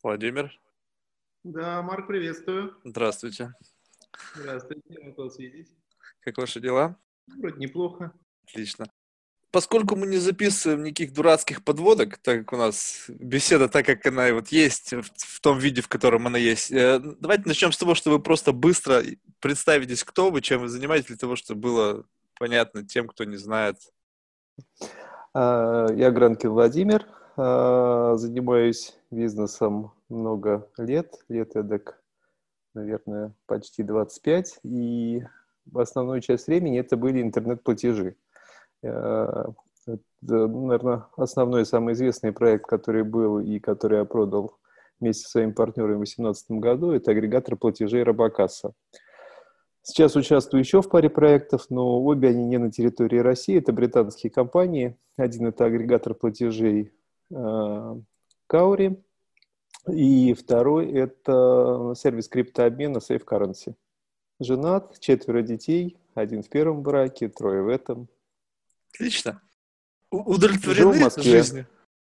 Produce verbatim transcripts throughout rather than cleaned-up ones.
Владимир, Да, Марк, приветствую. здравствуйте. Здравствуйте, рад вас видеть. Как ваши дела? Вроде неплохо. Отлично. Поскольку мы не записываем никаких дурацких подводок, так как у нас беседа, так как она и вот есть, в, в том виде, в котором она есть, э, давайте начнем с того, что вы просто быстро представитесь, кто вы, чем вы занимаетесь, для того, чтобы было понятно тем, кто не знает. А, Я Гранкин Владимир, а, занимаюсь бизнесом много лет, лет эдак, наверное, почти двадцать пять, и в основную часть времени это были интернет-платежи. А, Это, ну, наверное, основной, самый известный проект, который был и который я продал вместе со своими партнерами в две тысячи восемнадцатом году, это агрегатор платежей Робокасса. Сейчас участвую еще в паре проектов, но обе они не на территории России. Это британские компании. Один – это агрегатор платежей э, Каури, и второй – это сервис криптообмена Safe Currency. Женат, четверо детей, один в первом браке, трое в этом. Отлично. У- Живу в Удовлетворены Москве. жизнью?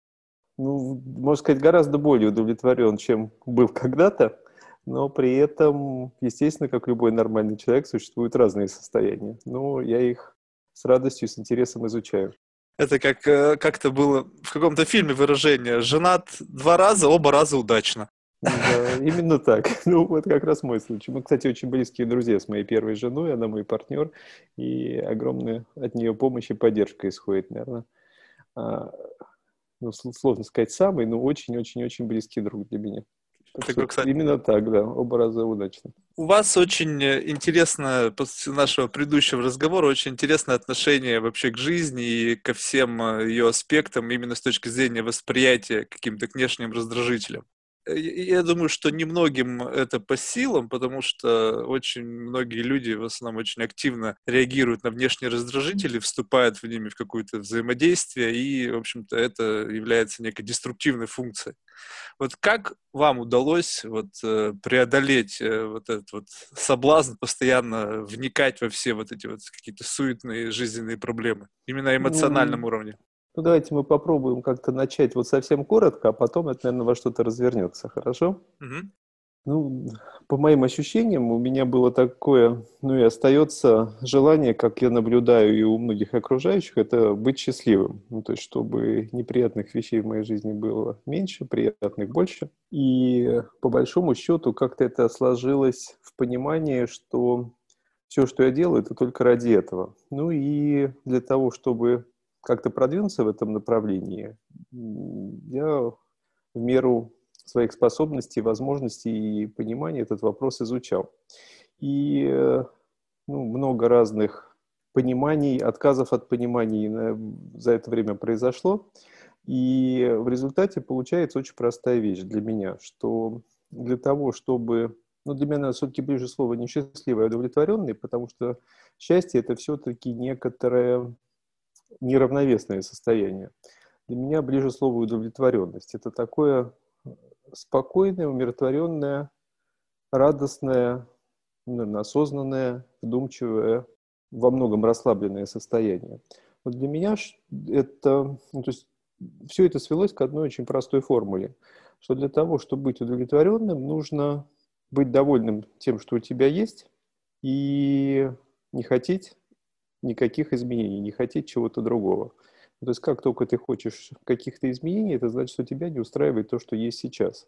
Ну, можно сказать, гораздо более удовлетворен, чем был когда-то, но при этом, естественно, как любой нормальный человек, существуют разные состояния. Но я их с радостью, с интересом изучаю. Это как э, как-то было в каком-то фильме выражение: женат два раза, оба раза удачно. Да, именно так. Ну, вот как раз мой случай. Мы, кстати, очень близкие друзья с моей первой женой, она мой партнер, и огромная от нее помощь и поддержка исходит, наверное. А, ну, сл- сложно сказать самый, но очень-очень-очень близкий друг для меня. Так Такой, что кстати, именно так, да, оба раза удачно. у вас очень э, интересно, после нашего предыдущего разговора, очень интересное отношение вообще к жизни и ко всем э, ее аспектам, именно с точки зрения восприятия к каким-то к внешним раздражителям. Э, и Я думаю, что немногим это по силам, потому что очень многие люди в основном очень активно реагируют на внешние раздражители, вступают в ними в какое-то взаимодействие, и, в общем-то, это является некой деструктивной функцией. Вот как вам удалось вот, э, преодолеть э, вот этот вот соблазн постоянно вникать во все вот эти вот какие-то суетные жизненные проблемы, именно на эмоциональном Ну, уровне? ну, давайте мы попробуем как-то начать вот совсем коротко, а потом это, наверное, во что-то развернется, хорошо? Мгм. Ну, по моим ощущениям, у меня было такое, ну и остается желание, как я наблюдаю и у многих окружающих, это быть счастливым. Ну, то есть, чтобы неприятных вещей в моей жизни было меньше, приятных больше. И по большому счету как-то это сложилось в понимании, что все, что я делаю, это только ради этого. Ну и для того, чтобы как-то продвинуться в этом направлении, м, я в меру своих способностей, возможностей и понимания этот вопрос изучал. И э, ну, много разных пониманий, отказов от пониманий на- за это время произошло. И в результате получается очень простая вещь для меня, что для того, чтобы... Ну, для меня, наверное, все-таки ближе слово не счастливый, а удовлетворенный, потому что счастье – это все-таки некоторое неравновесное состояние. Для меня ближе слово удовлетворенность. Это такое спокойное, умиротворенное, радостное, наверное, осознанное, вдумчивое, во многом расслабленное состояние. Вот для меня это, ну, то есть все это свелось к одной очень простой формуле, что для того, чтобы быть удовлетворенным, нужно быть довольным тем, что у тебя есть, и не хотеть никаких изменений, не хотеть чего-то другого. То есть как только ты хочешь каких-то изменений, это значит, что тебя не устраивает то, что есть сейчас.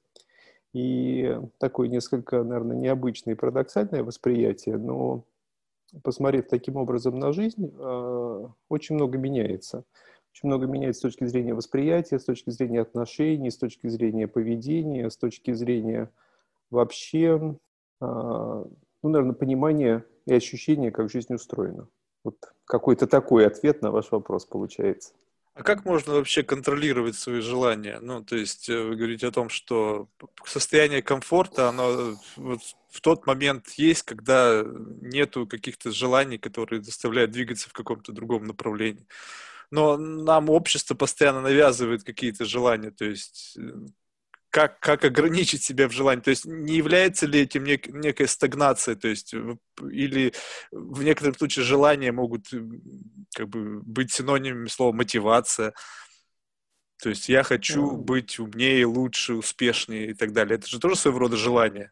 И такое несколько, наверное, необычное и парадоксальное восприятие, но посмотрев таким образом на жизнь, э, очень много меняется. Очень много меняется с точки зрения восприятия, с точки зрения отношений, с точки зрения поведения, с точки зрения вообще, э, ну, наверное, понимания и ощущения, как жизнь устроена. Вот какой-то такой ответ на ваш вопрос получается. А как можно вообще контролировать свои желания? Ну, то есть э, вы говорите о том, что п- состояние комфорта, оно вот в тот момент есть, когда нету каких-то желаний, которые заставляют двигаться в каком-то другом направлении. Но нам общество постоянно навязывает какие-то желания, то есть э, как, как ограничить себя в желании? То есть не является ли этим нек- некой стагнацией? То есть в- или в некоторых случаях желания могут м, как бы быть синонимами слова мотивация? То есть я хочу А, быть умнее, лучше, успешнее и так далее. Это же тоже своего рода желание.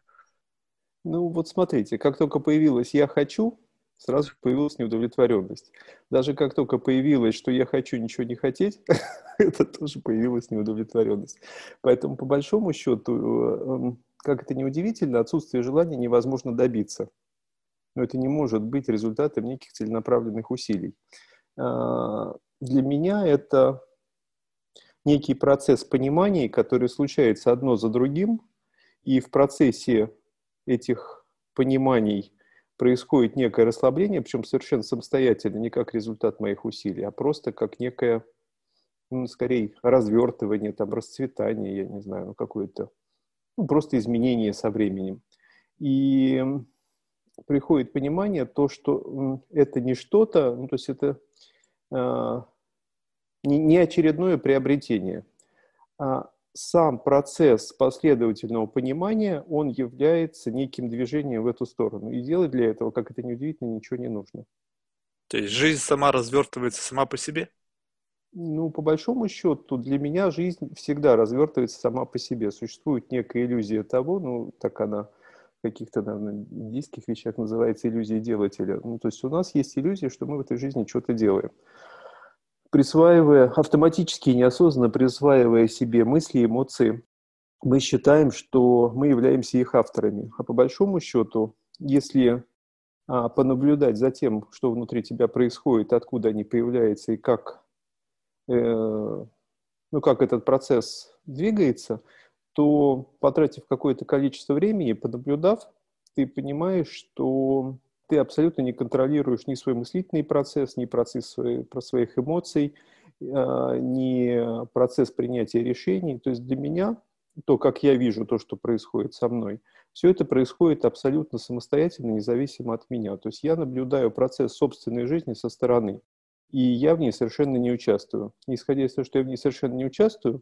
Ну вот смотрите, как только появилось «я хочу», сразу появилась неудовлетворенность. Даже как только появилось, что «я хочу ничего не хотеть», это тоже появилась неудовлетворенность. Поэтому, по большому счету, э, эм, как это ни удивительно, отсутствие желания невозможно добиться. Но это не может быть результатом неких целенаправленных усилий. А, Для меня это некий процесс понимания, который случается одно за другим, и в процессе этих пониманий происходит некое расслабление, причем совершенно самостоятельно, не как результат моих усилий, а просто как некое, ну, скорее, развертывание, там, расцветание, я не знаю, ну, какое-то, ну, просто изменение со временем. И приходит понимание, то, что это не что-то, ну, то есть это э, не, не очередное приобретение, а сам процесс последовательного понимания, он является неким движением в эту сторону. И делать для этого, как это ни удивительно, ничего не нужно. То есть жизнь сама развертывается сама по себе? Ну, по большому счету, для меня жизнь всегда развертывается сама по себе. Существует некая иллюзия того, ну, так она в каких-то, наверное, индийских вещах называется иллюзия делателя. Ну, то есть у нас есть иллюзия, что мы в этой жизни что-то делаем. Присваивая, автоматически и неосознанно присваивая себе мысли, эмоции, мы считаем, что мы являемся их авторами. А по большому счету, если а, понаблюдать за тем, что внутри тебя происходит, откуда они появляются и как, э, ну, как этот процесс двигается, то, потратив какое-то количество времени, понаблюдав, ты понимаешь, что ты абсолютно не контролируешь ни свой мыслительный процесс, ни процесс свои, про своих эмоций, э, ни процесс принятия решений. То есть для меня то, как я вижу то, что происходит со мной, все это происходит абсолютно самостоятельно, независимо от меня. То есть я наблюдаю процесс собственной жизни со стороны, и я в ней совершенно не участвую. Исходя из того, что я в ней совершенно не участвую,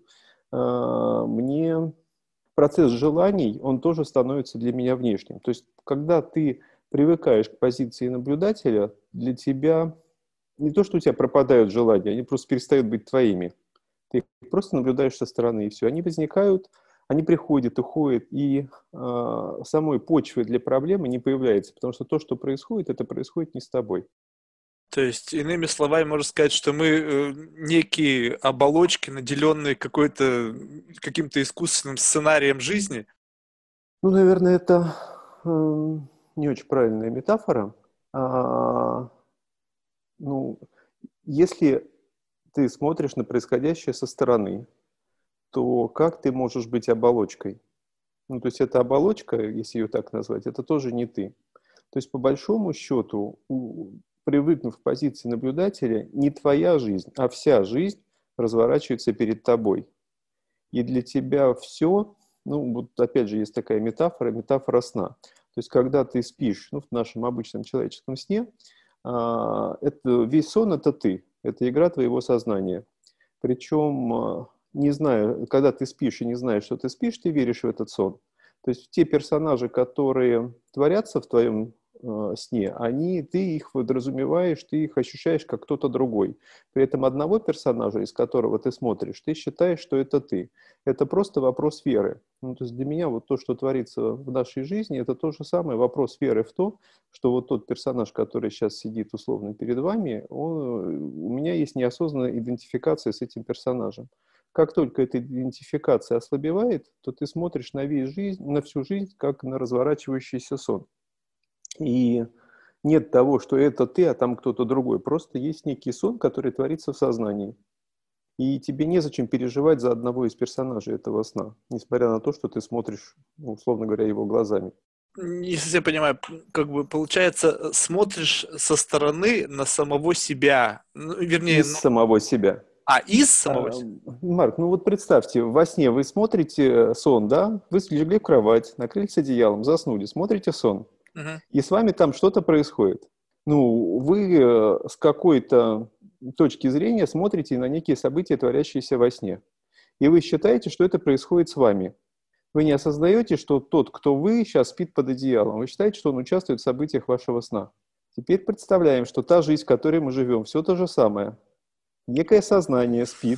мне процесс желаний, он тоже становится для меня внешним. То есть когда ты привыкаешь к позиции наблюдателя, для тебя не то, что у тебя пропадают желания, они просто перестают быть твоими. Ты просто наблюдаешь со стороны, и все. Они возникают, они приходят, уходят, и э, самой почвы для проблемы не появляется, потому что то, что происходит, это происходит не с тобой. То есть, иными словами, можно сказать, что мы э, некие оболочки, наделенные какой-то, каким-то искусственным сценарием жизни. Ну, наверное, это э, не очень правильная метафора. А, ну, если ты смотришь на происходящее со стороны, то как ты можешь быть оболочкой? Ну, то есть эта оболочка, если ее так назвать, это тоже не ты. То есть по большому счету, у- привыкнув к позиции наблюдателя, не твоя жизнь, а вся жизнь разворачивается перед тобой. И для тебя все, ну, вот опять же есть такая метафора, метафора сна. То есть когда ты спишь, ну, в нашем обычном человеческом сне, а, это, весь сон – это ты, это игра твоего сознания. Причем, а, не зная, когда ты спишь и не знаешь, что ты спишь, ты веришь в этот сон. То есть те персонажи, которые творятся в твоем э, сне, они, ты их подразумеваешь, ты их ощущаешь как кто-то другой. При этом одного персонажа, из которого ты смотришь, ты считаешь, что это ты. Это просто вопрос веры. Ну, то есть для меня вот то, что творится в нашей жизни, это то же самое вопрос веры в то, что вот тот персонаж, который сейчас сидит условно перед вами, он, у меня есть неосознанная идентификация с этим персонажем. Как только эта идентификация ослабевает, то ты смотришь на весь жизнь, на всю жизнь, как на разворачивающийся сон. И нет того, что это ты, а там кто-то другой. Просто есть некий сон, который творится в сознании. И тебе незачем переживать за одного из персонажей этого сна, несмотря на то, что ты смотришь, условно говоря, его глазами. Не совсем понимаю, как бы получается, смотришь со стороны на самого себя, ну, вернее, Из ну, самого себя. а из самого А, себя. Марк, ну вот представьте, во сне вы смотрите сон, да? Вы легли в кровать, накрылись одеялом, заснули, смотрите сон. Мгм. И с вами там что-то происходит. Ну, вы э, с какой-то точки зрения смотрите на некие события, творящиеся во сне. И вы считаете, что это происходит с вами. Вы не осознаете, что тот, кто вы, сейчас спит под одеялом. Вы считаете, что он участвует в событиях вашего сна. Теперь представляем, что та жизнь, в которой мы живем, все то же самое. Некое сознание спит,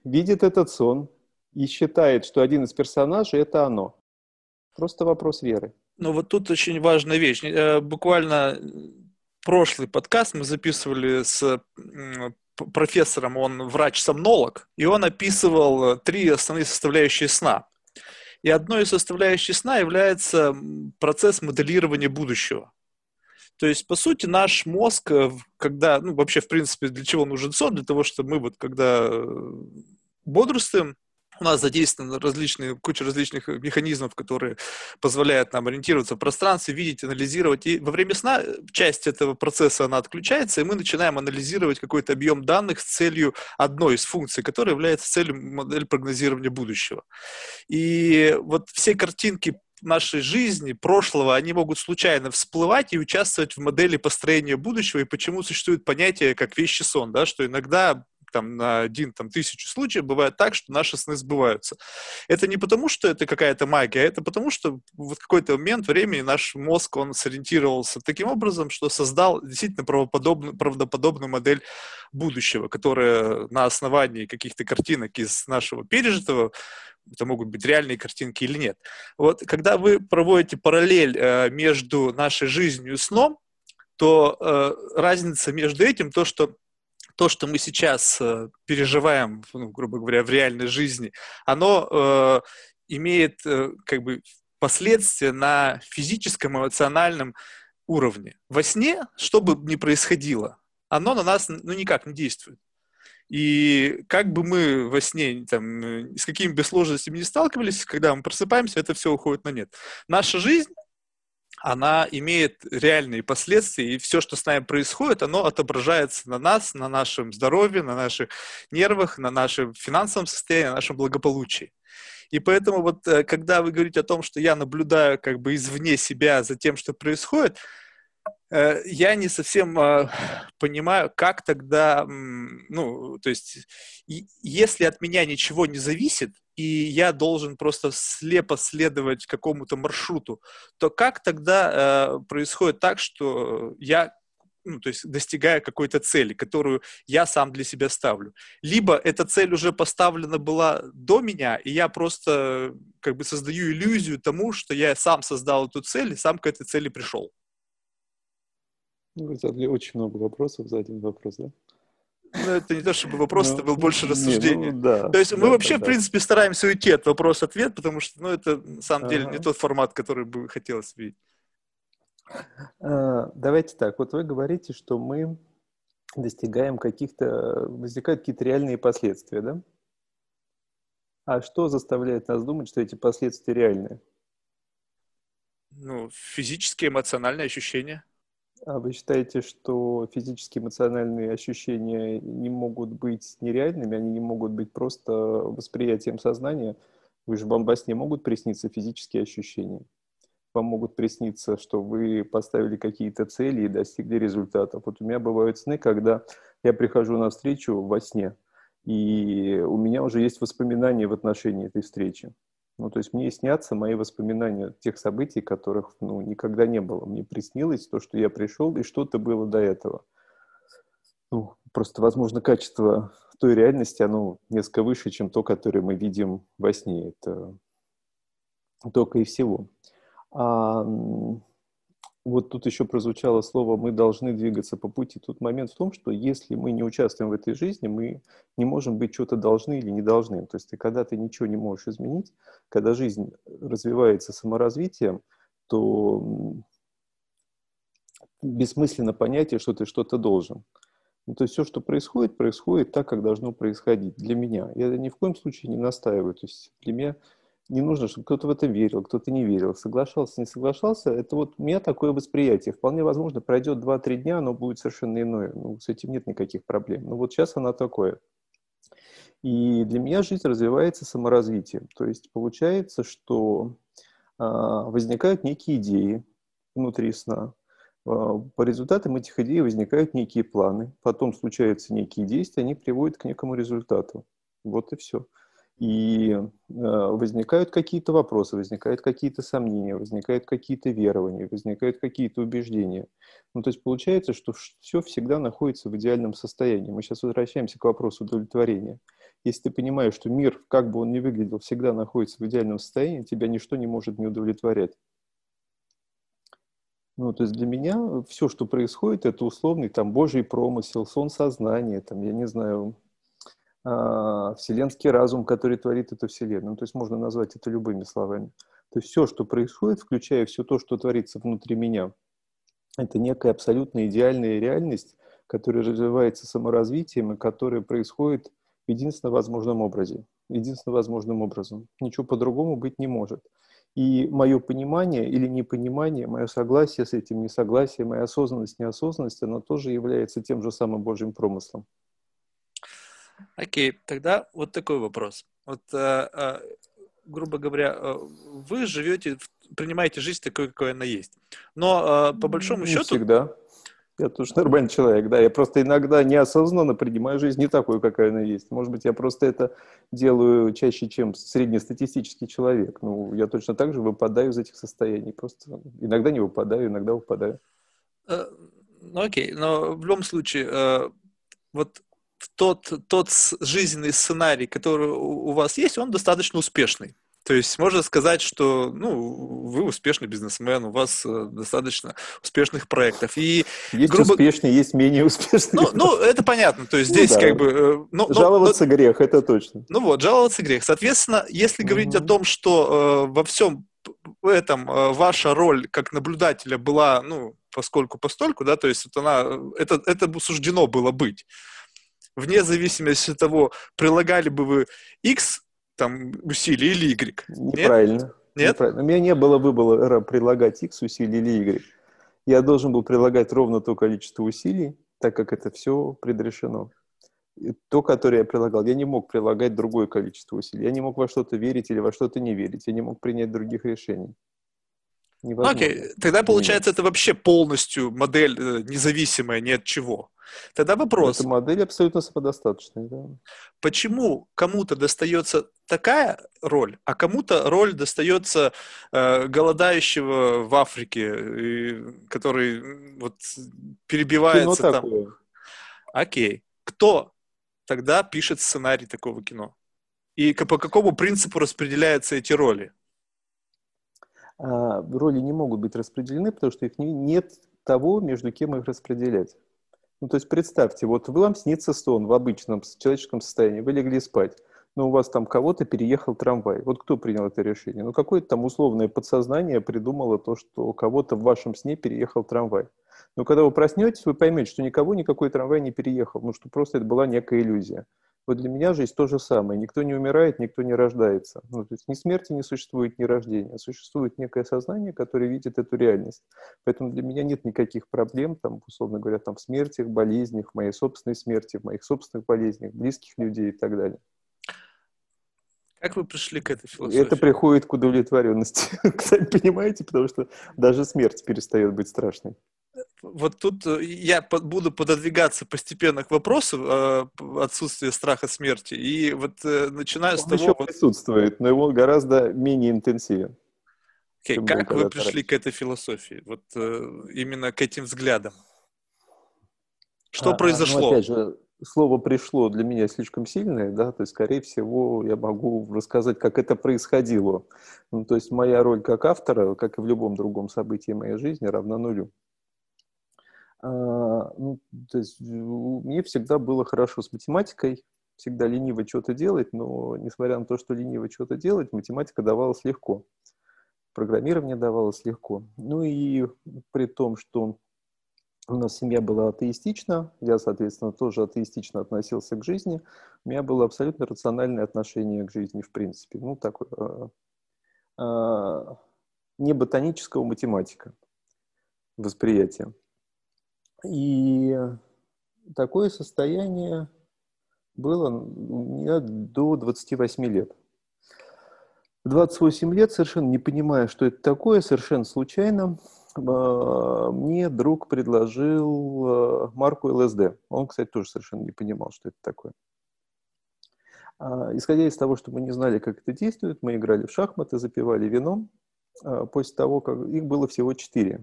видит этот сон и считает, что один из персонажей – это оно. Просто вопрос веры. Ну вот тут очень важная вещь. Э, Буквально прошлый подкаст мы записывали с м, п- профессором, он врач-сомнолог, и он описывал три основные составляющие сна. И одной из составляющих сна является м, процесс моделирования будущего. То есть, по сути, наш мозг, э, в- когда, ну, вообще, в принципе, для чего нужен сон? Для того, чтобы мы вот, когда э, бодрствуем, у нас задействованы различные, куча различных э, механизмов, которые позволяют нам ориентироваться в пространстве, видеть, анализировать. И во время сна э, часть этого процесса, она отключается, и мы начинаем анализировать какой-то объем данных с целью одной из функций, которая является целью модели прогнозирования будущего. И вот все картинки нашей жизни, прошлого, они могут случайно всплывать и участвовать в модели построения будущего, и почему существует понятие как вещи сон, да, что иногда там, на один, там, тысячу случаев бывает так, что наши сны сбываются. Это не потому, что это какая-то магия, а это потому, что в какой-то момент времени наш мозг, он сориентировался таким образом, что создал действительно правдоподобную, правдоподобную модель будущего, которая на основании каких-то картинок из нашего пережитого, это могут быть реальные картинки или нет. Вот когда вы проводите параллель э, между нашей жизнью и сном, то э, разница между этим, то, что то, что мы сейчас э, переживаем, ну, грубо говоря, в реальной жизни, оно э, имеет э, как бы последствия на физическом, эмоциональном уровне. Во сне, что бы ни происходило, оно на нас ну, никак не действует. И как бы мы во сне там, э, с какими бы сложностями не сталкивались, когда мы просыпаемся, это все уходит на нет. Наша жизнь, она имеет реальные последствия, и все, что с нами происходит, оно отображается на нас, на нашем здоровье, на наших нервах, на нашем финансовом состоянии, на нашем благополучии. И поэтому вот, э, когда вы говорите о том, что я наблюдаю как бы извне себя за тем, что происходит, э, я не совсем э, понимаю, как тогда, м, ну, то есть, и- если от меня ничего не зависит, и я должен просто слепо следовать какому-то маршруту, то как тогда э, происходит так, что я, ну, то есть, достигаю какой-то цели, которую я сам для себя ставлю? Либо эта цель уже поставлена была до меня, и я просто как бы создаю иллюзию тому, что я сам создал эту цель и сам к этой цели пришел. Ну, вы задали очень много вопросов за один вопрос, да? Ну, это не то чтобы вопрос, это Ну, был больше не, ну рассуждение. да, То есть мы да, да, вообще, в да. принципе, стараемся уйти от вопрос-ответ, потому что, ну, это на самом деле не Ага. тот формат, который бы хотелось видеть. А, Давайте так, вот вы говорите, что мы достигаем каких-то, возникают какие-то реальные последствия, да? А что заставляет нас думать, что эти последствия реальные? Ну, физические, эмоциональные ощущения. А вы считаете, что физические, эмоциональные ощущения не могут быть нереальными, они не могут быть просто восприятием сознания? Вы же, вам во сне могут присниться физические ощущения. Вам могут присниться, что вы поставили какие-то цели и достигли результатов. Вот у меня бывают сны, когда я прихожу на встречу во сне, и у меня уже есть воспоминания в отношении этой встречи. Ну, то есть мне снятся мои воспоминания тех событий, которых ну, никогда не было. Мне приснилось то, что я пришел, и что-то было до этого. Ну, просто, возможно, качество той реальности, оно несколько выше, чем то, которое мы видим во сне. Это только и всего. А, м, вот тут еще прозвучало слово «мы должны двигаться по пути». Тут момент в том, что если мы не участвуем в этой жизни, мы не можем быть что-то должны или не должны. То есть ты, когда ты ничего не можешь изменить, когда жизнь развивается саморазвитием, то м, бессмысленно понятие, что ты что-то должен. Ну, то есть все, что происходит, происходит так, как должно происходить для меня. Я ни в коем случае не настаиваю. То есть для меня не нужно, чтобы кто-то в это верил, кто-то не верил, соглашался, не соглашался. Это вот у меня такое восприятие. Вполне возможно, пройдет два-три дня, оно будет совершенно иное. Ну, с этим нет никаких проблем. Но вот сейчас оно такое. И для меня жизнь развивается саморазвитием. То есть получается, что а, возникают некие идеи внутри сна. А, По результатам этих идей возникают некие планы. Потом случаются некие действия, они приводят к некому результату. Вот и все. И э, возникают какие-то вопросы, возникают какие-то сомнения, возникают какие-то верования, возникают какие-то убеждения. Ну, то есть получается, что все всегда находится в идеальном состоянии. Мы сейчас возвращаемся к вопросу удовлетворения. Если ты понимаешь, что мир, как бы он ни выглядел, всегда находится в идеальном состоянии, тебя ничто не может не удовлетворять. Ну, то есть для меня все, что происходит, это условный там Божий промысел, сон сознания, там, я не знаю, а, вселенский разум, который творит эту вселенную. Ну, то есть можно назвать это любыми словами. То есть все, что происходит, включая все то, что творится внутри меня, это некая абсолютно идеальная реальность, которая развивается саморазвитием и которая происходит в единственно возможном образе, единственно возможным образом. Ничего по-другому быть не может. И мое понимание или непонимание, мое согласие с этим, несогласие, моя осознанность, неосознанность, она тоже является тем же самым Божьим промыслом. Окей, тогда вот такой вопрос. Вот, э, э, грубо говоря, э, вы живете, принимаете жизнь такой, какой она есть. Но э, по большому Не счету... всегда. Я тоже нормальный человек, да. Я просто иногда неосознанно принимаю жизнь не такой, какая она есть. Может быть, я просто это делаю чаще, чем среднестатистический человек. Ну, я точно так же выпадаю из этих состояний. Просто иногда не выпадаю, иногда выпадаю. Э, ну, окей, но в любом случае, э, вот тот, тот жизненный сценарий, который у вас есть, он достаточно успешный. То есть можно сказать, что ну, вы успешный бизнесмен, у вас э, достаточно успешных проектов. И, есть грубо... успешные, есть менее успешные. Ну, ну, это понятно. То есть ну, здесь да. как бы... Э, но, жаловаться но, грех, это точно. Ну вот, жаловаться грех. Соответственно, если угу. говорить о том, что э, во всем этом э, ваша роль как наблюдателя была, ну, поскольку-постольку, да, то есть вот она, это, это суждено было быть. Вне зависимости от того, прилагали бы вы X там, усилий или Y. Неправильно. Нет? Неправильно. У меня не было выбора прилагать X усилий или Y. Я должен был прилагать ровно то количество усилий, так как это все предрешено. И то, которое я прилагал, я не мог прилагать другое количество усилий. Я не мог во что-то верить или во что-то не верить. Я не мог принять других решений. Невозможно. Окей, тогда получается, это вообще полностью модель э, независимая ни от чего. Тогда вопрос. Эта модель абсолютно самодостаточная, да. Почему кому-то достается такая роль, а кому-то роль достается э, голодающего в Африке, и, который вот перебивается Кино там. такое. Окей. Кто тогда пишет сценарий такого кино? И по какому принципу распределяются эти роли? А, роли не могут быть распределены, потому что их не, нет того, между кем их распределять. Ну, то есть представьте, вот вам снится сон в обычном человеческом состоянии, вы легли спать, но у вас там кого-то переехал трамвай. Вот кто принял это решение? Ну, какое-то там условное подсознание придумало то, что кого-то в вашем сне переехал трамвай. Но когда вы проснетесь, вы поймете, что никого никакой трамвай не переехал, ну, что просто это была некая иллюзия. Вот для меня жизнь то же самое. Никто не умирает, никто не рождается. Ну, то есть ни смерти не существует, ни рождения. Существует некое сознание, которое видит эту реальность. Поэтому для меня нет никаких проблем, там, условно говоря, там, в смертях, болезнях, в моей собственной смерти, в моих собственных болезнях, близких людей и так далее. Как вы пришли к этой философии? Это приходит к удовлетворенности. Кстати, понимаете, потому что даже смерть перестает быть страшной. Вот тут я буду пододвигаться постепенно к вопросу э, отсутствия страха смерти. И вот э, начиная Он с того... еще вот... присутствует, но его гораздо менее интенсивен. Okay, как вы пришли раньше. К этой философии? Вот э, именно к этим взглядам? Что а, произошло? Ну, опять же, слово «пришло» для меня слишком сильное, да, то есть, скорее всего, я могу рассказать, как это происходило. Ну, то есть, моя роль как автора, как и в любом другом событии моей жизни, равна нулю. А, ну, то есть, мне всегда было хорошо с математикой, всегда лениво что-то делать, но, несмотря на то, что лениво что-то делать, математика давалась легко. Программирование давалось легко. Ну и при том, что у нас семья была атеистична, я, соответственно, тоже атеистично относился к жизни, у меня было абсолютно рациональное отношение к жизни, в принципе. Ну, такое, э, э, не ботанического математика восприятия. И такое состояние было у меня до двадцати восьми лет. В двадцать восемь лет, совершенно не понимая, что это такое, совершенно случайно, мне друг предложил марку эл эс дэ. Он, кстати, тоже совершенно не понимал, что это такое. Исходя из того, что мы не знали, как это действует, мы играли в шахматы, запивали вином. После того, как их было всего четыре.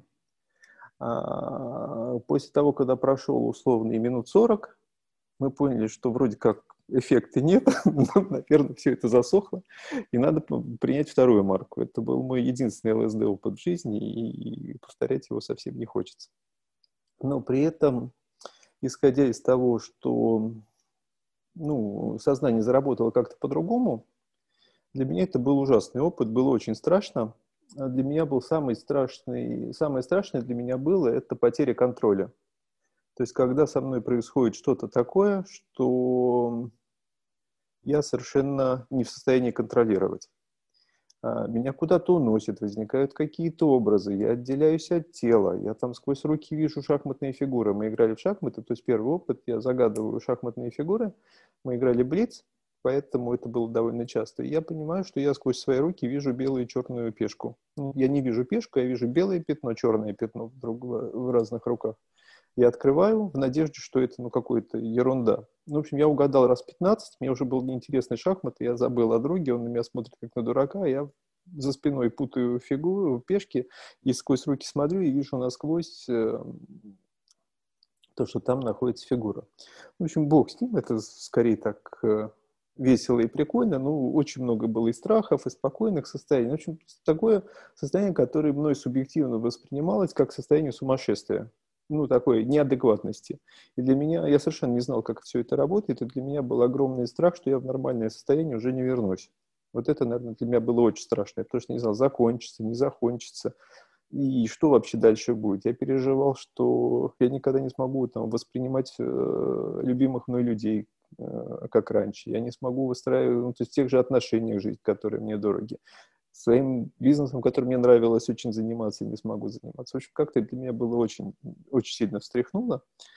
После того, когда прошел условный минут сорок, мы поняли, что вроде как эффекта нет, но, наверное, все это засохло, и надо принять вторую марку. Это был мой единственный эл эс дэ-опыт в жизни, и повторять его совсем не хочется. Но при этом, исходя из того, что ну, сознание заработало как-то по-другому, для меня это был ужасный опыт, было очень страшно. А для меня был самый страшный, самое страшное для меня было это потеря контроля. То есть, когда со мной происходит что-то такое, что я совершенно не в состоянии контролировать. Меня куда-то уносит, возникают какие-то образы, я отделяюсь от тела, я там сквозь руки вижу шахматные фигуры. Мы играли в шахматы, то есть первый опыт, я загадываю шахматные фигуры, мы играли блиц, поэтому это было довольно часто. И я понимаю, что я сквозь свои руки вижу белую и черную пешку. Я не вижу пешку, я вижу белое пятно, черное пятно в, друг, в разных руках. Я открываю в надежде, что это ну, какая-то ерунда. Ну, в общем, я угадал раз пятнадцать, мне уже был неинтересный шахмат, я забыл о друге, он на меня смотрит как на дурака, я за спиной путаю фигуру, пешки, и сквозь руки смотрю и вижу насквозь э, то, что там находится фигура. В общем, бог с ним, это скорее так э, весело и прикольно, но очень много было и страхов, и спокойных состояний. В общем, такое состояние, которое мной субъективно воспринималось как состояние сумасшествия. Ну, такой неадекватности. И для меня, я совершенно не знал, как все это работает, и для меня был огромный страх, что я в нормальное состояние уже не вернусь. Вот это, наверное, для меня было очень страшно. Я потому что не знал, закончится, не закончится, и что вообще дальше будет. Я переживал, что я никогда не смогу там, воспринимать э, любимых мной людей, э, как раньше. Я не смогу выстраивать, ну, то есть, тех же отношениях жить, которые мне дороги. Своим бизнесом, которым мне нравилось очень заниматься, не смогу заниматься. В общем, как-то для меня было очень, очень сильно встряхнуло.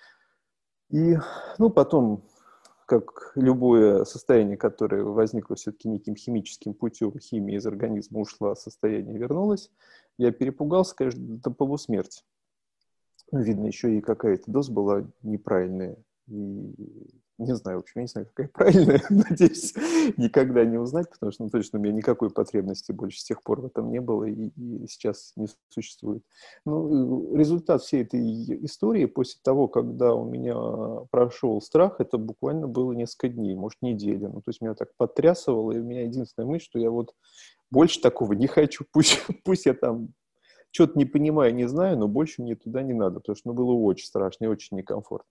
И, ну, потом, как любое состояние, которое возникло все-таки неким химическим путем, химия из организма ушла, состояние вернулось, я перепугался, конечно, до полусмерти. Ну, видно, еще и какая-то доза была неправильная. И не знаю, в общем, я не знаю, какая правильная, надеюсь, никогда не узнать, потому что, ну, точно у меня никакой потребности больше с тех пор в этом не было и, и сейчас не существует. Ну, результат всей этой истории после того, когда у меня прошел страх, это буквально было несколько дней, может, неделя. Ну, то есть меня так потрясывало, и у меня единственная мысль, что я вот больше такого не хочу, пусть, пусть я там что-то не понимаю, не знаю, но больше мне туда не надо, потому что ну, было очень страшно и очень некомфортно.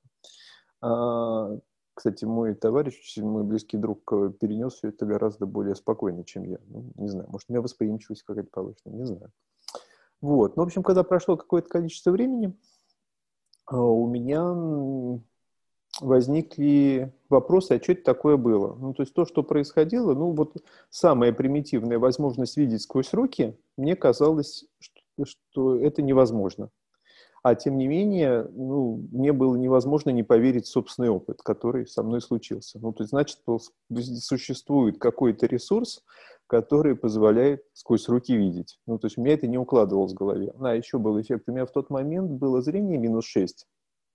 А, кстати, мой товарищ, мой близкий друг перенес все это гораздо более спокойно, чем я. Ну, не знаю, может, у меня восприимчивость какая-то повышена, не знаю. Вот. Ну, в общем, когда прошло какое-то количество времени, у меня возникли вопросы, а что это такое было? Ну, то есть то, что происходило, ну, вот самая примитивная возможность видеть сквозь руки, мне казалось, что, что это невозможно. А тем не менее, ну, мне было невозможно не поверить в собственный опыт, который со мной случился. Ну, то есть, значит, существует какой-то ресурс, который позволяет сквозь руки видеть. Ну, то есть, у меня это не укладывалось в голове. А еще был эффект. У меня в тот момент было зрение минус шесть.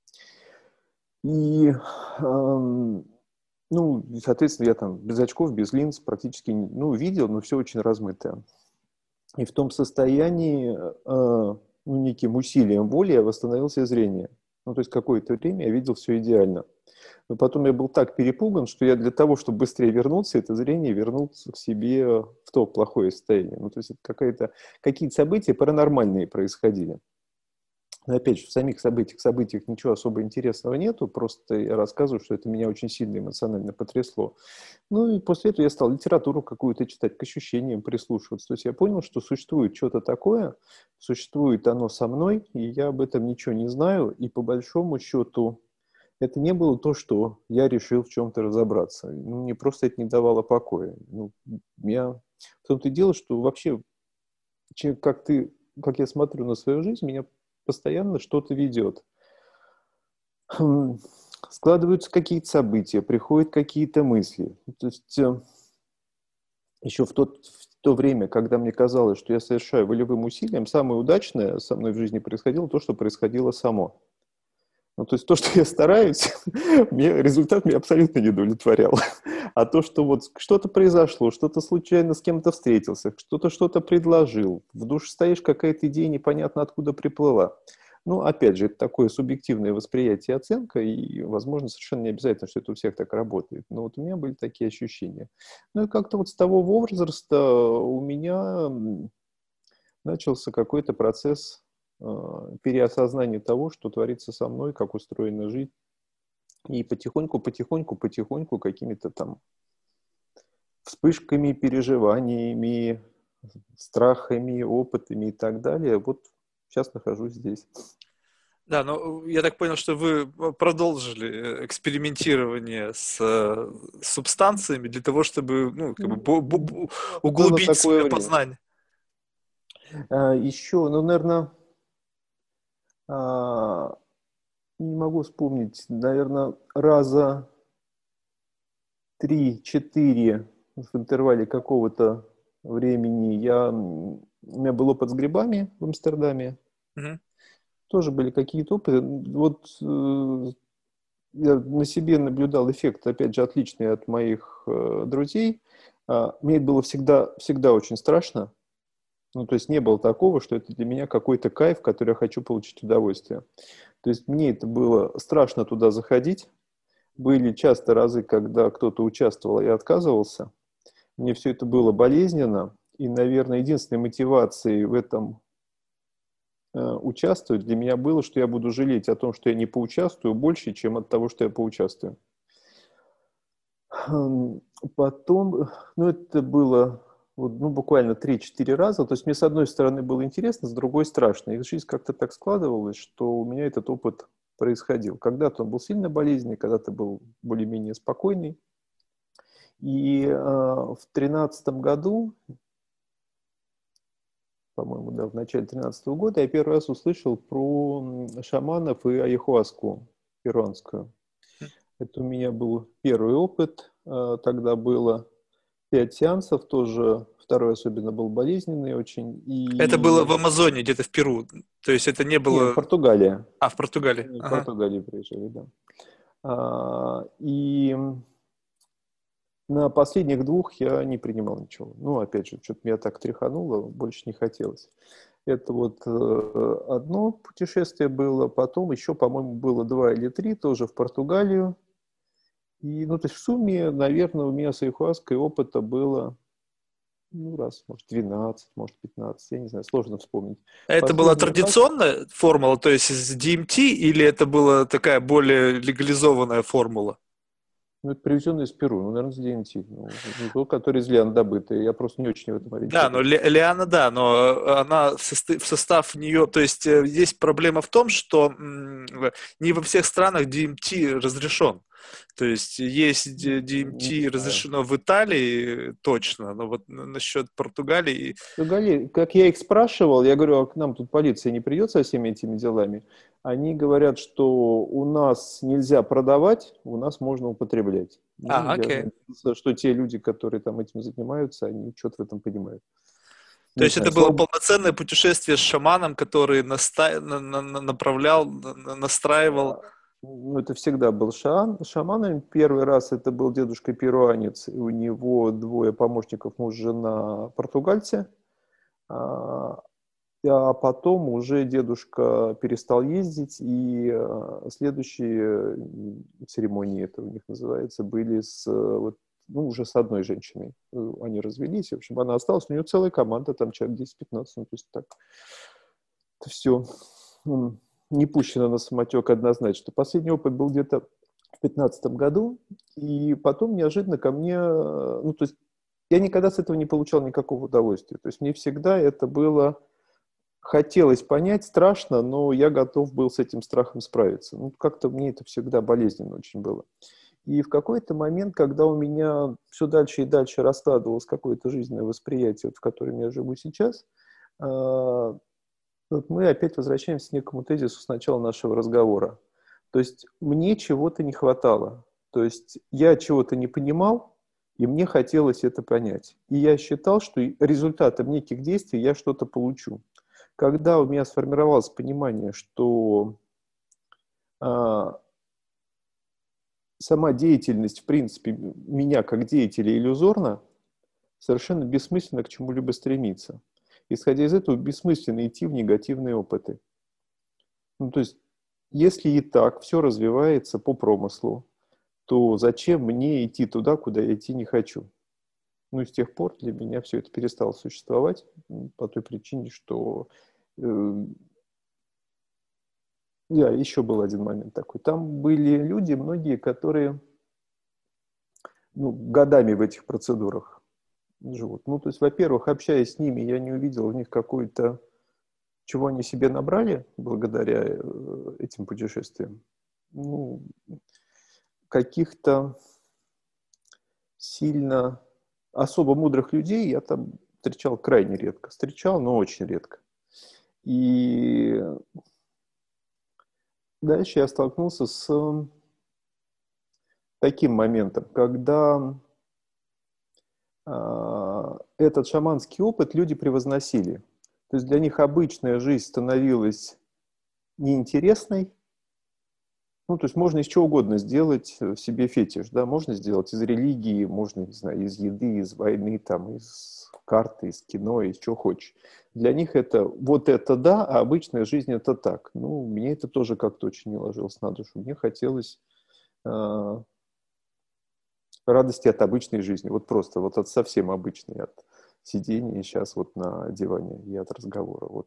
И, эм, ну, соответственно, я там без очков, без линз практически, ну, видел, но все очень размытое. И в том состоянии... Э, ну, неким усилием воли я восстановил себе зрение. Ну, то есть какое-то время я видел все идеально. Но потом я был так перепуган, что я для того, чтобы быстрее вернуться, это зрение вернулся к себе в то плохое состояние. Ну, то есть это какая-то, какие-то события паранормальные происходили. Но опять же, в самих событиях, событиях ничего особо интересного нету, просто я рассказываю, что это меня очень сильно эмоционально потрясло. Ну и после этого я стал литературу какую-то читать, к ощущениям прислушиваться. То есть я понял, что существует что-то такое, существует оно со мной, и я об этом ничего не знаю, и по большому счету это не было то, что я решил в чем-то разобраться. Ну, мне просто это не давало покоя. Ну, я... В том-то и дело, что вообще, как, ты, как я смотрю на свою жизнь, меня постоянно что-то ведет. Складываются какие-то события, приходят какие-то мысли. То есть еще в, тот, в то время, когда мне казалось, что я совершаю волевым усилием, самое удачное со мной в жизни происходило то, что происходило само. Ну, то есть то, что я стараюсь, мне, результат меня абсолютно не удовлетворял. А то, что вот что-то произошло, что-то случайно с кем-то встретился, что-то что-то предложил, в душе стоишь, какая-то идея непонятно откуда приплыла. Ну, опять же, это такое субъективное восприятие и оценка, и, возможно, совершенно не обязательно, что это у всех так работает. Но вот у меня были такие ощущения. Ну и как-то вот с того возраста у меня начался какой-то процесс э, переосознания того, что творится со мной, как устроена жизнь. И потихоньку, потихоньку, потихоньку какими-то там вспышками, переживаниями, страхами, опытами и так далее. Вот сейчас нахожусь здесь. Да, ну я так понял, что вы продолжили экспериментирование с э, субстанциями для того, чтобы ну, как бы, бо- бо- бо- Было углубить такое свое время. познание. А, еще, ну, наверное, а, не могу вспомнить, наверное, раза три-четыре в интервале какого-то времени я, м, у меня был опыт с грибами в Амстердаме. Мгм. Тоже были какие-то опыты. Вот э, я на себе наблюдал эффект, опять же, отличный от моих э, друзей. А, мне было всегда, всегда очень страшно. Ну, то есть не было такого, что это для меня какой-то кайф, который я хочу получить удовольствие. То есть мне это было страшно туда заходить. Были часто разы, когда кто-то участвовал и отказывался. Мне все это было болезненно. И, наверное, единственной мотивацией в этом э, участвовать для меня было, что я буду жалеть о том, что я не поучаствую, больше, чем от того, что я поучаствую. Хм, Потом, ну, это было вот, ну, буквально три-четыре раза. То есть мне, с одной стороны, было интересно, с другой страшно. И жизнь как-то так складывалась, что у меня этот опыт происходил. Когда-то он был сильно болезненный, когда-то был более-менее спокойный. И э, в тринадцатом году, по-моему, да, в начале тринадцатого года я первый раз услышал про шаманов и аяхуаску перуанскую. Это у меня был первый опыт. Э, Тогда было пять сеансов, тоже второй особенно был болезненный очень. Это И было я... в Амазоне, где-то в Перу. То есть это не Нет, было... Португалия. А, в Португалии. В Ага. Португалии приезжали, да. А, и на последних двух я не принимал ничего. Ну, опять же, что-то меня так тряхануло, больше не хотелось. Это вот э, одно путешествие было, потом еще, по-моему, было два или три, тоже в Португалию. И, ну, то есть в сумме, наверное, у меня с ayahuasca опыта было, ну, раз, может, двенадцать, может, пятнадцать, я не знаю, сложно вспомнить. Это была Последний раз, традиционная формула, то есть из ди эм ти, или это была такая более легализованная формула? ну, это привезенный из Перу, ну, наверное, с ди эн ти, ну, ну, то, который из Лиан добытый, я просто не очень в этом Да, но ориентируюсь. Ле- Лиана, да, но э, она в состы- в состав нее, то есть э, есть проблема в том, что м, в- не во всех странах ди эм ти разрешен. То есть есть ди- Не ди эм ти знаю. разрешено в Италии точно, но вот н- насчет Португалии, Гали, как я их спрашивал, я говорю, а к нам тут полиция не придет со всеми этими делами? Они говорят, что у нас нельзя продавать, у нас можно употреблять. Ну, а, я окей. надеялся, что те люди, которые там этим занимаются, они что-то в этом понимают. То Не есть это знаю, было слава богу. полноценное путешествие с шаманом, который наста- на- на- на- направлял, на- на- настраивал. Ну, это всегда был шаман, шаманом. Первый раз это был дедушка-перуанец, и у него двое помощников, муж, жена, португальцы. А а потом уже дедушка перестал ездить, и э, следующие э, церемонии, это у них называется, были с, э, вот, ну, уже с одной женщиной. Э, Они развелись, в общем, она осталась, у нее целая команда, там человек десять-пятнадцать, ну, то есть так. Это все не пущено на самотек однозначно. Последний опыт был где-то в пятнадцатом году, и потом неожиданно ко мне, э, ну, то есть я никогда с этого не получал никакого удовольствия. То есть мне всегда это было... Хотелось понять, страшно, но я готов был с этим страхом справиться. Ну, как-то мне это всегда болезненно очень было. И в какой-то момент, когда у меня все дальше и дальше раскладывалось какое-то жизненное восприятие, вот, в котором я живу сейчас, э, вот мы опять возвращаемся к некому тезису с начала нашего разговора. То есть мне чего-то не хватало. То есть я чего-то не понимал, и мне хотелось это понять. И я считал, что результатом неких действий я что-то получу. Когда у меня сформировалось понимание, что а, сама деятельность, в принципе, меня как деятеля иллюзорна, совершенно бессмысленно к чему-либо стремиться. Исходя из этого, бессмысленно идти в негативные опыты. Ну, то есть, если и так все развивается по промыслу, то зачем мне идти туда, куда я идти не хочу? Ну, и с тех пор для меня все это перестало существовать по той причине, что э, да, еще был один момент такой. Там были люди, многие, которые ну, годами в этих процедурах живут. Ну, то есть, во-первых, общаясь с ними, я не увидел в них какой-то, чего они себе набрали благодаря э, этим путешествиям. Ну, каких-то сильно особо мудрых людей я там встречал крайне редко. Встречал, но очень редко. И дальше я столкнулся с таким моментом, когда э, этот шаманский опыт люди превозносили. То есть для них обычная жизнь становилась неинтересной. Ну, то есть можно из чего угодно сделать в себе фетиш, да, можно сделать из религии, можно, не знаю, из еды, из войны, там, из карты, из кино, из чего хочешь. Для них это вот это да, а обычная жизнь это так. Ну, мне это тоже как-то очень не ложилось на душу. Мне хотелось э, радости от обычной жизни, вот просто, вот от совсем обычной, от сидения сейчас вот на диване и от разговора. Вот.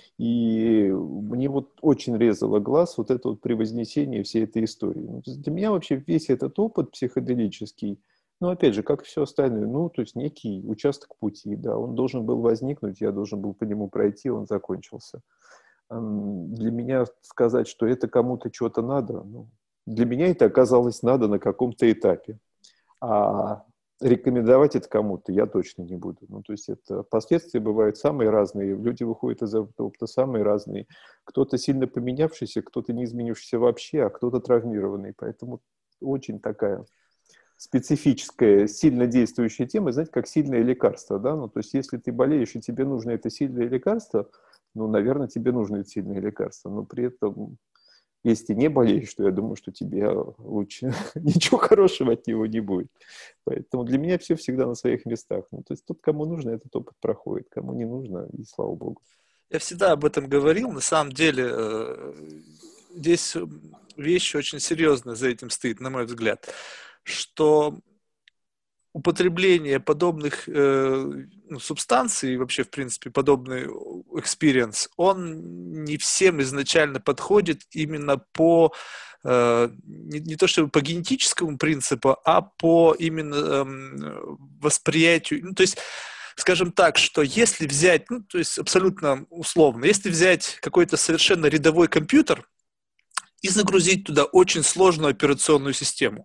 И мне вот очень резало глаз вот это вот превознесение всей этой истории. Ну, для меня вообще весь этот опыт психоделический, ну, опять же, как и все остальное, ну, то есть некий участок пути, да, он должен был возникнуть, я должен был по нему пройти, он закончился. Для меня сказать, что это кому-то чего-то надо, ну, для меня это оказалось надо на каком-то этапе. А рекомендовать это кому-то я точно не буду. Ну, то есть это последствия бывают самые разные, люди выходят из этого опыта самые разные. Кто-то сильно поменявшийся, кто-то не изменившийся вообще, а кто-то травмированный. Поэтому очень такая специфическая, сильно действующая тема, знаете, как сильное лекарство, да, ну, то есть если ты болеешь и тебе нужно это сильное лекарство, ну, наверное, тебе нужно это сильное лекарство, но при этом если ты не болеешь, то я думаю, что тебе лучше ничего хорошего от него не будет. Поэтому для меня все всегда на своих местах. Ну, то есть тот, кому нужно, этот опыт проходит, кому не нужно, и слава богу. Я всегда об этом говорил. На самом деле, здесь вещь очень серьезная за этим стоит, на мой взгляд, что употребление подобных э, ну, субстанций, вообще, в принципе, подобный experience, он не всем изначально подходит именно по, э, не, не то чтобы по генетическому принципу, а по именно э, восприятию. Ну, то есть, скажем так, что если взять, ну, то есть абсолютно условно, если взять какой-то совершенно рядовой компьютер и загрузить туда очень сложную операционную систему,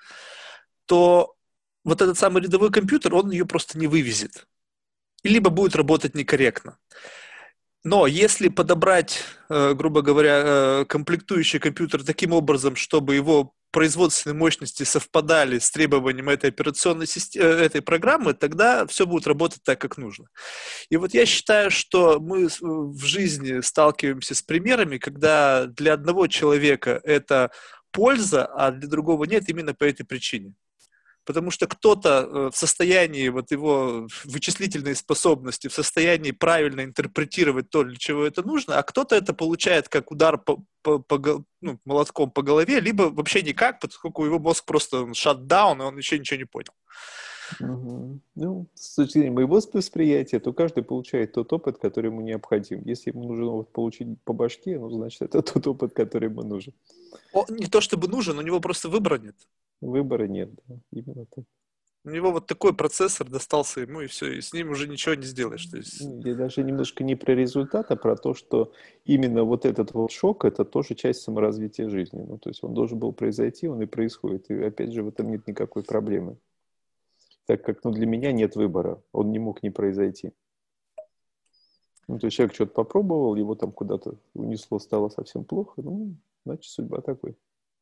то вот этот самый рядовой компьютер, он ее просто не вывезет. Либо будет работать некорректно. Но если подобрать, э, грубо говоря, э, комплектующий компьютер таким образом, чтобы его производственные мощности совпадали с требованием этой операционной системы, этой программы, тогда все будет работать так, как нужно. И вот я считаю, что мы в жизни сталкиваемся с примерами, когда для одного человека это польза, а для другого нет, именно по этой причине. Потому что кто-то в состоянии, вот его вычислительные способности, в состоянии правильно интерпретировать то, для чего это нужно, а кто-то это получает как удар по, по, по, ну, молотком по голове, либо вообще никак, поскольку его мозг просто shut down, и он еще ничего не понял. Угу. Ну, с точки зрения моего восприятия, то каждый получает тот опыт, который ему необходим. Если ему нужно вот получить по башке, ну, значит, это тот опыт, который ему нужен. О, не то чтобы нужен, у него просто выбора нет. Выбора нет, да, именно так. У него вот такой процессор достался ему, и все, и с ним уже ничего не сделаешь. То есть... Я даже немножко не про результат, а про то, что именно вот этот вот шок, это тоже часть саморазвития жизни. Ну, то есть он должен был произойти, он и происходит. И опять же, в этом нет никакой проблемы. Так как ну, для меня нет выбора, он не мог не произойти. Ну, то есть человек что-то попробовал, его там куда-то унесло, стало совсем плохо, ну, значит, судьба такой.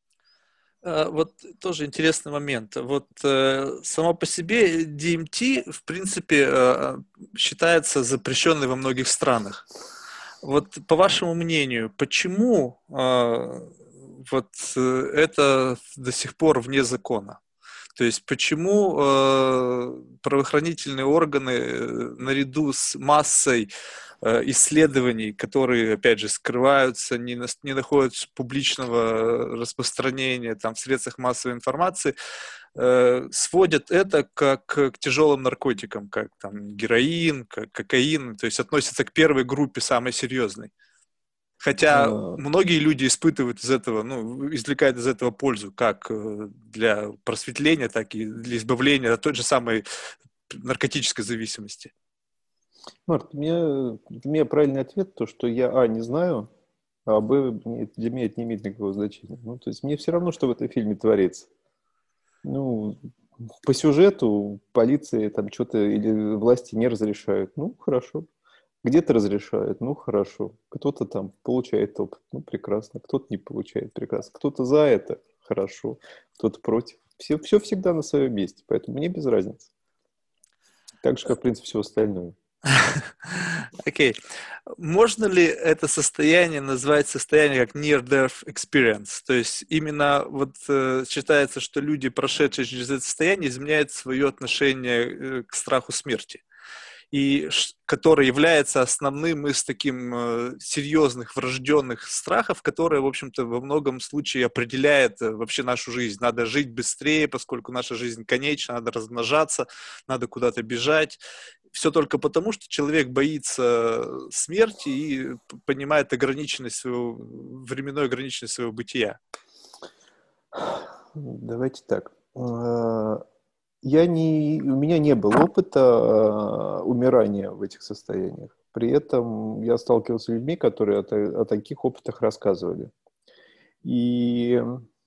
Вот тоже интересный момент. Вот э, само по себе ди эм ти, в принципе, э, считается запрещенной во многих странах. Вот по вашему мнению, почему э, вот э, это до сих пор вне закона? То есть почему э, правоохранительные органы э, наряду с массой э, исследований, которые, опять же, скрываются, не, на, не находят публичного распространения там, в средствах массовой информации, э, сводят это как к тяжелым наркотикам, как там, героин, как кокаин, то есть относятся к первой группе самой серьезной. Хотя А, многие люди испытывают из этого, ну, извлекают из этого пользу, как э, для просветления, так и для избавления от той же самой наркотической зависимости. Март, у меня, для меня правильный ответ то, что я, а, не знаю, а, б, мне- для меня это не имеет никакого значения. Ну, то есть мне все равно, что в этом фильме творится. Ну, по сюжету полиция там что-то или власти не разрешают. Ну, хорошо. Где-то разрешают, ну, хорошо. Кто-то там получает опыт, ну, прекрасно. Кто-то не получает, прекрасно. Кто-то за это, хорошо. Кто-то против. Все, все всегда на своем месте, поэтому мне без разницы. Так же, как, в принципе, все остальное. Окей. Можно ли это состояние назвать состоянием как near-death experience? То есть именно вот э, считается, что люди, прошедшие через это состояние, изменяют свое отношение э, к страху смерти, и ш- который является основным из таким э, серьезных врожденных страхов, которые, в общем-то, во многом случае определяет э, вообще нашу жизнь. Надо жить быстрее, поскольку наша жизнь конечна, надо размножаться, надо куда-то бежать. Все только потому, что человек боится смерти и п- понимает ограниченность своего, временную ограниченность своего бытия. Давайте так. А, Я не, у меня не было опыта а, умирания в этих состояниях. При этом я сталкивался с людьми, которые о, та- о таких опытах рассказывали. И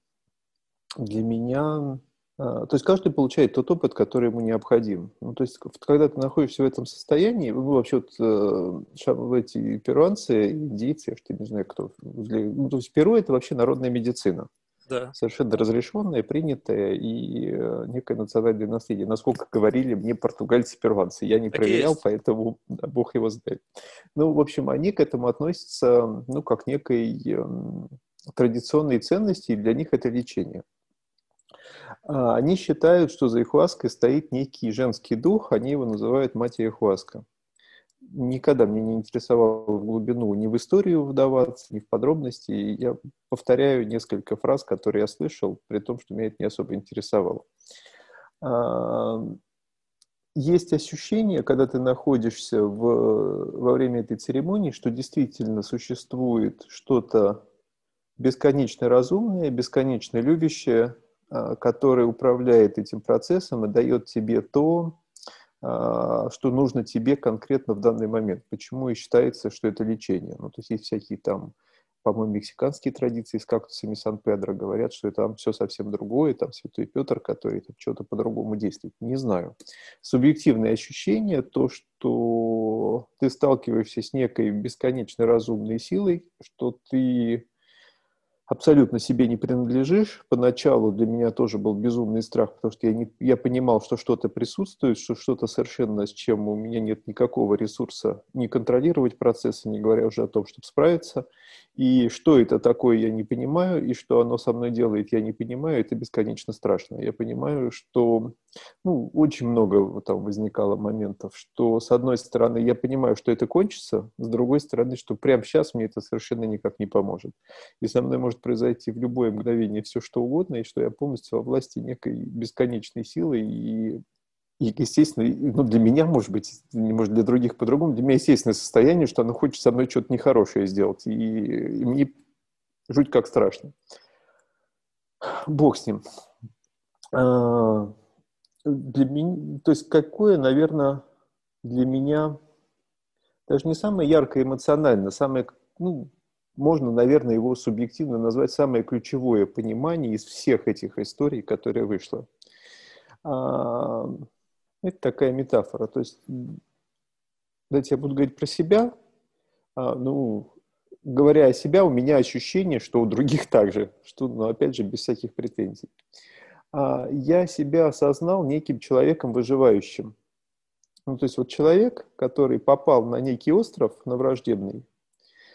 для меня... а, То есть каждый получает тот опыт, который ему необходим. Ну, то есть в- когда ты находишься в этом состоянии, ну, вообще вот э, ша- в эти перуанцы, индийцы, я что не знаю кто, взгля- ну, то есть Перу — это вообще народная медицина. Да. Совершенно разрешенное, принятое и э, некое национальное наследие. Насколько говорили мне португальцы-перуанцы. Я не Так и проверял, есть. поэтому да, бог его знает. Ну, в общем, они к этому относятся, ну, как некой эм, традиционной ценности, и для них это лечение. А они считают, что за ayahuasca стоит некий женский дух, они его называют мать ayahuasca. Никогда мне не интересовало в глубину, ни в историю вдаваться, ни в подробности. И я повторяю несколько фраз, которые я слышал, при том, что меня это не особо интересовало. А, Есть ощущение, когда ты находишься в, во время этой церемонии, что действительно существует что-то бесконечно разумное, бесконечно любящее, а, которое управляет этим процессом и дает тебе то, а, что нужно тебе конкретно в данный момент. Почему и считается, что это лечение. Ну, то есть есть всякие там, по-моему, мексиканские традиции с кактусами Сан-Педро, говорят, что там все совсем другое, там Святой Петр, который там что-то по-другому действует. Не знаю. Субъективное ощущение, то, что ты сталкиваешься с некой бесконечно разумной силой, что ты абсолютно себе не принадлежишь. Поначалу для меня тоже был безумный страх, потому что я, не, я понимал, что что-то присутствует, что что-то совершенно, с чем у меня нет никакого ресурса не контролировать процессы, не говоря уже о том, чтобы справиться. И что это такое, я не понимаю, и что оно со мной делает, я не понимаю, это бесконечно страшно. Я понимаю, что ну, очень много там возникало моментов, что, с одной стороны, я понимаю, что это кончится, с другой стороны, что прямо сейчас мне это совершенно никак не поможет. И со мной может произойти в любое мгновение все, что угодно, и что я полностью во власти некой бесконечной силы. И, и естественно, ну, для меня, может быть, может, для других по-другому, для меня естественное состояние, что оно хочет со мной что-то нехорошее сделать. И, и мне жуть как страшно. Бог с ним. А, для меня, то есть какое, наверное, для меня даже не самое яркое эмоционально, самое, ну, можно, наверное, его субъективно назвать самое ключевое понимание из всех этих историй, которые вышло. А, это такая метафора. То есть, давайте я буду говорить про себя. А, ну, говоря о себя, у меня ощущение, что у других также, что, ну, опять же, без всяких претензий. А, я себя осознал неким человеком выживающим. Ну, то есть вот человек, который попал на некий остров, на враждебный,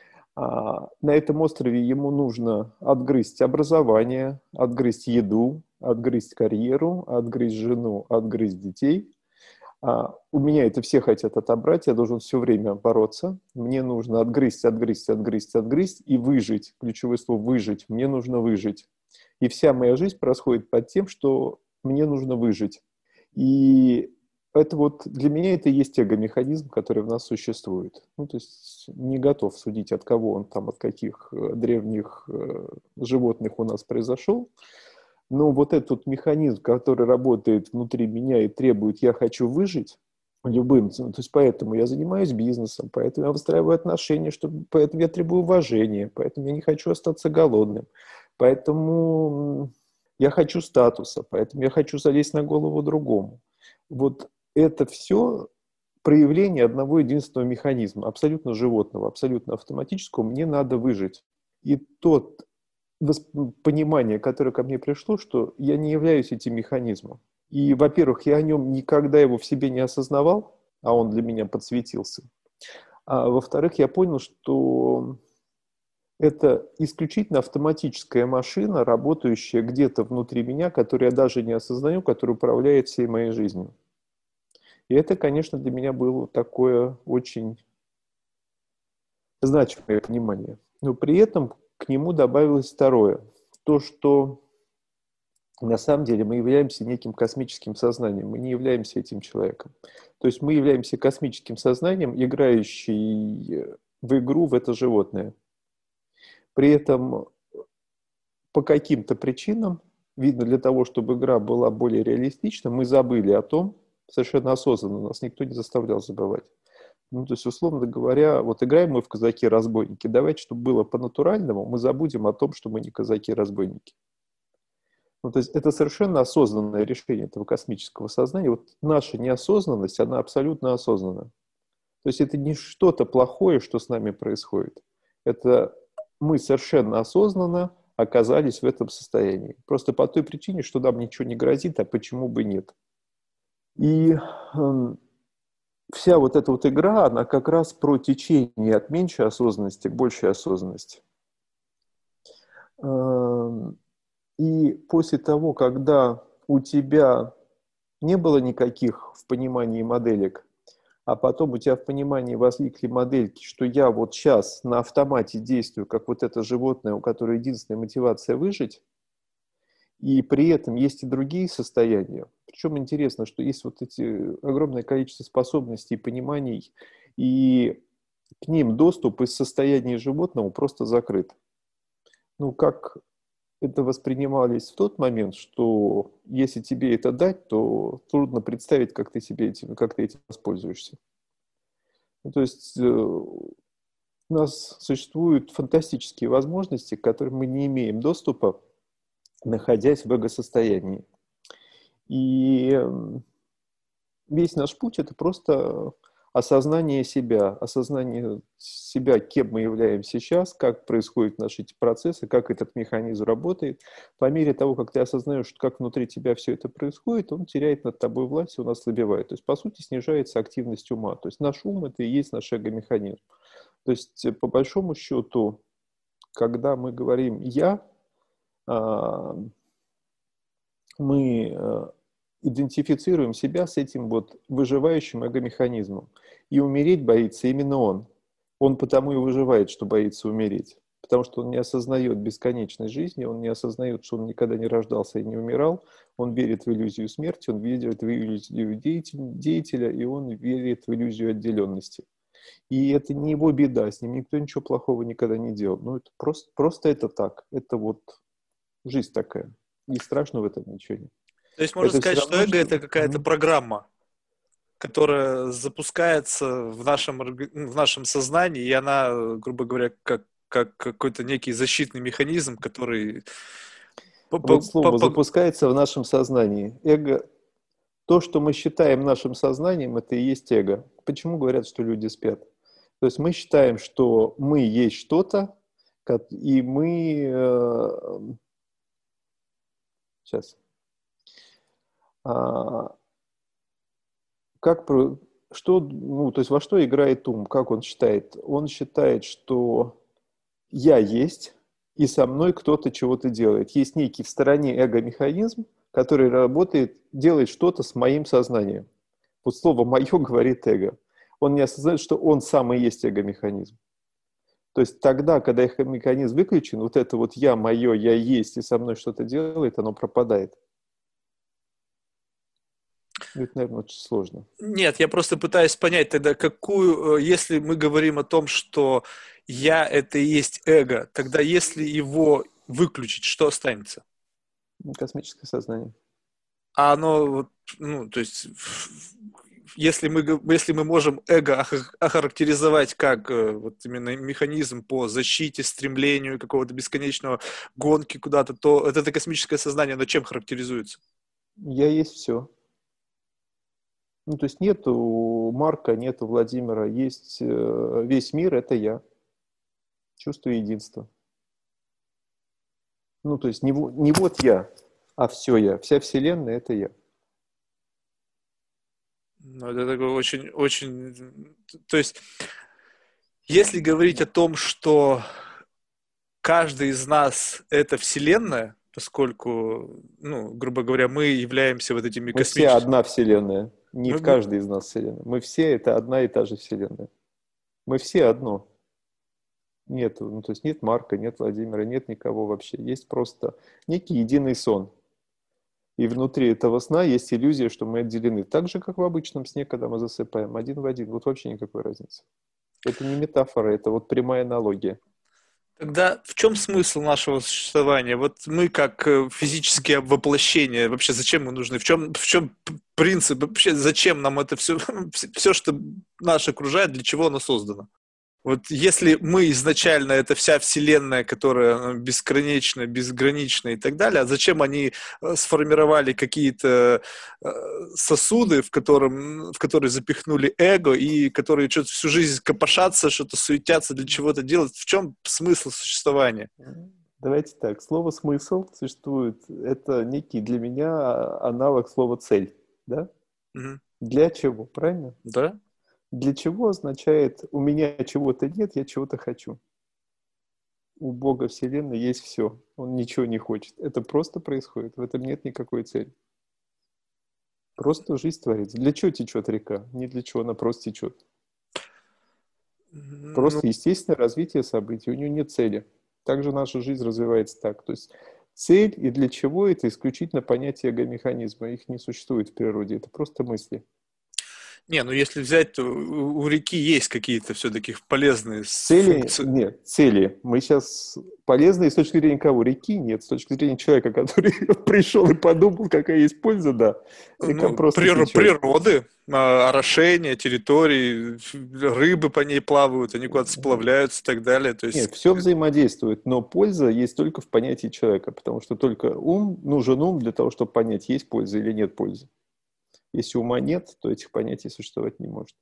а на этом острове ему нужно отгрызть образование, отгрызть еду, отгрызть карьеру, отгрызть жену, отгрызть детей. А у меня это все хотят отобрать, я должен все время бороться. Мне нужно отгрызть, отгрызть, отгрызть, отгрызть и выжить. Ключевое слово «выжить». Мне нужно выжить. И вся моя жизнь происходит под тем, что мне нужно выжить. И это вот для меня это и есть эго-механизм, который в нас существует. Ну, то есть не готов судить, от кого он там, от каких э, древних э, животных у нас произошел. Но вот этот механизм, который работает внутри меня и требует «я хочу выжить», любым, то есть поэтому я занимаюсь бизнесом, поэтому я выстраиваю отношения, чтобы, поэтому я требую уважения, поэтому я не хочу остаться голодным, поэтому я хочу статуса, поэтому я хочу залезть на голову другому. Вот это все проявление одного единственного механизма, абсолютно животного, абсолютно автоматического. Мне надо выжить. И тот понимание, которое ко мне пришло, что я не являюсь этим механизмом. И, во-первых, я о нем никогда его в себе не осознавал, а он для меня подсветился. А во-вторых, я понял, что это исключительно автоматическая машина, работающая где-то внутри меня, которую я даже не осознаю, которая управляет всей моей жизнью. И это, конечно, для меня было такое очень значимое понимание. Но при этом к нему добавилось второе. То, что на самом деле мы являемся неким космическим сознанием, мы не являемся этим человеком. То есть мы являемся космическим сознанием, играющим в игру в это животное. При этом по каким-то причинам, видно, для того, чтобы игра была более реалистична, мы забыли о том, совершенно осознанно, нас никто не заставлял забывать. Ну, то есть, условно говоря, вот играем мы в казаки-разбойники, давайте, чтобы было по-натуральному, мы забудем о том, что мы не казаки-разбойники. Ну, то есть это совершенно осознанное решение этого космического сознания. Вот наша неосознанность, она абсолютно осознанна. То есть это не что-то плохое, что с нами происходит. Это мы совершенно осознанно оказались в этом состоянии. Просто по той причине, что нам ничего не грозит, а почему бы нет. И э, вся вот эта вот игра, она как раз про течение от меньшей осознанности к большей осознанности. Э, И после того, когда у тебя не было никаких в понимании моделек, а потом у тебя в понимании возникли модельки, что я вот сейчас на автомате действую, как вот это животное, у которого единственная мотивация выжить, и при этом есть и другие состояния. Причем интересно, что есть вот эти огромное количество способностей и пониманий, и к ним доступ из состояния животного просто закрыт. Ну, как это воспринимались в тот момент, что если тебе это дать, то трудно представить, как ты, себе этим, как ты этим воспользуешься. Ну, то есть э, у нас существуют фантастические возможности, к которым мы не имеем доступа, находясь в эго-состоянии. И э, весь наш путь – это просто осознание себя, осознание себя, кем мы являемся сейчас, как происходят наши эти процессы, как этот механизм работает. По мере того, как ты осознаешь, как внутри тебя все это происходит, он теряет над тобой власть, он ослабевает. То есть, по сути, снижается активность ума. То есть, наш ум – это и есть наш эго-механизм. То есть, по большому счету, когда мы говорим «я», мы идентифицируем себя с этим вот выживающим эго-механизмом. И умереть боится именно он. Он потому и выживает, что боится умереть. Потому что он не осознает бесконечной жизни, он не осознает, что он никогда не рождался и не умирал, он верит в иллюзию смерти, он верит в иллюзию деятеля, и он верит в иллюзию отделенности. И это не его беда, с ним никто ничего плохого никогда не делал. Ну, это просто, просто это так. Это вот жизнь такая. И страшно в этом ничего нет. То есть можно Это все сказать, что равно, эго — что... это какая-то Мгм. программа, которая запускается в нашем, орг- ну, в нашем сознании, и она, э, грубо говоря, как, как какой-то некий защитный механизм, который... по- по- Вот по- слово по- запускается в нашем сознании. Эго, то, что мы считаем нашим сознанием, это и есть эго. Почему говорят, что люди спят? То есть мы считаем, что мы есть что-то, как- и мы... э, сейчас. А, как про... Что, ну, то есть во что играет ум? Как он считает? Он считает, что я есть, и со мной кто-то чего-то делает. Есть некий в стороне эго-механизм, который работает, делает что-то с моим сознанием. Вот слово «моё» говорит эго. Он не осознает, что он сам и есть эго-механизм. То есть тогда, когда эго-механизм выключен, вот это вот «я», «моё», «я есть» и со мной что-то делает, оно пропадает. Это, наверное, очень сложно. Нет, я просто пытаюсь понять тогда, какую, если мы говорим о том, что я это и есть эго, тогда если его выключить, что останется? Космическое сознание. А оно, вот, ну, то есть, если мы, если мы можем эго охарактеризовать как вот именно механизм по защите, стремлению какого-то бесконечного гонки куда-то, то это, это космическое сознание, оно чем характеризуется? Я есть все. Ну, то есть нету Марка, нету Владимира, есть э, весь мир, это я. Чувство единства. Ну, то есть не, не вот я, а все я. Вся Вселенная — это я. Ну, это такое очень, очень... То есть, если говорить о том, что каждый из нас — это Вселенная, поскольку, ну, грубо говоря, мы являемся вот этими Мы все космическими... одна Вселенная. Не Мы, в мы- каждой из нас Вселенная. Мы все — это одна и та же Вселенная. Мы все одно. Нет, ну, то есть нет Марка, нет Владимира, нет никого вообще. Есть просто некий единый сон. И внутри этого сна есть иллюзия, что мы отделены. Так же, как в обычном сне, когда мы засыпаем. Один в один. Вот вообще никакой разницы. Это не метафора, это вот прямая аналогия. Тогда в чем смысл нашего существования? Вот мы как э, физические воплощения, вообще зачем мы нужны? В чем, в чем п- принцип? Вообще зачем нам это все, все, что нас окружает, для чего оно создано? Вот если мы изначально это вся вселенная, которая ну, бесконечна, безгранична и так далее, а зачем они э, сформировали какие-то э, сосуды, в, котором, в которые запихнули эго и которые что-то всю жизнь копошатся, что-то суетятся, для чего-то делать? В чем смысл существования? Давайте так. Слово «смысл» существует. Это некий для меня аналог слова «цель». Да? Мгм. Для чего? Правильно? Да? Для чего означает «у меня чего-то нет, я чего-то хочу». У Бога Вселенной есть все. Он ничего не хочет. Это просто происходит. В этом нет никакой цели. Просто жизнь творится. Для чего течет река? Не для чего, она просто течет. Ну, Просто естественное развитие событий. У нее нет цели. Также наша жизнь развивается так. То есть цель и для чего — это исключительно понятие эго-механизма. Их не существует в природе. Это просто мысли. не, ну если взять, то у, у реки есть какие-то все-таки полезные с- Цели функции. нет. Цели. Мы сейчас полезны с точки зрения кого? Реки нет. С точки зрения человека, который пришел и подумал, какая есть польза, да. Река Ну, просто прир- течет. природы, а, орошение территории, рыбы по ней плавают, они куда-то сплавляются и так далее. То есть, Нет, все взаимодействует, но польза есть только в понятии человека, потому что только ум, нужен ум для того, чтобы понять, есть польза или нет пользы. Если ума нет, то этих понятий существовать не может.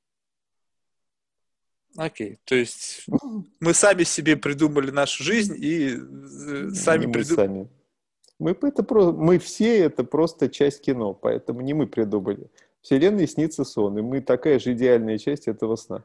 окей, то есть мы сами себе придумали нашу жизнь и э, сами Не мы придумали. сами. Мы, это про, мы все это просто часть кино, поэтому не мы придумали. Вселенной снится сон, и мы такая же идеальная часть этого сна.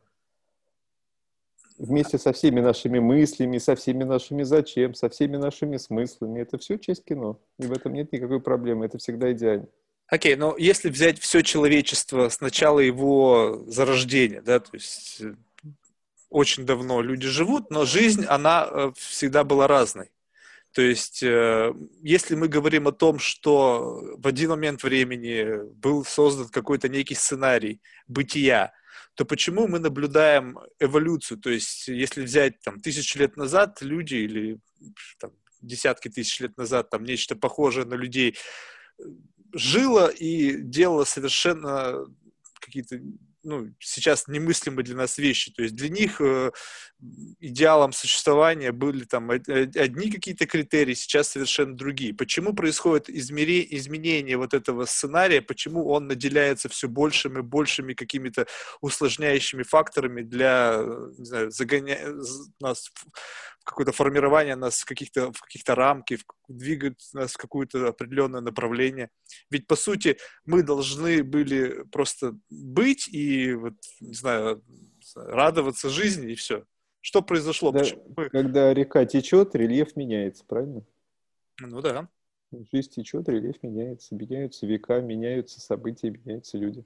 Вместе со всеми нашими мыслями, со всеми нашими зачем, со всеми нашими смыслами. Это все часть кино. И в этом нет никакой проблемы. Это всегда идеально. Окей, но если взять все человечество с начала его зарождения, да, то есть э, очень давно люди живут, но жизнь, она э, всегда была разной. То есть, э, если мы говорим о том, что в один момент времени был создан какой-то некий сценарий бытия, то почему мы наблюдаем эволюцию? То есть, если взять там тысячи лет назад люди или там, десятки тысяч лет назад там нечто похожее на людей жило и делало совершенно какие-то ну, сейчас немыслимые для нас вещи. То есть для них э, идеалом существования были там одни какие-то критерии, сейчас совершенно другие. Почему происходит измере, изменение вот этого сценария, почему он наделяется все большими и большими какими-то усложняющими факторами для, не знаю, загоня... нас в какое-то формирование нас в каких-то, в каких-то рамки, в... двигать нас в какое-то определенное направление. Ведь, по сути, мы должны были просто быть и, вот, не знаю, радоваться жизни, и все. Что произошло? Когда, Почему мы... когда река течет, рельеф меняется, правильно? Ну да. Жизнь течет, рельеф меняется, меняются века, меняются события, меняются люди.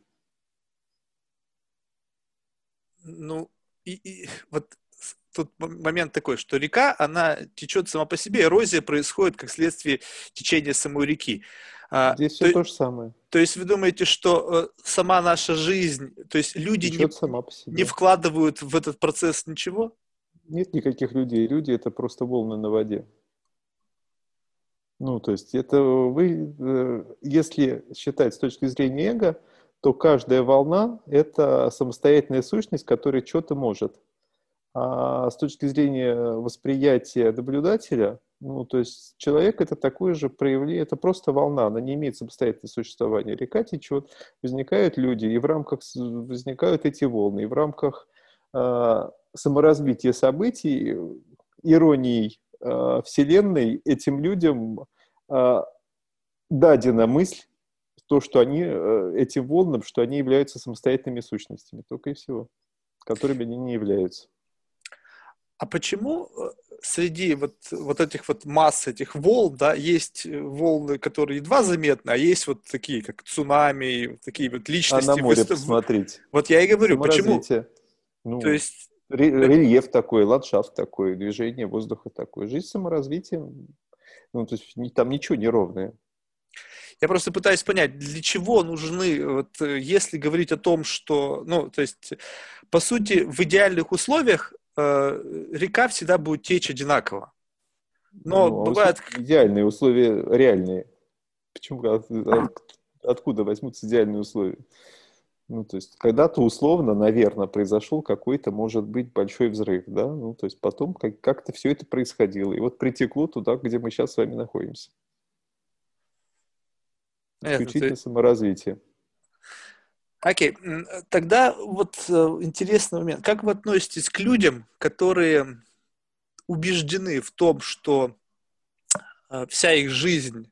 Ну, и, и вот с- тут м- момент такой, что река, она течет сама по себе, эрозия происходит как следствие течения самой реки. А, Здесь все то, то же самое. то есть вы думаете, что э, сама наша жизнь, то есть люди не, Течет сама по не себе. вкладывают в этот процесс ничего? Нет никаких людей. Люди — это просто волны на воде. Ну, то есть это вы, э, если считать с точки зрения эго, то каждая волна — это самостоятельная сущность, которая что-то может. А с точки зрения восприятия наблюдателя, ну, то есть человек — это такое же проявление, это просто волна, она не имеет самостоятельного существования. Река течет, возникают люди, и в рамках с- возникают эти волны, и в рамках э, саморазвития событий, иронией э, Вселенной этим людям э, дадена мысль, то, что они, э, этим волнам, что они являются самостоятельными сущностями, только и всего, которыми они не являются. А почему э, среди вот, вот этих вот масс, этих волн, да, есть э, волны, которые едва заметны, а есть вот такие, как цунами, и вот такие вот А на личности. в море ист- в- посмотрите. Вот я и говорю, почему? Саморазвитие. То Ну, есть ре- э, рельеф такой, ландшафт такой, движение воздуха такое. Жизнь саморазвитием. Ну, то есть ни- там ничего не ровное. я просто пытаюсь понять, для чего нужны, вот э, если говорить о том, что, ну, то есть, по сути, в идеальных условиях э, река всегда будет течь одинаково. Но Ну, а условия бывает, идеальные, условия реальные. Почему? От- от- откуда возьмутся идеальные условия? Ну, то есть, когда-то условно, наверное, произошел какой-то, может быть, большой взрыв, да? Ну, то есть, потом как- как-то все это происходило. И вот притекло туда, где мы сейчас с вами находимся. понятно, то Исключительно саморазвитие. окей, м, тогда вот э, интересный момент. Как вы относитесь к людям, которые убеждены в том, что э, вся их жизнь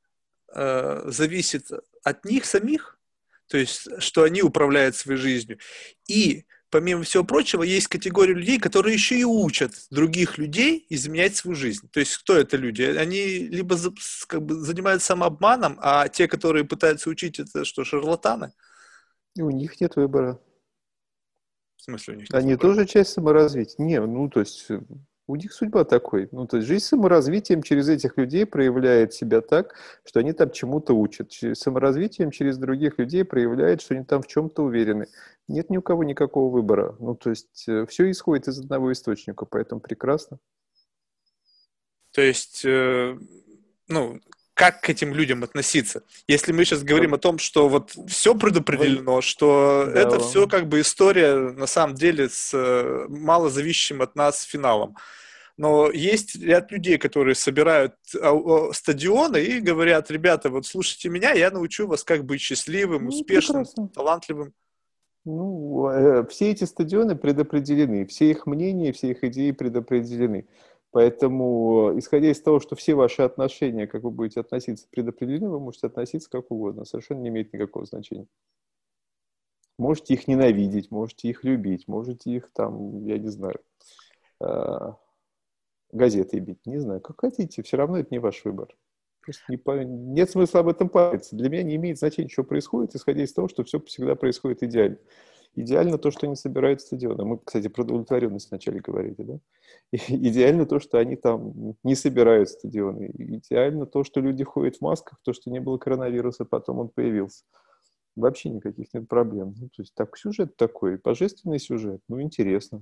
э, зависит от них самих, то есть что они управляют своей жизнью, и помимо всего прочего есть категория людей, которые еще и учат других людей изменять свою жизнь. То есть кто это люди? Они либо за- с- как бы занимаются самообманом, а те, которые пытаются учить, это что, шарлатаны? И у них нет выбора. В смысле у них нет Они выбора? тоже часть саморазвития. Не, ну, то есть, э, у них судьба такой. Ну, то есть, жизнь саморазвитием через этих людей проявляет себя так, что они там чему-то учат. Через саморазвитием через других людей проявляет, что они там в чем-то уверены. Нет ни у кого никакого выбора. Ну, то есть, все исходит из одного источника, поэтому прекрасно. То есть, э, ну, как к этим людям относиться? Если мы сейчас говорим о том, что вот все Вы- предопределено, что Да, это все как бы история на самом деле с э, мало зависящим от нас финалом. Но есть ряд людей, которые собирают ау- стадионы и говорят: ребята, вот слушайте меня, я научу вас, как быть счастливым, ну, успешным, прекрасно. талантливым. Ну, э, все эти стадионы предопределены, все их мнения, все их идеи предопределены. Поэтому, э, исходя из того, что все ваши отношения, как вы будете относиться, предопределены, вы можете относиться как угодно, совершенно не имеет никакого значения. Можете их ненавидеть, можете их любить, можете их там, я не знаю, э, газетой бить, не знаю, как хотите, все равно это не ваш выбор. Просто не по- нет смысла об этом париться. Для меня не имеет значения, что происходит, исходя из того, что все всегда происходит идеально. Идеально то, что они собирают стадионы. Мы, кстати, про удовлетворенность вначале говорили, да? И идеально то, что они там не собирают стадионы. Идеально то, что люди ходят в масках, то, что не было коронавируса, потом он появился. Вообще никаких нет проблем. Ну, то есть так, сюжет такой, божественный сюжет, ну, интересно.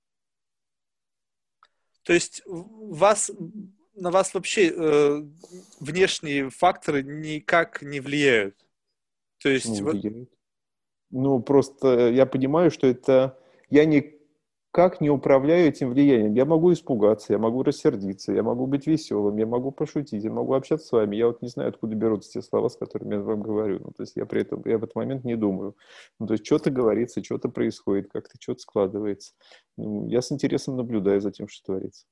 То есть вас, на вас вообще э, внешние факторы никак не влияют. То есть Ну, вот влияет. Ну, просто я понимаю, что это... Я никак не управляю этим влиянием. Я могу испугаться, я могу рассердиться, я могу быть веселым, я могу пошутить, я могу общаться с вами. Я вот не знаю, откуда берутся те слова, с которыми я вам говорю. Ну, то есть я при этом, я в этот момент не думаю. Ну, то есть что-то говорится, что-то происходит, как-то что-то складывается. Ну, я с интересом наблюдаю за тем, что творится.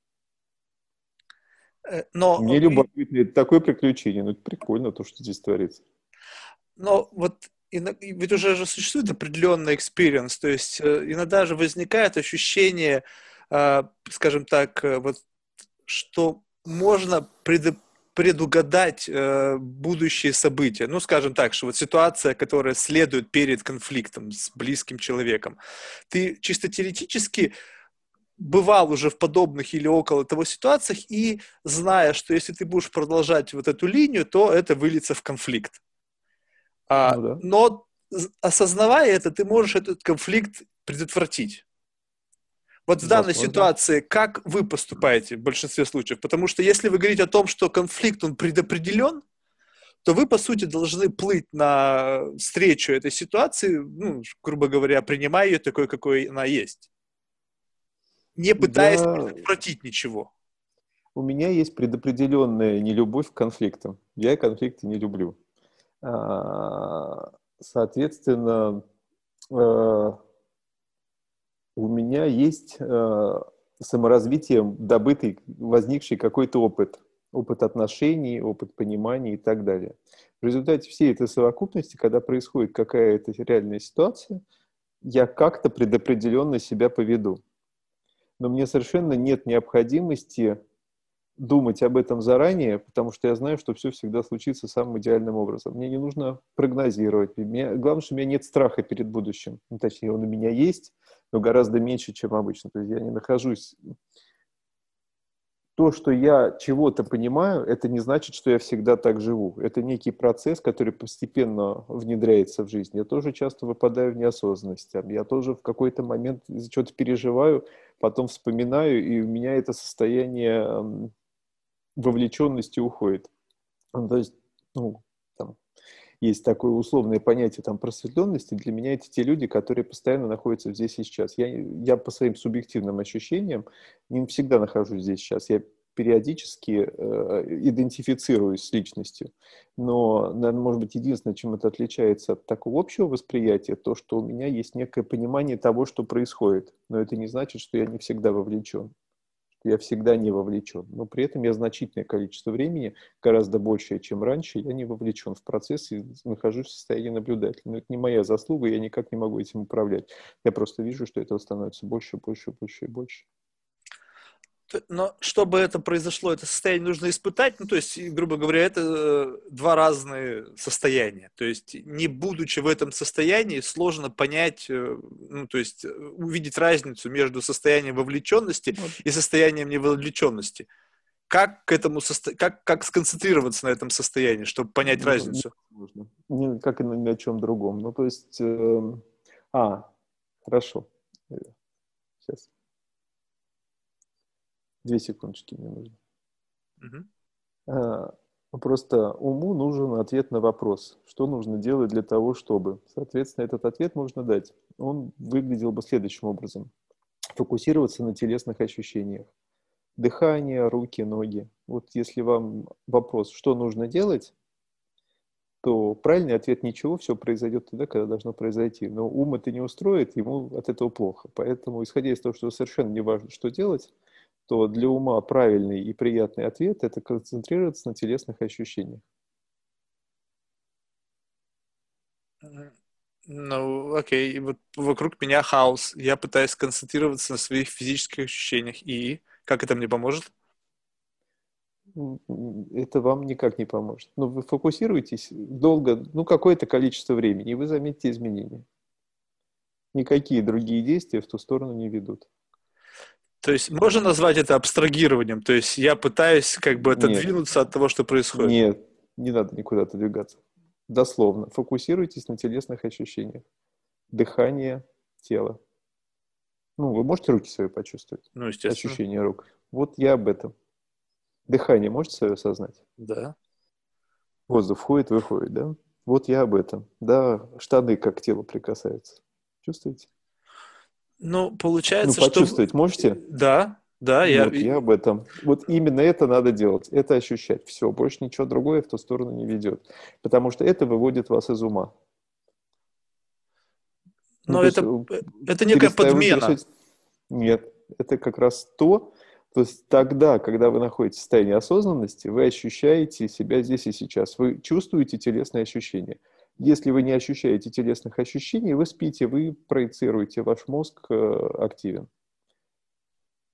э, но Мне вы любопытно, это такое приключение. Ну, это прикольно, то, что здесь творится. Но вот ино- и ведь уже же существует определенный experience, то есть э, иногда же возникает ощущение э, скажем так, э, вот, что можно предо- предугадать э, будущие события. Ну, скажем так, что вот ситуация, которая следует перед конфликтом с близким человеком. Ты чисто теоретически бывал уже в подобных или около того ситуациях и зная, что если ты будешь продолжать вот эту линию, то это выльется в конфликт. А, Ну да. но з- осознавая это, ты можешь этот конфликт предотвратить. Вот в данной Возможно. ситуации как вы поступаете в большинстве случаев? Потому что если вы говорите о том, что конфликт, он предопределен, то вы, по сути, должны плыть на встречу этой ситуации, ну, грубо говоря, принимая ее такой, какой она есть, не пытаясь Я... предотвратить ничего. У меня есть предопределенная нелюбовь к конфликтам. Я конфликты не люблю. А, Соответственно, э, у меня есть э, саморазвитием добытый, возникший какой-то опыт. Опыт отношений, опыт понимания и так далее. В результате всей этой совокупности, когда происходит какая-то реальная ситуация, я как-то предопределенно себя поведу. Но мне совершенно нет необходимости думать об этом заранее, потому что я знаю, что все всегда случится самым идеальным образом. Мне не нужно прогнозировать. Мне... Главное, что у меня нет страха перед будущим. Ну, точнее, он у меня есть, но гораздо меньше, чем обычно. То есть я не нахожусь... То, что я чего-то понимаю, это не значит, что я всегда так живу. Это некий процесс, который постепенно внедряется в жизнь. Я тоже часто выпадаю в неосознанность. Я тоже в какой-то момент что-то переживаю, потом вспоминаю, и у меня это состояние вовлеченности уходит. Ну, то есть, ну, там, есть такое условное понятие там, просветленности. Для меня это те люди, которые постоянно находятся здесь и сейчас. Я, я по своим субъективным ощущениям не всегда нахожусь здесь сейчас. Я периодически э, идентифицируюсь с личностью. Но, наверное, может быть, единственное, чем это отличается от такого общего восприятия, то, что у меня есть некое понимание того, что происходит. Но это не значит, что я не всегда вовлечен. Я всегда не вовлечен. Но при этом я значительное количество времени, гораздо большее, чем раньше, я не вовлечен в процесс и нахожусь в состоянии наблюдателя. Но это не моя заслуга, я никак не могу этим управлять. Я просто вижу, что этого становится больше, больше, больше и больше. Но чтобы это произошло, это состояние нужно испытать. Ну, то есть, грубо говоря, это два разные состояния. То есть, не будучи в этом состоянии, сложно понять, ну, то есть, увидеть разницу между состоянием вовлеченности Вот. и состоянием невовлеченности. Как к этому состо... как, как сконцентрироваться на этом состоянии, чтобы понять Ну, разницу? невозможно. Не, как и ни о чем другом. Ну, то есть... Э, а, хорошо. Сейчас. Две секундочки мне нужно. Угу. А, Просто уму нужен ответ на вопрос, что нужно делать для того, чтобы. Соответственно, этот ответ можно дать. Он выглядел бы следующим образом. Фокусироваться на телесных ощущениях. Дыхание, руки, ноги. Вот если вам вопрос, что нужно делать, то правильный ответ ничего, все произойдет тогда, когда должно произойти. Но ум это не устроит, ему от этого плохо. Поэтому, исходя из того, что совершенно не важно, что делать, то для ума правильный и приятный ответ – это концентрироваться на телесных ощущениях. Ну, окей. Вот вокруг меня хаос. Я пытаюсь сконцентрироваться на своих физических ощущениях. И как это мне поможет? Это вам никак не поможет. Но вы фокусируетесь долго, ну, какое-то количество времени, и вы заметите изменения. Никакие другие действия в ту сторону не ведут. То есть можно назвать это абстрагированием? То есть я пытаюсь как бы Нет, отодвинуться от того, что происходит? нет, не надо никуда отодвигаться. Дословно. Фокусируйтесь на телесных ощущениях. Дыхание, тело. Ну, вы можете руки свои почувствовать? Ну, естественно. Ощущение рук. Вот я об этом. Дыхание можете свое осознать? Да. Воздух входит, выходит, да? Вот я об этом. Да, штаны как к телу прикасаются. Чувствуете? Ну, Ну, получается, что... почувствовать можете? Да, да, я... Вот я об этом. Вот именно это надо делать. Это ощущать. Все, больше ничего другое в ту сторону не ведет. Потому что это выводит вас из ума. Ну, Но то есть, это, э, это некая перестаю, вы подмена. перестаете... Нет, это как раз то, то есть тогда, когда вы находитесь в состоянии осознанности, вы ощущаете себя здесь и сейчас. Вы чувствуете телесные ощущения. Если вы не ощущаете телесных ощущений, вы спите, вы проецируете, ваш мозг э, активен.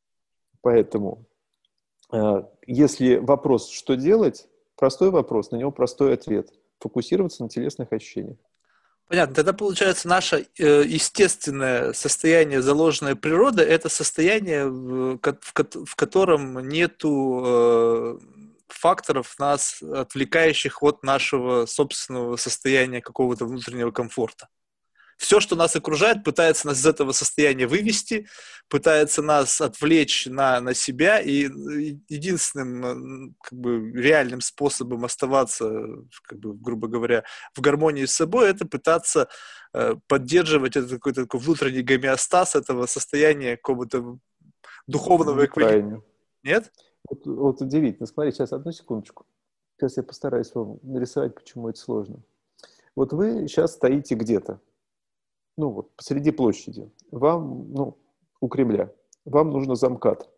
Поэтому, э, если вопрос, что делать, простой вопрос, на него простой ответ. Фокусироваться на телесных ощущениях. Понятно. Тогда получается наше э, естественное состояние, заложенное природой, это состояние, в, ко- в, ко- в котором нету э, факторов нас, отвлекающих от нашего собственного состояния какого-то внутреннего комфорта. Все, что нас окружает, пытается нас из этого состояния вывести, пытается нас отвлечь на, на себя, и единственным как бы, реальным способом оставаться, как бы, грубо говоря, в гармонии с собой, это пытаться э, поддерживать этот какой-то такой внутренний гомеостаз этого состояния какого-то духовного эквилибрия. Неправильно. Нет? Вот, вот удивительно. Смотри, сейчас одну секундочку. Сейчас я постараюсь вам нарисовать, почему это сложно. Вот вы сейчас стоите где-то, ну вот, посреди площади. Вам, ну, у Кремля. Вам нужно замкат.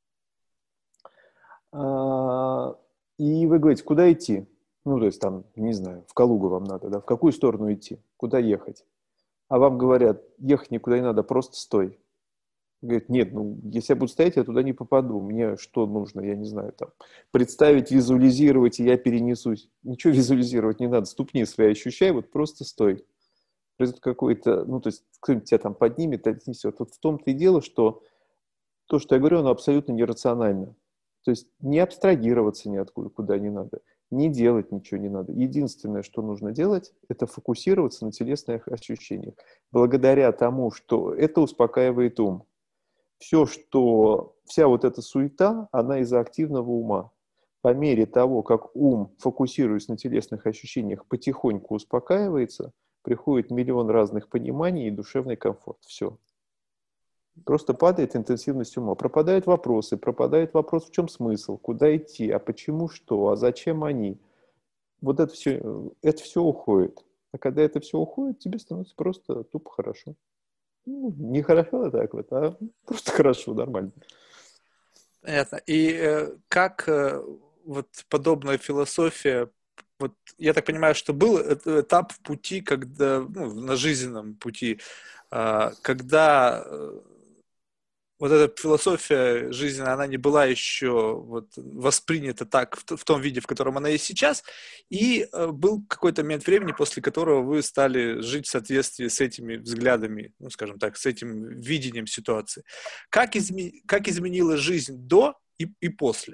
А, и вы говорите, куда идти? Ну, то есть там, не знаю, в Калугу вам надо, да? В какую сторону идти? Куда ехать? А вам говорят, ехать никуда не надо, просто стой. Говорит, нет, ну, если я буду стоять, я туда не попаду. Мне что нужно, я не знаю, там, представить, визуализировать, и я перенесусь. Ничего визуализировать не надо, ступни свои ощущай, вот просто стой. Произойдет какой-то, ну, то есть кто-нибудь тебя там поднимет, отнесет. Вот в том-то и дело, что то, что я говорю, оно абсолютно нерационально. То есть не абстрагироваться ниоткуда, куда не надо, не делать ничего не надо. Единственное, что нужно делать, это фокусироваться на телесных ощущениях. Благодаря тому, что это успокаивает ум. Все, что, вся вот эта суета, она из-за активного ума. По мере того, как ум, фокусируясь на телесных ощущениях, потихоньку успокаивается, приходит миллион разных пониманий и душевный комфорт. Все. Просто падает интенсивность ума. Пропадают вопросы, пропадает вопрос, в чем смысл, куда идти, а почему что, а зачем они. Вот это все, это все уходит. А когда это все уходит, тебе становится просто тупо хорошо. Ну, не хорошо, а так вот, а просто хорошо, нормально. Понятно. И э, как э, вот подобная философия, вот я так понимаю, что был э- этап в пути, когда, ну, на жизненном пути, а, когда э, вот эта философия жизненная, она не была еще вот воспринята так, в, т- в том виде, в котором она есть сейчас, и э, был какой-то момент времени, после которого вы стали жить в соответствии с этими взглядами, ну, скажем так, с этим видением ситуации. Как, изме- как изменилась жизнь до и, и после?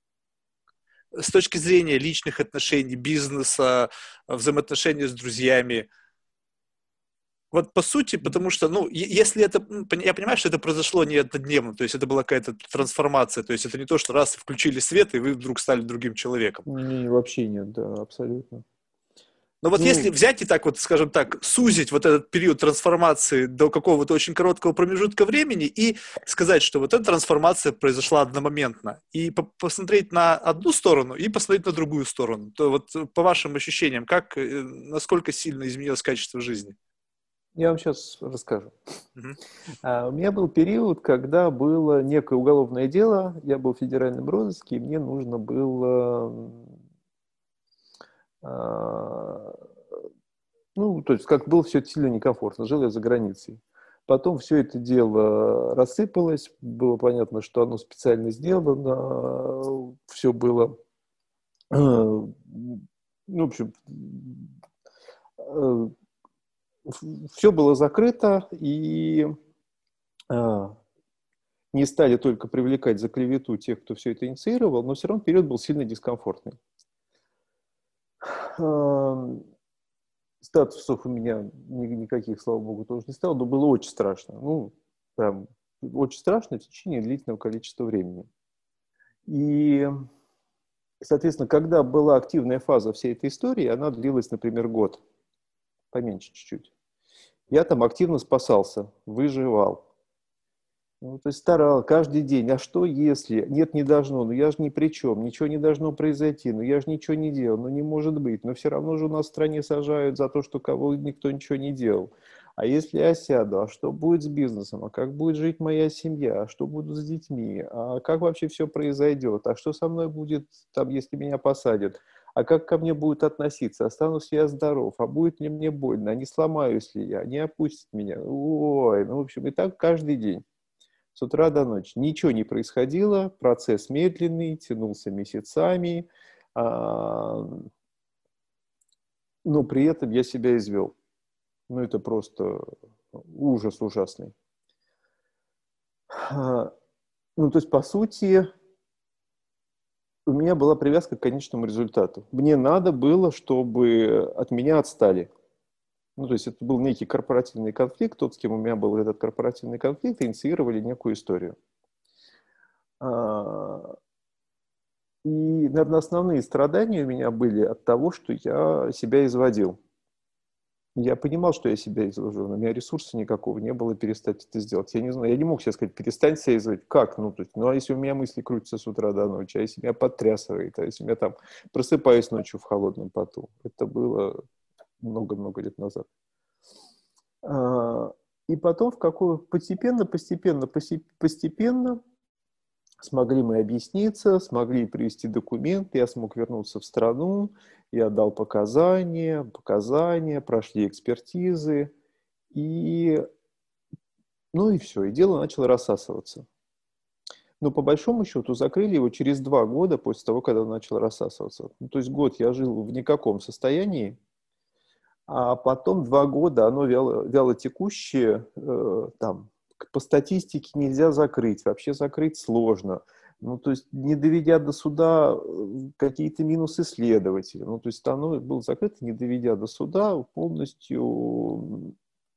С точки зрения личных отношений, бизнеса, взаимоотношений с друзьями. Вот по сути, потому что, ну, е- если это, м, пон- я понимаю, что это произошло не однодневно, то есть это была какая-то трансформация, то есть это не то, что раз включили свет, и вы вдруг стали другим человеком. Не, вообще нет, да, абсолютно. Но вот если Ну, взять и так вот, скажем так, сузить вот этот период трансформации до какого-то очень короткого промежутка времени и сказать, что вот эта трансформация произошла одномоментно, и по- посмотреть на одну сторону и посмотреть на другую сторону, то вот э, по вашим ощущениям, как, э, насколько сильно изменилось качество жизни? я вам сейчас расскажу. Мгм. А, у меня был период, когда было некое уголовное дело, я был в федеральном розыске, и мне нужно было, а, ну, то есть, как было все сильно некомфортно, жил я за границей. Потом все это дело рассыпалось, было понятно, что оно специально сделано, все было, э, ну, в общем, все было закрыто, и э, не стали только привлекать за клевету тех, кто все это инициировал, но все равно период был сильно дискомфортный. Э, Статусов у меня ни- никаких, слава богу, тоже не стало, но было очень страшно. Ну, прям очень страшно в течение длительного количества времени. И, соответственно, когда была активная фаза всей этой истории, она длилась, например, год, поменьше чуть-чуть. Я там активно спасался, выживал. Ну, то есть старал каждый день. А что если? Нет, не должно. Ну я же ни при чем. Ничего не должно произойти. Ну я же ничего не делал. Ну не может быть. Но все равно же у нас в стране сажают за то, что кого никто ничего не делал. А если я сяду? А что будет с бизнесом? А как будет жить моя семья? А что будет с детьми? А как вообще все произойдет? А что со мной будет, там, если меня посадят? А как ко мне будут относиться? Останусь ли я здоров? А будет ли мне больно? А не сломаюсь ли я? Не опустят меня? Ой, ну, в общем, и так каждый день. С утра до ночи. Ничего не происходило, процесс медленный, тянулся месяцами, а, но при этом я себя извел. Ну, это просто ужас ужасный. А, Ну, то есть, по сути, у меня была привязка к конечному результату. Мне надо было, чтобы от меня отстали. Ну, то есть, это был некий корпоративный конфликт. Тот, с кем у меня был этот корпоративный конфликт, инициировали некую историю. А, И, наверное, основные страдания у меня были от того, что я себя изводил. Я понимал, что я себя извожу, но у меня ресурса никакого не было перестать это сделать. Я не знаю, я не мог себе сказать, перестань себя изводить. Как? Ну, то есть, ну, а если у меня мысли крутятся с утра до ночи, а если меня подтрясывает, а если я там просыпаюсь ночью в холодном поту? Это было много-много лет назад. А, И потом в какую постепенно, постепенно, постепенно смогли мы объясниться, смогли привести документы, я смог вернуться в страну, я дал показания, показания, прошли экспертизы, и, ну и все, и дело начало рассасываться. Но по большому счету закрыли его через два года после того, когда он начал рассасываться. Ну, то есть год я жил в никаком состоянии, а потом два года оно вяло, вяло текущее, э, там, по статистике нельзя закрыть, вообще закрыть сложно. Ну, то есть, не доведя до суда какие-то минусы следователя. Ну, то есть, оно было закрыто, не доведя до суда, полностью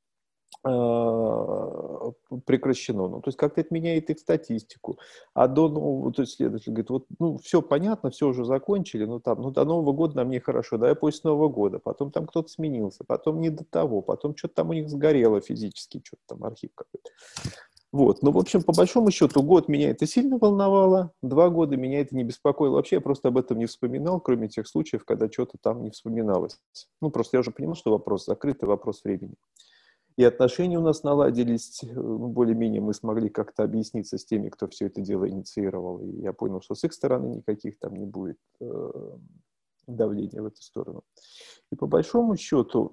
э, прекращено. Ну, то есть, как-то это меняет их статистику. А до нового, то есть, следователь говорит, вот, ну, все понятно, все уже закончили, ну, там, ну, до Нового года нам нехорошо, давай после Нового года. Потом там кто-то сменился, потом не до того, потом что-то там у них сгорело физически, что-то там архив какой-то. Вот, ну, в общем, по большому счету, год меня это сильно волновало, два года меня это не беспокоило. Вообще, я просто об этом не вспоминал, кроме тех случаев, когда что-то там не вспоминалось. Ну, просто я уже понимал, что вопрос закрыт, и вопрос времени. И отношения у нас наладились, ну, более-менее мы смогли как-то объясниться с теми, кто все это дело инициировал. И я понял, что с их стороны никаких там не будет э, давления в эту сторону. И по большому счету,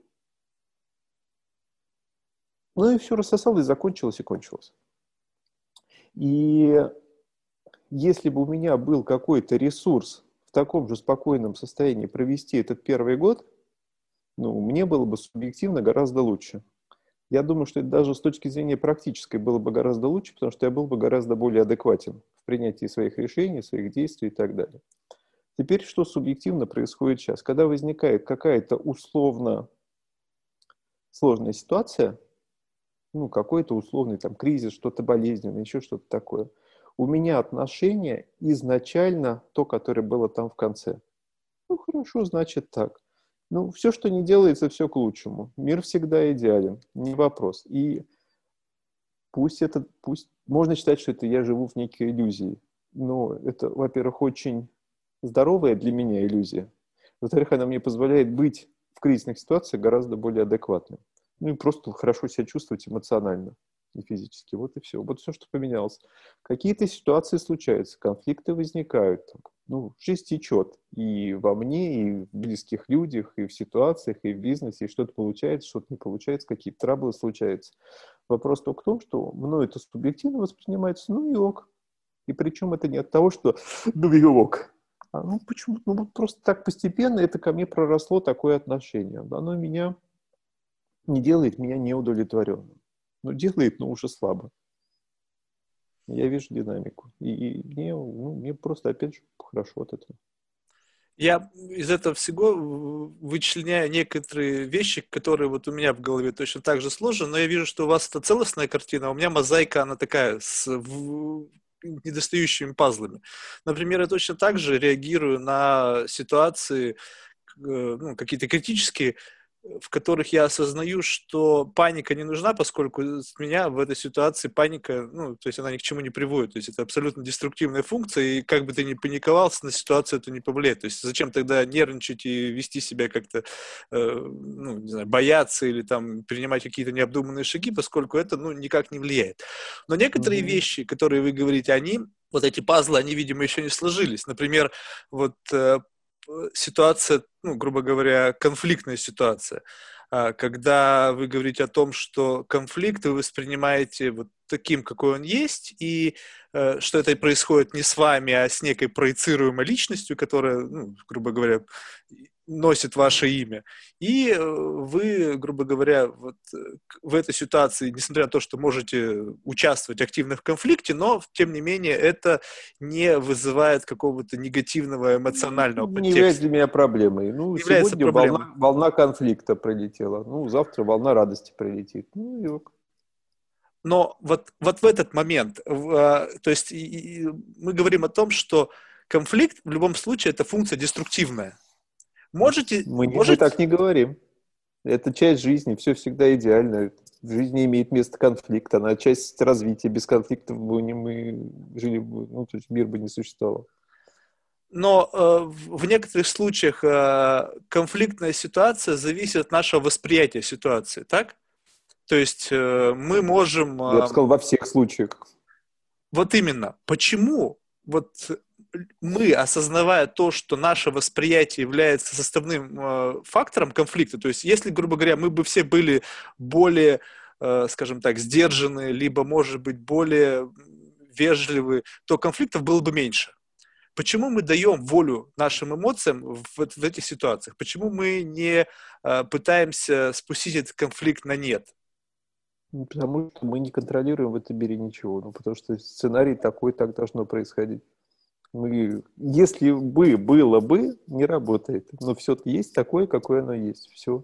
ну и все рассосалось, закончилось и кончилось. И если бы у меня был какой-то ресурс в таком же спокойном состоянии провести этот первый год, ну, мне было бы субъективно гораздо лучше. Я думаю, что это даже с точки зрения практической было бы гораздо лучше, потому что я был бы гораздо более адекватен в принятии своих решений, своих действий и так далее. Теперь, что субъективно происходит сейчас? Когда возникает какая-то условно сложная ситуация, ну, какой-то условный там кризис, что-то болезненное, еще что-то такое, у меня отношение изначально то, которое было там в конце. Ну, хорошо, значит так. Ну, все, что не делается, все к лучшему. Мир всегда идеален, не вопрос. И пусть это, пусть, можно считать, что это я живу в некой иллюзии. Но это, во-первых, очень здоровая для меня иллюзия. Во-вторых, она мне позволяет быть в кризисных ситуациях гораздо более адекватным. Ну и просто хорошо себя чувствовать эмоционально и физически. Вот и все. Вот все, что поменялось. Какие-то ситуации случаются, конфликты возникают. Ну, жизнь течет и во мне, и в близких людях, и в ситуациях, и в бизнесе, и что-то получается, что-то не получается, какие-то траблы случаются. Вопрос только в том, что мной это субъективно воспринимается, ну и ок. И причем это не от того, что ну и ок. А ну почему? Ну вот просто так постепенно это ко мне проросло такое отношение. Оно меня не делает меня неудовлетворенным. Ну, делает, но уже слабо. Я вижу динамику. И, и мне, ну, мне просто, опять же, хорошо от этого. Я из этого всего вычленяю некоторые вещи, которые вот у меня в голове точно так же сложены, но я вижу, что у вас это целостная картина, а у меня мозаика, она такая, с в... недостающими пазлами. Например, я точно так же реагирую на ситуации, ну, какие-то критические, в которых я осознаю, что паника не нужна, поскольку с меня в этой ситуации паника, ну, то есть она ни к чему не приводит, то есть это абсолютно деструктивная функция, и как бы ты ни паниковал, на ситуацию это не повлияет. То есть зачем тогда нервничать и вести себя как-то, э, ну, не знаю, бояться или там принимать какие-то необдуманные шаги, поскольку это, ну, никак не влияет. Но некоторые mm-hmm. вещи, которые вы говорите, они, вот эти пазлы, они, видимо, еще не сложились. Например, вот э, ситуация, ну, грубо говоря, конфликтная ситуация. а, когда вы говорите о том, что конфликт вы воспринимаете вот таким, какой он есть, и э, что это происходит не с вами, а с некой проецируемой личностью, которая, ну, грубо говоря, носит ваше имя. И э, вы, грубо говоря, вот э, к- в этой ситуации, несмотря на то, что можете участвовать активно в конфликте, но, тем не менее, это не вызывает какого-то негативного эмоционального Не является подтекста, для меня проблемой. Ну, не является сегодня проблемой. волна, волна конфликта пролетела. Ну, завтра волна радости пролетит. Ну, и ок. Но вот, вот в этот момент, в, а, то есть и- и мы говорим о том, что конфликт в любом случае это функция деструктивная. Можете, Мы, не- мы можете, так не говорим. Это часть жизни, все всегда идеально. В жизни имеет место конфликт, она часть развития. Без конфликтов бы не мы жили бы, ну, то есть мир бы не существовал. но э, в в некоторых случаях э, конфликтная ситуация зависит от нашего восприятия ситуации, так? То есть э, мы можем, Я бы э, сказал, во всех случаях. вот именно, почему вот мы, осознавая то, что наше восприятие является составным э, фактором конфликта, то есть если, грубо говоря, мы бы все были более, э, скажем так, сдержаны, либо, может быть, более вежливы, то конфликтов было бы меньше. Почему мы даем волю нашим эмоциям в, в этих ситуациях? Почему мы не э, пытаемся спустить этот конфликт на нет? Ну, потому что мы не контролируем в этом мире ничего. Ну, потому что сценарий такой, так должно происходить. Мы, если бы было бы, не работает. Но все-таки есть такое, какое оно есть. Все.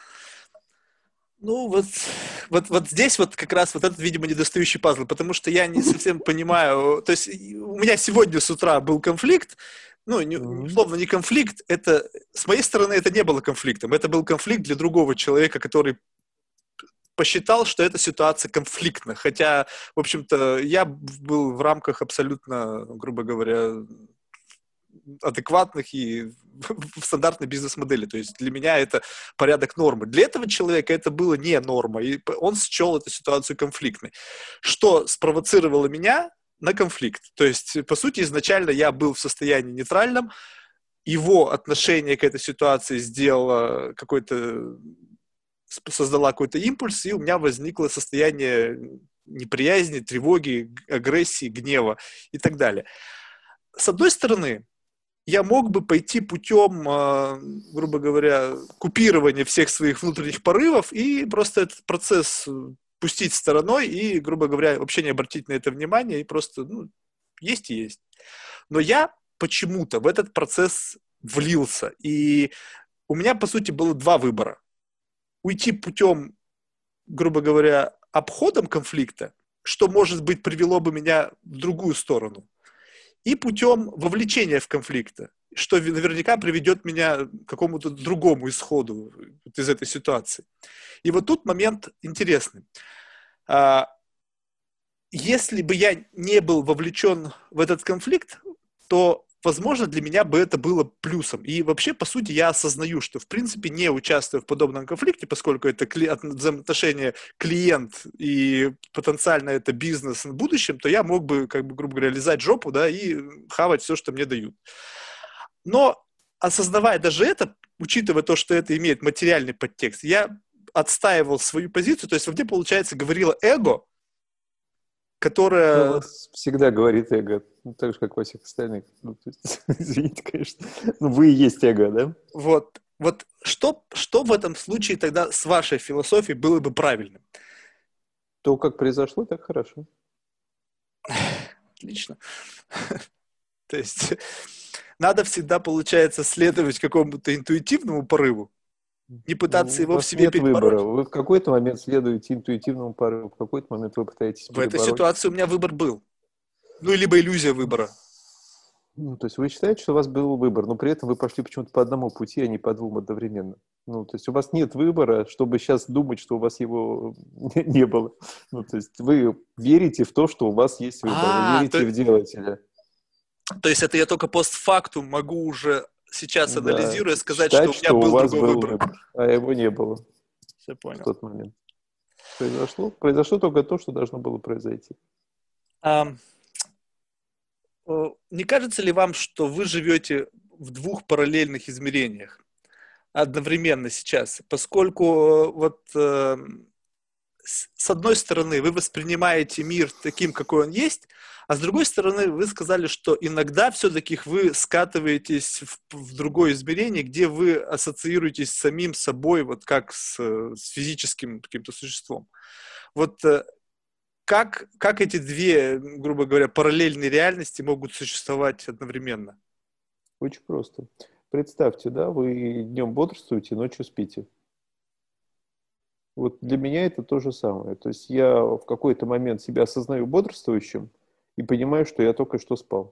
Ну, вот, вот, вот здесь вот как раз вот этот, видимо, недостающий пазл, потому что я не совсем понимаю, то есть и у меня сегодня с утра был конфликт, ну, не, Мгм. условно, не конфликт, это, с моей стороны, это не было конфликтом, это был конфликт для другого человека, который посчитал, что эта ситуация конфликтна, хотя, в общем-то, я был в рамках абсолютно, грубо говоря, адекватных и в стандартной бизнес-модели. То есть для меня это порядок нормы. Для этого человека это было не норма, и он счел эту ситуацию конфликтной. Что спровоцировало меня на конфликт. То есть, по сути, изначально я был в состоянии нейтральном, его отношение к этой ситуации сделало какой-то, создала какой-то импульс, и у меня возникло состояние неприязни, тревоги, агрессии, гнева и так далее. С одной стороны, я мог бы пойти путем, э, грубо говоря, купирования всех своих внутренних порывов и просто этот процесс пустить стороной и, грубо говоря, вообще не обратить на это внимание и просто, ну, есть и есть. Но я почему-то в этот процесс влился. И у меня, по сути, было два выбора. Уйти путем, грубо говоря, обходом конфликта, что, может быть, привело бы меня в другую сторону, и путем вовлечения в конфликты, что наверняка приведет меня к какому-то другому исходу из этой ситуации. И вот тут момент интересный. Если бы я не был вовлечен в этот конфликт, то, возможно, для меня бы это было плюсом. И вообще, по сути, я осознаю, что, в принципе, не участвуя в подобном конфликте, поскольку это взаимоотношения клиент и потенциально это бизнес в будущем, то я мог бы, как бы, грубо говоря, лизать жопу, да, и хавать все, что мне дают. Но, осознавая даже это, учитывая то, что это имеет материальный подтекст, я отстаивал свою позицию, то есть во мне, получается, говорило эго, Ну, у которое... вас всегда говорит эго, ну, так же, как во всех остальных. Ну, то есть, извините, конечно. Ну, вы и есть эго, да? Вот, вот что, что в этом случае тогда с вашей философией было бы правильным? То, как произошло, так хорошо. Отлично. То есть надо всегда, получается, следовать какому-то интуитивному порыву, не пытаться Ну, у его в вас себе нет выбора. перебороть. Вы в какой-то момент следуете интуитивному порыву, в какой-то момент вы пытаетесь В этой перебороть. ситуации у меня выбор был. Ну, либо иллюзия выбора. Ну, то есть вы считаете, что у вас был выбор, но при этом вы пошли почему-то по одному пути, а не по двум одновременно. Ну, то есть у вас нет выбора, чтобы сейчас думать, что у вас его не было. Ну, то есть вы верите в то, что у вас есть выбор. Вы А, верите то, в делателя. то есть это я только постфактум могу уже сейчас, Да. анализируя, сказать, что Считать, у меня что у был вас другой был выбор. выбор, а его не было Все в понял. тот момент. Произошло? Произошло только то, что должно было произойти. А, не кажется ли вам, что вы живете в двух параллельных измерениях? одновременно сейчас, поскольку э, вот э, с с одной стороны вы воспринимаете мир таким, какой он есть, а с другой стороны вы сказали, что иногда все-таки вы скатываетесь в, в другое измерение, где вы ассоциируетесь с самим собой, вот как с, э, с физическим каким-то существом. Вот э, как, как эти две, грубо говоря, параллельные реальности могут существовать одновременно? Очень просто. Представьте, да, вы днем бодрствуете, ночью спите. Вот для меня это то же самое. То есть я в какой-то момент себя осознаю бодрствующим и понимаю, что я только что спал.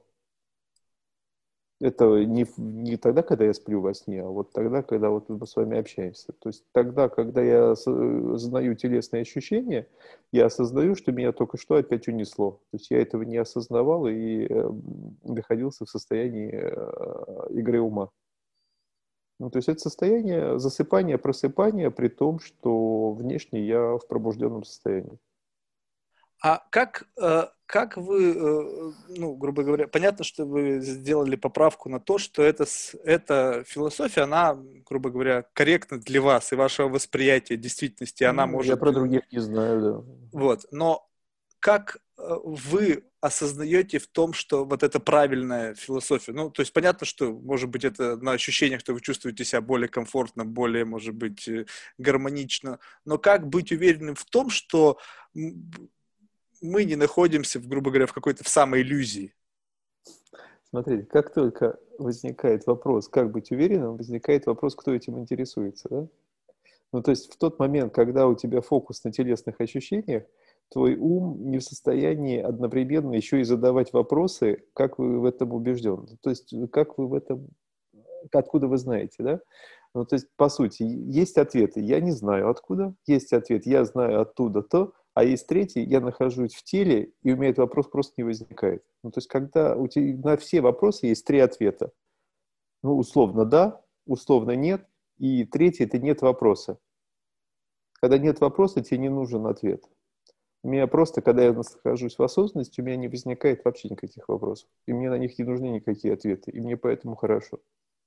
Это не, в- не тогда, когда я сплю во сне, а вот тогда, когда вот мы с вами общаемся. То есть тогда, когда я ос- осознаю телесные ощущения, я осознаю, что меня только что опять унесло. То есть я этого не осознавал и э, находился в состоянии э, игры ума. Ну, то есть это состояние засыпания, просыпания, при том, что внешне я в пробужденном состоянии. А как, э, как вы, э, ну, грубо говоря, понятно, что вы сделали поправку на то, что это, с- эта философия, она, грубо говоря, корректна для вас и вашего восприятия действительности, она Ну, я может... про других не знаю, да. Вот, но как э, вы осознаете в том, что вот это правильная философия? Ну, то есть понятно, что, может быть, это на ощущениях, что вы чувствуете себя более комфортно, более, может быть, э, гармонично, но как быть уверенным в том, что м, мы не находимся, в, грубо говоря, в какой-то в самой иллюзии? Смотрите, как только возникает вопрос, как быть уверенным, возникает вопрос, кто этим интересуется, да? Ну, то есть в тот момент, когда у тебя фокус на телесных ощущениях, твой ум не в состоянии одновременно еще и задавать вопросы, как вы в этом убеждены. То есть как вы в этом, откуда вы знаете, да? Ну, то есть, по сути, есть ответы, я не знаю откуда, есть ответ, я знаю оттуда-то, а есть третий, я нахожусь в теле, и у меня этот вопрос просто не возникает. Ну, то есть, когда у тебя на все вопросы есть три ответа. Ну, условно да, условно нет, и третий – это нет вопроса. Когда нет вопроса, тебе не нужен ответ. У меня просто, когда я нахожусь в осознанности, у меня не возникает вообще никаких вопросов. И мне на них не нужны никакие ответы. И мне поэтому хорошо.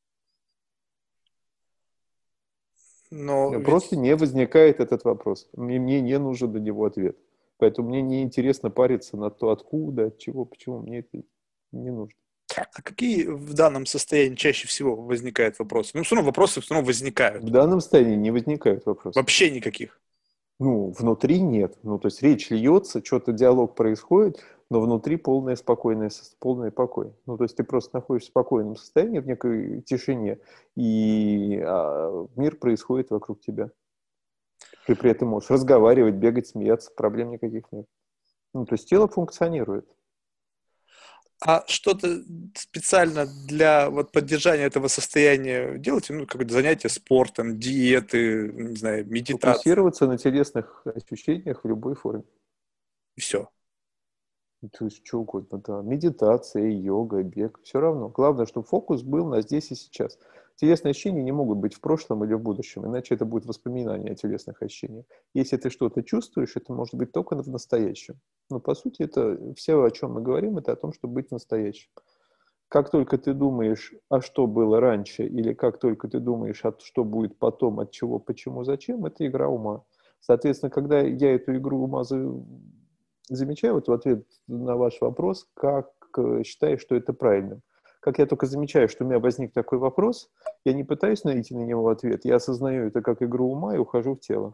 Но Просто ведь... не возникает этот вопрос. Мне, мне не нужен на него ответ. Поэтому мне не интересно париться на то, откуда, от чего, почему. Мне это не нужно. А какие в данном состоянии чаще всего возникают вопросы? Ну, все равно вопросы все равно В возникают. данном состоянии не возникают вопросов. Вообще никаких. Ну, внутри нет. Ну, то есть речь льется, что-то диалог происходит, но внутри полное спокойное, сос- полный покой. Ну, то есть ты просто находишься в спокойном состоянии, в некой тишине, и а, мир происходит вокруг тебя. Ты при этом можешь разговаривать, бегать, смеяться, проблем никаких нет. Ну, то есть тело функционирует. А что-то специально для вот поддержания этого состояния делаете? Ну, какое-то занятие спортом, диеты, не знаю, медитация Фокусироваться на телесных ощущениях в любой форме. и все. Ну, то есть что угодно, да. Медитация, йога, бег, все равно. Главное, чтобы фокус был на здесь и сейчас. Телесные ощущения не могут быть в прошлом или в будущем, иначе это будет воспоминание о телесных ощущениях. Если ты что-то чувствуешь, это может быть только в настоящем. Но по сути это все, о чем мы говорим, это о том, чтобы быть настоящим. Как только ты думаешь, а что было раньше, или как только ты думаешь, а что будет потом, от чего, почему, зачем, это игра ума. Соответственно, когда я эту игру ума за- замечаю, вот в ответ на ваш вопрос, как э, считаешь, что это правильно? Как я только замечаю, что у меня возник такой вопрос, я не пытаюсь найти на него ответ, я осознаю это как игру ума и ухожу в тело.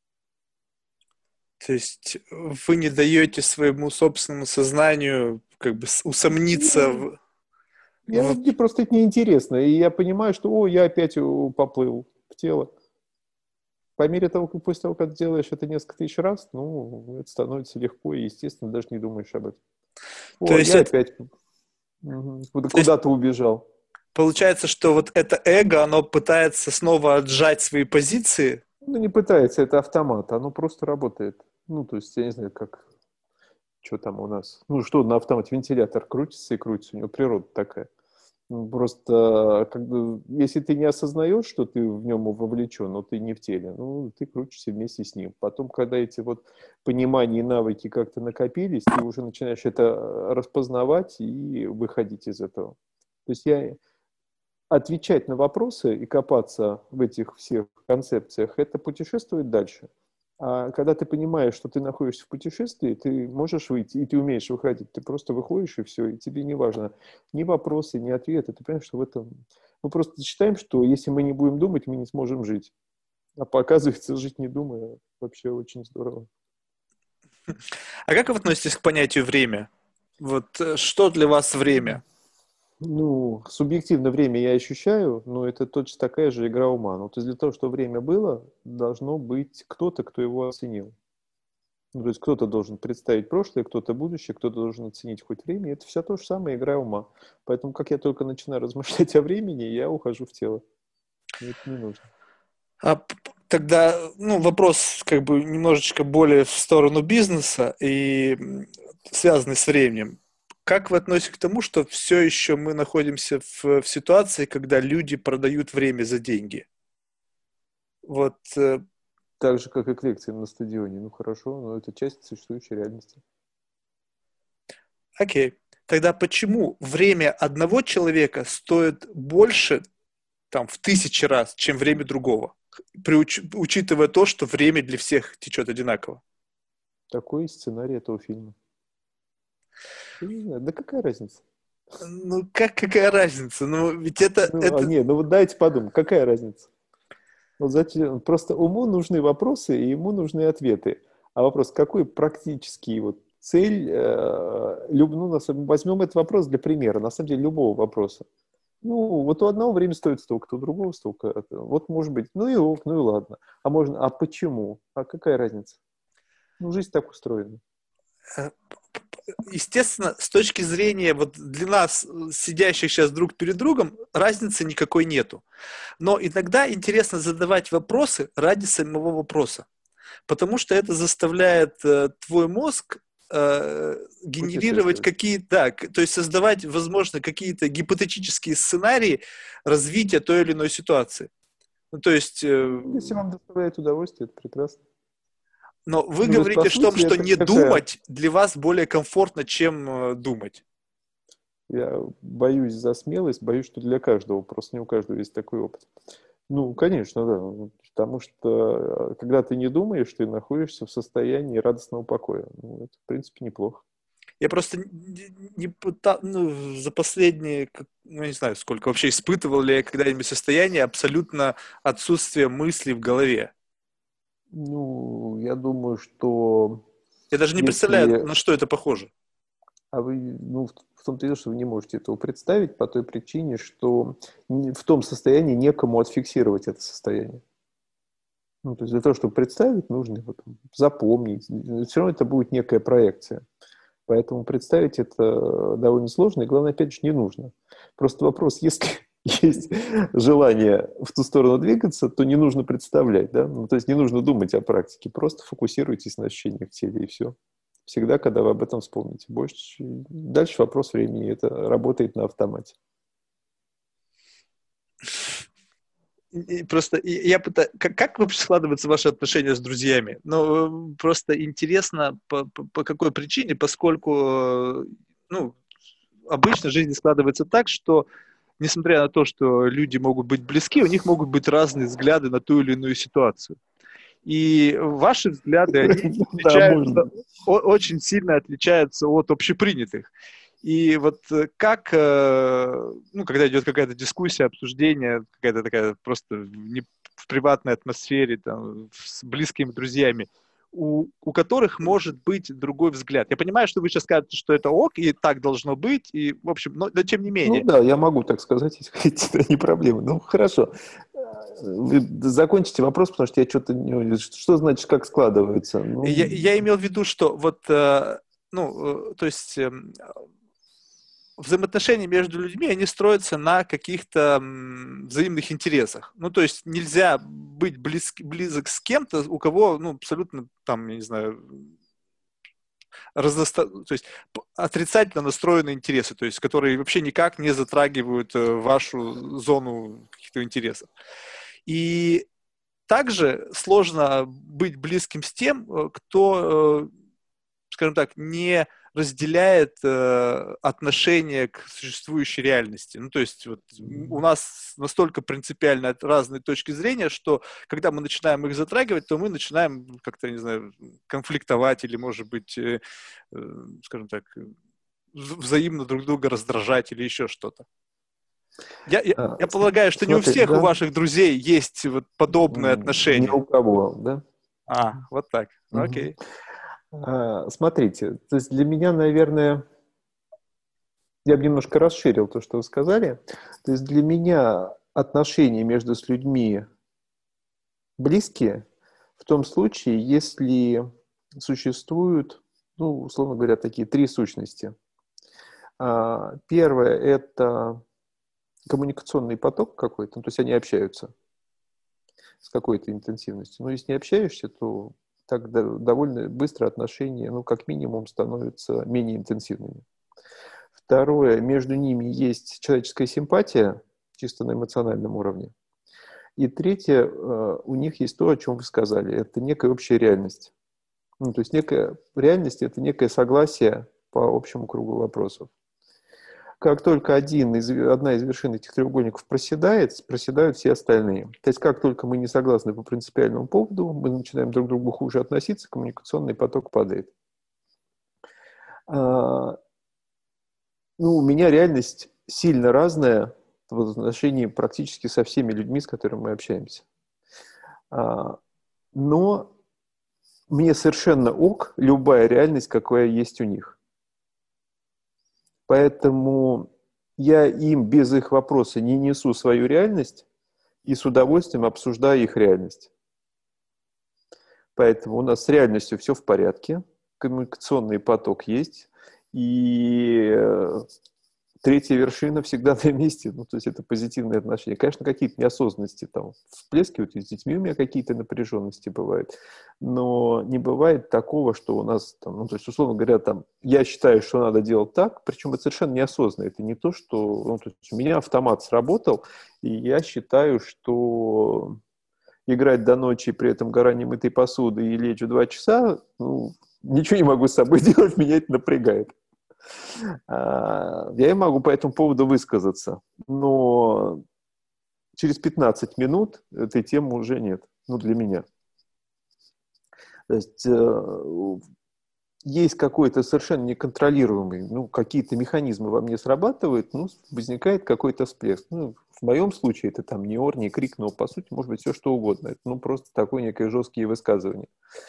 То есть вы не даете своему собственному сознанию как бы с- усомниться Я, в, я, в- мне просто это неинтересно, и я понимаю, что, о, я опять э, поплыл в тело. По мере того, как после того, как делаешь это несколько тысяч раз, ну, это становится легко, и, естественно, даже не думаешь об этом. То О, есть я это, опять мгм, куда- то есть куда-то убежал. получается, что вот это эго, оно пытается снова отжать свои позиции. Ну, не пытается, это автомат, оно просто работает. Ну, то есть, я не знаю, как, что там у нас. Ну, что на автомате, вентилятор крутится и крутится, у него природа такая. Ну, просто, как бы, если ты не осознаешь, что ты в нем вовлечен, но ты не в теле, ну, ты крутишься вместе с ним. Потом, когда эти вот понимания и навыки как-то накопились, ты уже начинаешь это распознавать и выходить из этого. То есть я отвечать на вопросы и копаться в этих всех концепциях, это путешествовать дальше. А когда ты понимаешь, что ты находишься в путешествии, ты можешь выйти, и ты умеешь выходить. Ты просто выходишь, и все, и тебе не важно ни вопросы, ни ответы. Ты понимаешь, что в этом... Мы просто считаем, что если мы не будем думать, мы не сможем жить. А оказывается, жить не думая вообще очень здорово. А как вы относитесь к понятию время? Вот э, что для вас время? Ну, субъективно время я ощущаю, но это точно такая же игра ума. Ну, то есть для того, чтобы время было, должно быть кто-то, кто его оценил. Ну, то есть кто-то должен представить прошлое, кто-то будущее, кто-то должен оценить хоть время. И это вся то же самое игра ума. Поэтому, как я только начинаю размышлять о времени, я ухожу в тело. Мне это не нужно. А п- п- тогда, ну, вопрос как бы немножечко более в сторону бизнеса и м, связанный с временем. Как вы относитесь к тому, что все еще мы находимся в, в ситуации, когда люди продают время за деньги? Вот, э, Так же, как и к лекциям на стадионе. Ну, хорошо, но это часть существующей реальности. окей. Тогда почему время одного человека стоит больше, там, в тысячи раз, чем время другого, при уч- учитывая то, что время для всех течет одинаково? Такой сценарий этого фильма. Я не знаю, да какая разница? Ну, как, какая разница? Ну, ведь это, Ну, а это... не, ну вот дайте подумать, какая разница? Вот зачем? Просто уму нужны вопросы, и ему нужны ответы. А вопрос, какой практический вот цель, э, люб- ну, на самом- возьмем этот вопрос для примера, на самом деле любого вопроса. Ну, вот у одного время стоит столько, у другого столько. Вот может быть, ну и ок, ну и ладно. А можно, а почему? А какая разница? Ну, жизнь так устроена. э, Естественно, с точки зрения вот для нас, сидящих сейчас друг перед другом, разницы никакой нету. Но иногда интересно задавать вопросы ради самого вопроса. Потому что это заставляет э, твой мозг э, генерировать Путешествовать. какие-то, да, к- то есть создавать, возможно, какие-то гипотетические сценарии развития той или иной ситуации. Ну, то есть, э, Если вам доставляет удовольствие, это прекрасно. но вы Ну, то есть, по говорите в том, сути, что это не какая... думать для вас более комфортно, чем э, думать. Я боюсь за смелость, боюсь, что для каждого, просто не у каждого есть такой опыт. Ну, конечно, да. Ну, потому что, э, когда ты не думаешь, ты находишься в состоянии радостного покоя. Ну, это, в принципе, неплохо. Я просто не, не пыта- ну, за последние, как- ну, я не знаю, сколько вообще испытывал ли я когда-нибудь состояние абсолютно отсутствия мыслей в голове. Ну, я думаю, что Я даже не представляю, если... на что это похоже. А вы, ну, в в том-то и дело, что вы не можете этого представить по той причине, что не- в том состоянии некому отфиксировать это состояние. Ну, то есть для того, чтобы представить, нужно его там запомнить. Все равно это будет некая проекция. Поэтому представить это довольно сложно, и главное, опять же, не нужно. Просто вопрос, если есть желание в ту сторону двигаться, то не нужно представлять, да? Ну, то есть не нужно думать о практике, просто фокусируйтесь на ощущениях в теле, и все. Всегда, когда вы об этом вспомните. Больше... Дальше вопрос времени, это работает на автомате. И просто и я пытаюсь, как, как вообще складываются ваши отношения с друзьями? Ну, э, просто интересно, по, по, по какой причине, поскольку, э, ну, обычно жизнь складывается так, что, несмотря на то, что люди могут быть близки, у них могут быть разные взгляды на ту или иную ситуацию. И ваши взгляды, они Да, отличаются, можно. о- очень сильно отличаются от общепринятых. И вот э, как, э, ну, когда идет какая-то дискуссия, обсуждение, какая-то такая просто в не- в приватной атмосфере, там, с близкими друзьями, у, у которых может быть другой взгляд. Я понимаю, что вы сейчас скажете, что это ок, и так должно быть, и, в общем, но, но тем не Ну менее. да, я могу так сказать, если хотите, это не проблема. Ну хорошо. Вы закончите вопрос, потому что я что-то не... Что значит, как складывается? Я, Ну, я имел в виду, что вот, э, ну, э, то есть... эм, взаимоотношения между людьми, они строятся на каких-то м, взаимных интересах. Ну, то есть нельзя быть близк, близок с кем-то, у кого, ну, абсолютно, там, я не знаю, разносто... то есть п- отрицательно настроенные интересы, то есть которые вообще никак не затрагивают э, вашу зону каких-то интересов. И также сложно быть близким с тем, э, кто, э, скажем так, не разделяет э, отношение к существующей реальности. Ну, то есть вот, у нас настолько принципиально разные точки зрения, что когда мы начинаем их затрагивать, то мы начинаем как-то, не знаю, конфликтовать или, может быть, э, э, скажем так, взаимно друг друга раздражать или еще что-то. Я, я, А, я полагаю, что не у смотри, всех у да, ваших друзей есть вот подобные м, ни отношения. у кого, да? А, вот так. Мгм. Окей. А, Смотрите, то есть для меня, наверное, я бы немножко расширил то, что вы сказали. То есть для меня отношения между с людьми близкие в том случае, если существуют, ну, условно говоря, такие три сущности. А, Первое– это коммуникационный поток какой-то, ну, то есть они общаются с какой-то интенсивностью. Но если не общаешься, то так до- довольно быстро отношения, ну, как минимум, становятся менее интенсивными. Второе, между ними есть человеческая симпатия, чисто на эмоциональном уровне. И третье, э, у них есть то, о чем вы сказали, это некая общая реальность. Ну, то есть некая реальность– это некое согласие по общему кругу вопросов. Как только один из, одна из вершин этих треугольников проседает, проседают все остальные. То есть как только мы не согласны по принципиальному поводу, мы начинаем друг к другу хуже относиться, коммуникационный поток падает. А, Ну, у меня реальность сильно разная в отношении практически со всеми людьми, с которыми мы общаемся. А, Но мне совершенно ок любая реальность, какая есть у них. Поэтому я им без их вопроса не несу свою реальность и с удовольствием обсуждаю их реальность. Поэтому у нас с реальностью все в порядке, коммуникационный поток есть, и третья вершина всегда на месте, ну, то есть это позитивные отношения. Конечно, какие-то неосознанности там всплескивают, и с детьми у меня какие-то напряженности бывают, но не бывает такого, что у нас там, ну, то есть, условно говоря, там, я считаю, что надо делать так, причем это совершенно неосознанно, это не то, что, ну, то есть у меня автомат сработал, и я считаю, что играть до ночи, при этом гора немытой посуды и лечь в два часа, ну, ничего не могу с собой делать, меня это напрягает. Я и могу по этому поводу высказаться, но через пятнадцать минут этой темы уже нет, ну, для меня. То есть э, есть какой-то совершенно неконтролируемый, ну, какие-то механизмы во мне срабатывают, ну, возникает какой-то всплеск. Ну, в моем случае это там не ор, не крик, но, по сути, может быть, все что угодно. Это, ну, просто такое некое жесткие высказывания.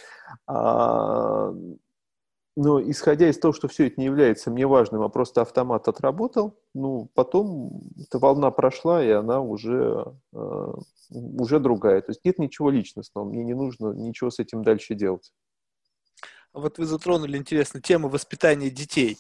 А, Но исходя из того, что все это не является мне важным, а просто автомат отработал, ну, потом эта волна прошла, и она уже, э, уже другая. То есть нет ничего личностного, мне не нужно ничего с этим дальше делать. Вот вы затронули, интересно, тему воспитания детей.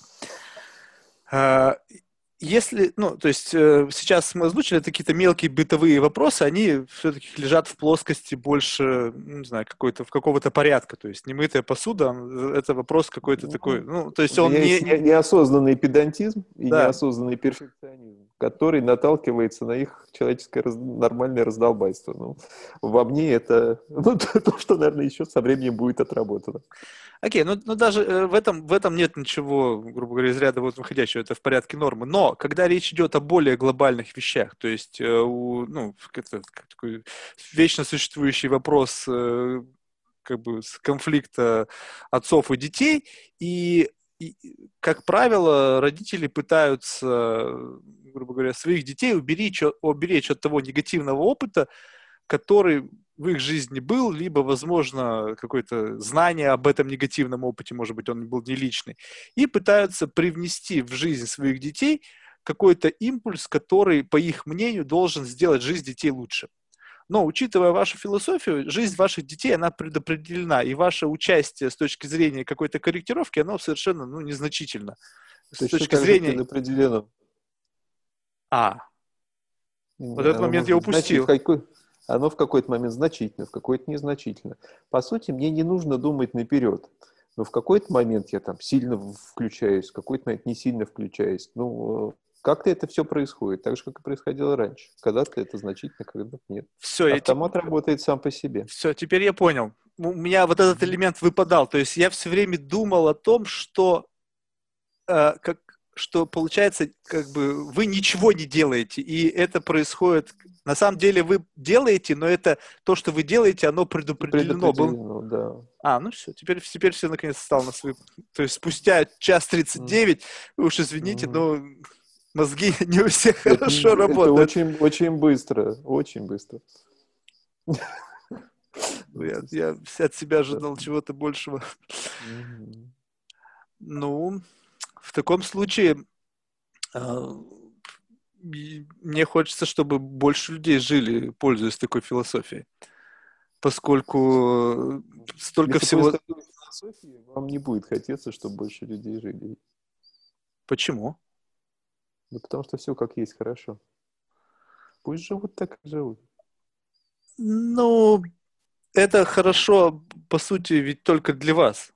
Если, ну, то есть э, сейчас мы озвучили какие-то мелкие бытовые вопросы, они все-таки лежат в плоскости больше, ну, не знаю, какой-то, какого-то порядка. То есть немытая посуда, это вопрос какой-то такой, ну, то есть У он меня не... есть не- неосознанный педантизм и Да, неосознанный перфекционизм, который наталкивается на их человеческое раз- нормальное раздолбайство. Ну, во мне это ну, то, что, наверное, еще со временем будет отработано. окей, ну, ну даже э, в этом, в этом нет ничего, грубо говоря, из ряда вот выходящего, это в порядке нормы. Но когда речь идет о более глобальных вещах, то есть э, у, ну, это как такой вечно существующий вопрос э, как бы с конфликта отцов и детей, и, и, как правило, родители пытаются, грубо говоря, своих детей уберечь, уберечь от того негативного опыта, который в их жизни был, либо, возможно, какое-то знание об этом негативном опыте, может быть, он был не личный, и пытаются привнести в жизнь своих детей какой-то импульс, который, по их мнению, должен сделать жизнь детей лучше. Но, учитывая вашу философию, жизнь ваших детей, она предопределена, и ваше участие с точки зрения какой-то корректировки, оно совершенно, ну, незначительно. С Точно точки так же зрения... предопределено. А, вот этот Оно момент может я быть значительно, в упустил. какой, оно в какой-то момент значительно, в какой-то незначительно. По сути, мне не нужно думать наперед. Но в какой-то момент я там сильно включаюсь, в какой-то момент не сильно включаюсь. Ну, как-то это все происходит, так же, как и происходило раньше. Когда-то это значительно, когда-то нет. Все, я те- Автомат работает сам по себе. Все, теперь я понял. У меня вот этот элемент выпадал. То есть я все время думал о том, что а, как, что получается, как бы вы ничего не делаете, и это происходит. На самом деле вы делаете, но это то, что вы делаете, оно предопределено. Был... Предопределено, да. А, ну все, теперь, теперь все наконец стало на свои... То есть спустя час тридцать девять, вы уж извините, Мгм. но мозги не у всех Это, хорошо это работают. очень, очень быстро, очень быстро. Ну, Я, я от себя ожидал чего-то большего. Мгм. Ну, в таком случае а, и мне хочется, чтобы больше людей жили, пользуясь такой философией, поскольку столько Если всего... пользоваться такой философией, вам не будет хотеться, чтобы больше людей жили. Почему? Да потому что все как есть хорошо. Пусть живут так и живут. Ну, это хорошо, по сути, ведь только для вас.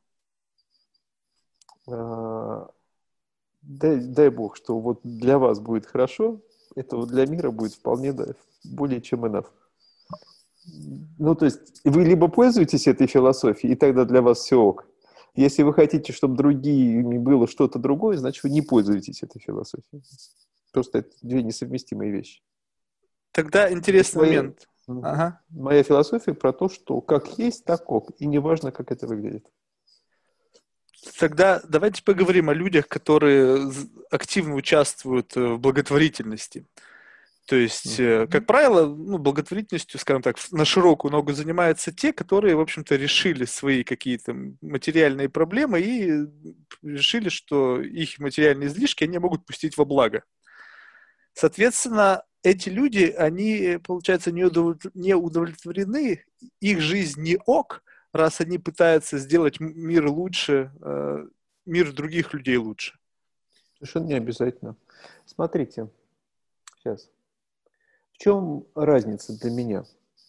А, дай, дай бог, что вот для вас будет хорошо, это вот для мира будет вполне да, более чем enough. Ну, то есть вы либо пользуетесь этой философией, и тогда для вас все ок. Если вы хотите, чтобы другими было что-то другое, значит, вы не пользуетесь этой философией. Просто это две несовместимые вещи. Тогда интересный Моя, момент. Ага. моя философия про то, что как есть, так ок, и неважно, как это выглядит. Тогда давайте поговорим о людях, которые активно участвуют в благотворительности. То есть, Uh-huh. как правило, ну, благотворительностью, скажем так, на широкую ногу занимаются те, которые, в общем-то, решили свои какие-то материальные проблемы и решили, что их материальные излишки они могут пустить во благо. Соответственно, эти люди, они, получается, не удовлетворены, их жизнь не ок, раз они пытаются сделать мир лучше, мир других людей лучше. Совершенно не обязательно. Смотрите, сейчас. В чем разница для меня?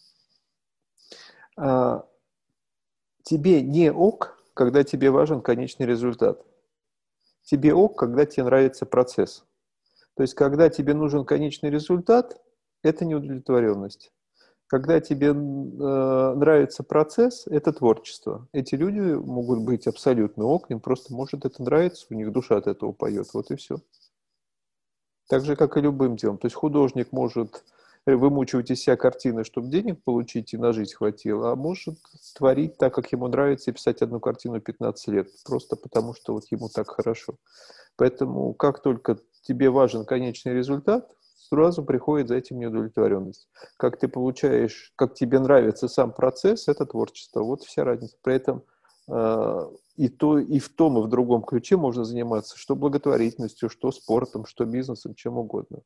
А, тебе не ок, когда тебе важен конечный результат. Тебе ок, когда тебе нравится процесс. То есть, когда тебе нужен конечный результат, это неудовлетворенность. Когда тебе э, нравится процесс, это творчество. Эти люди могут быть абсолютно ок, им просто может это нравиться, у них душа от этого поет, вот и все. Так же, как и любым делом. То есть художник может вымучивать из себя картины, чтобы денег получить и на жизнь хватило, а может творить так, как ему нравится, и писать одну картину пятнадцать лет, просто потому что вот ему так хорошо. Поэтому как только тебе важен конечный результат, сразу приходит за этим неудовлетворенность. Как ты получаешь, как тебе нравится сам процесс, это творчество. Вот вся разница. При этом э, и, то, и в том, и в другом ключе можно заниматься что благотворительностью, что спортом, что бизнесом, чем угодно.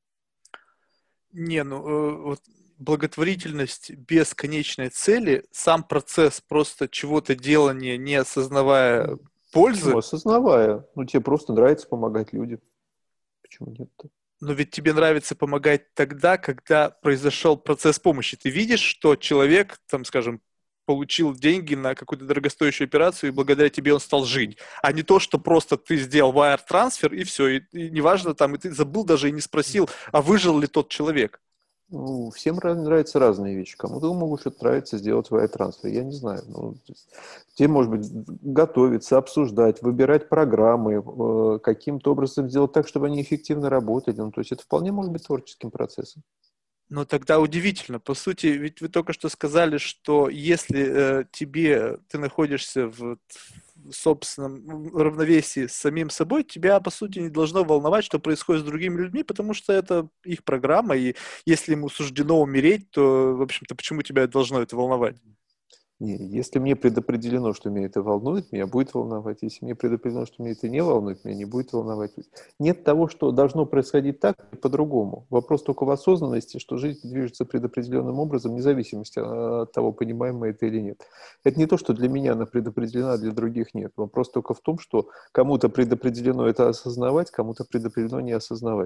Не, ну э, вот благотворительность без конечной цели, сам процесс просто чего-то делания, не осознавая пользы. Почему? Осознавая. Ну, тебе просто нравится помогать людям. Почему нет-то? Но ведь тебе нравится помогать тогда, когда произошел процесс помощи. Ты видишь, что человек, там, скажем, получил деньги на какую-то дорогостоящую операцию, и благодаря тебе он стал жить. А не то, что просто ты сделал вайр-трансфер, и все. И, и неважно, там, и ты забыл даже и не спросил, а выжил ли тот человек. Ну, всем нравятся разные вещи. Кому-то могут что-то нравится сделать вайр-трансфер. Я не знаю. Ну, тебе, может быть, готовиться, обсуждать, выбирать программы, э, каким-то образом сделать так, чтобы они эффективно работали. Ну, то есть это вполне может быть творческим процессом. Но тогда удивительно. По сути, ведь вы только что сказали, что если э, тебе, ты находишься в, в собственном равновесии с самим собой, тебя, по сути, не должно волновать, что происходит с другими людьми, потому что это их программа, и если ему суждено умереть, то, в общем-то, почему тебя должно это волновать? Не, если мне предопределено, что меня это волнует, меня будет волновать. Если мне предопределено, что меня это не волнует, меня не будет волновать. Нет того, что должно происходить так и по-другому. Вопрос только в осознанности, что жизнь движется предопределенным образом, вне зависимости от того, понимаем мы это или нет. Это не то, что для меня она предопределена, а для других нет. Вопрос только в том, что кому-то предопределено это осознавать, кому-то предопределено не осознавать.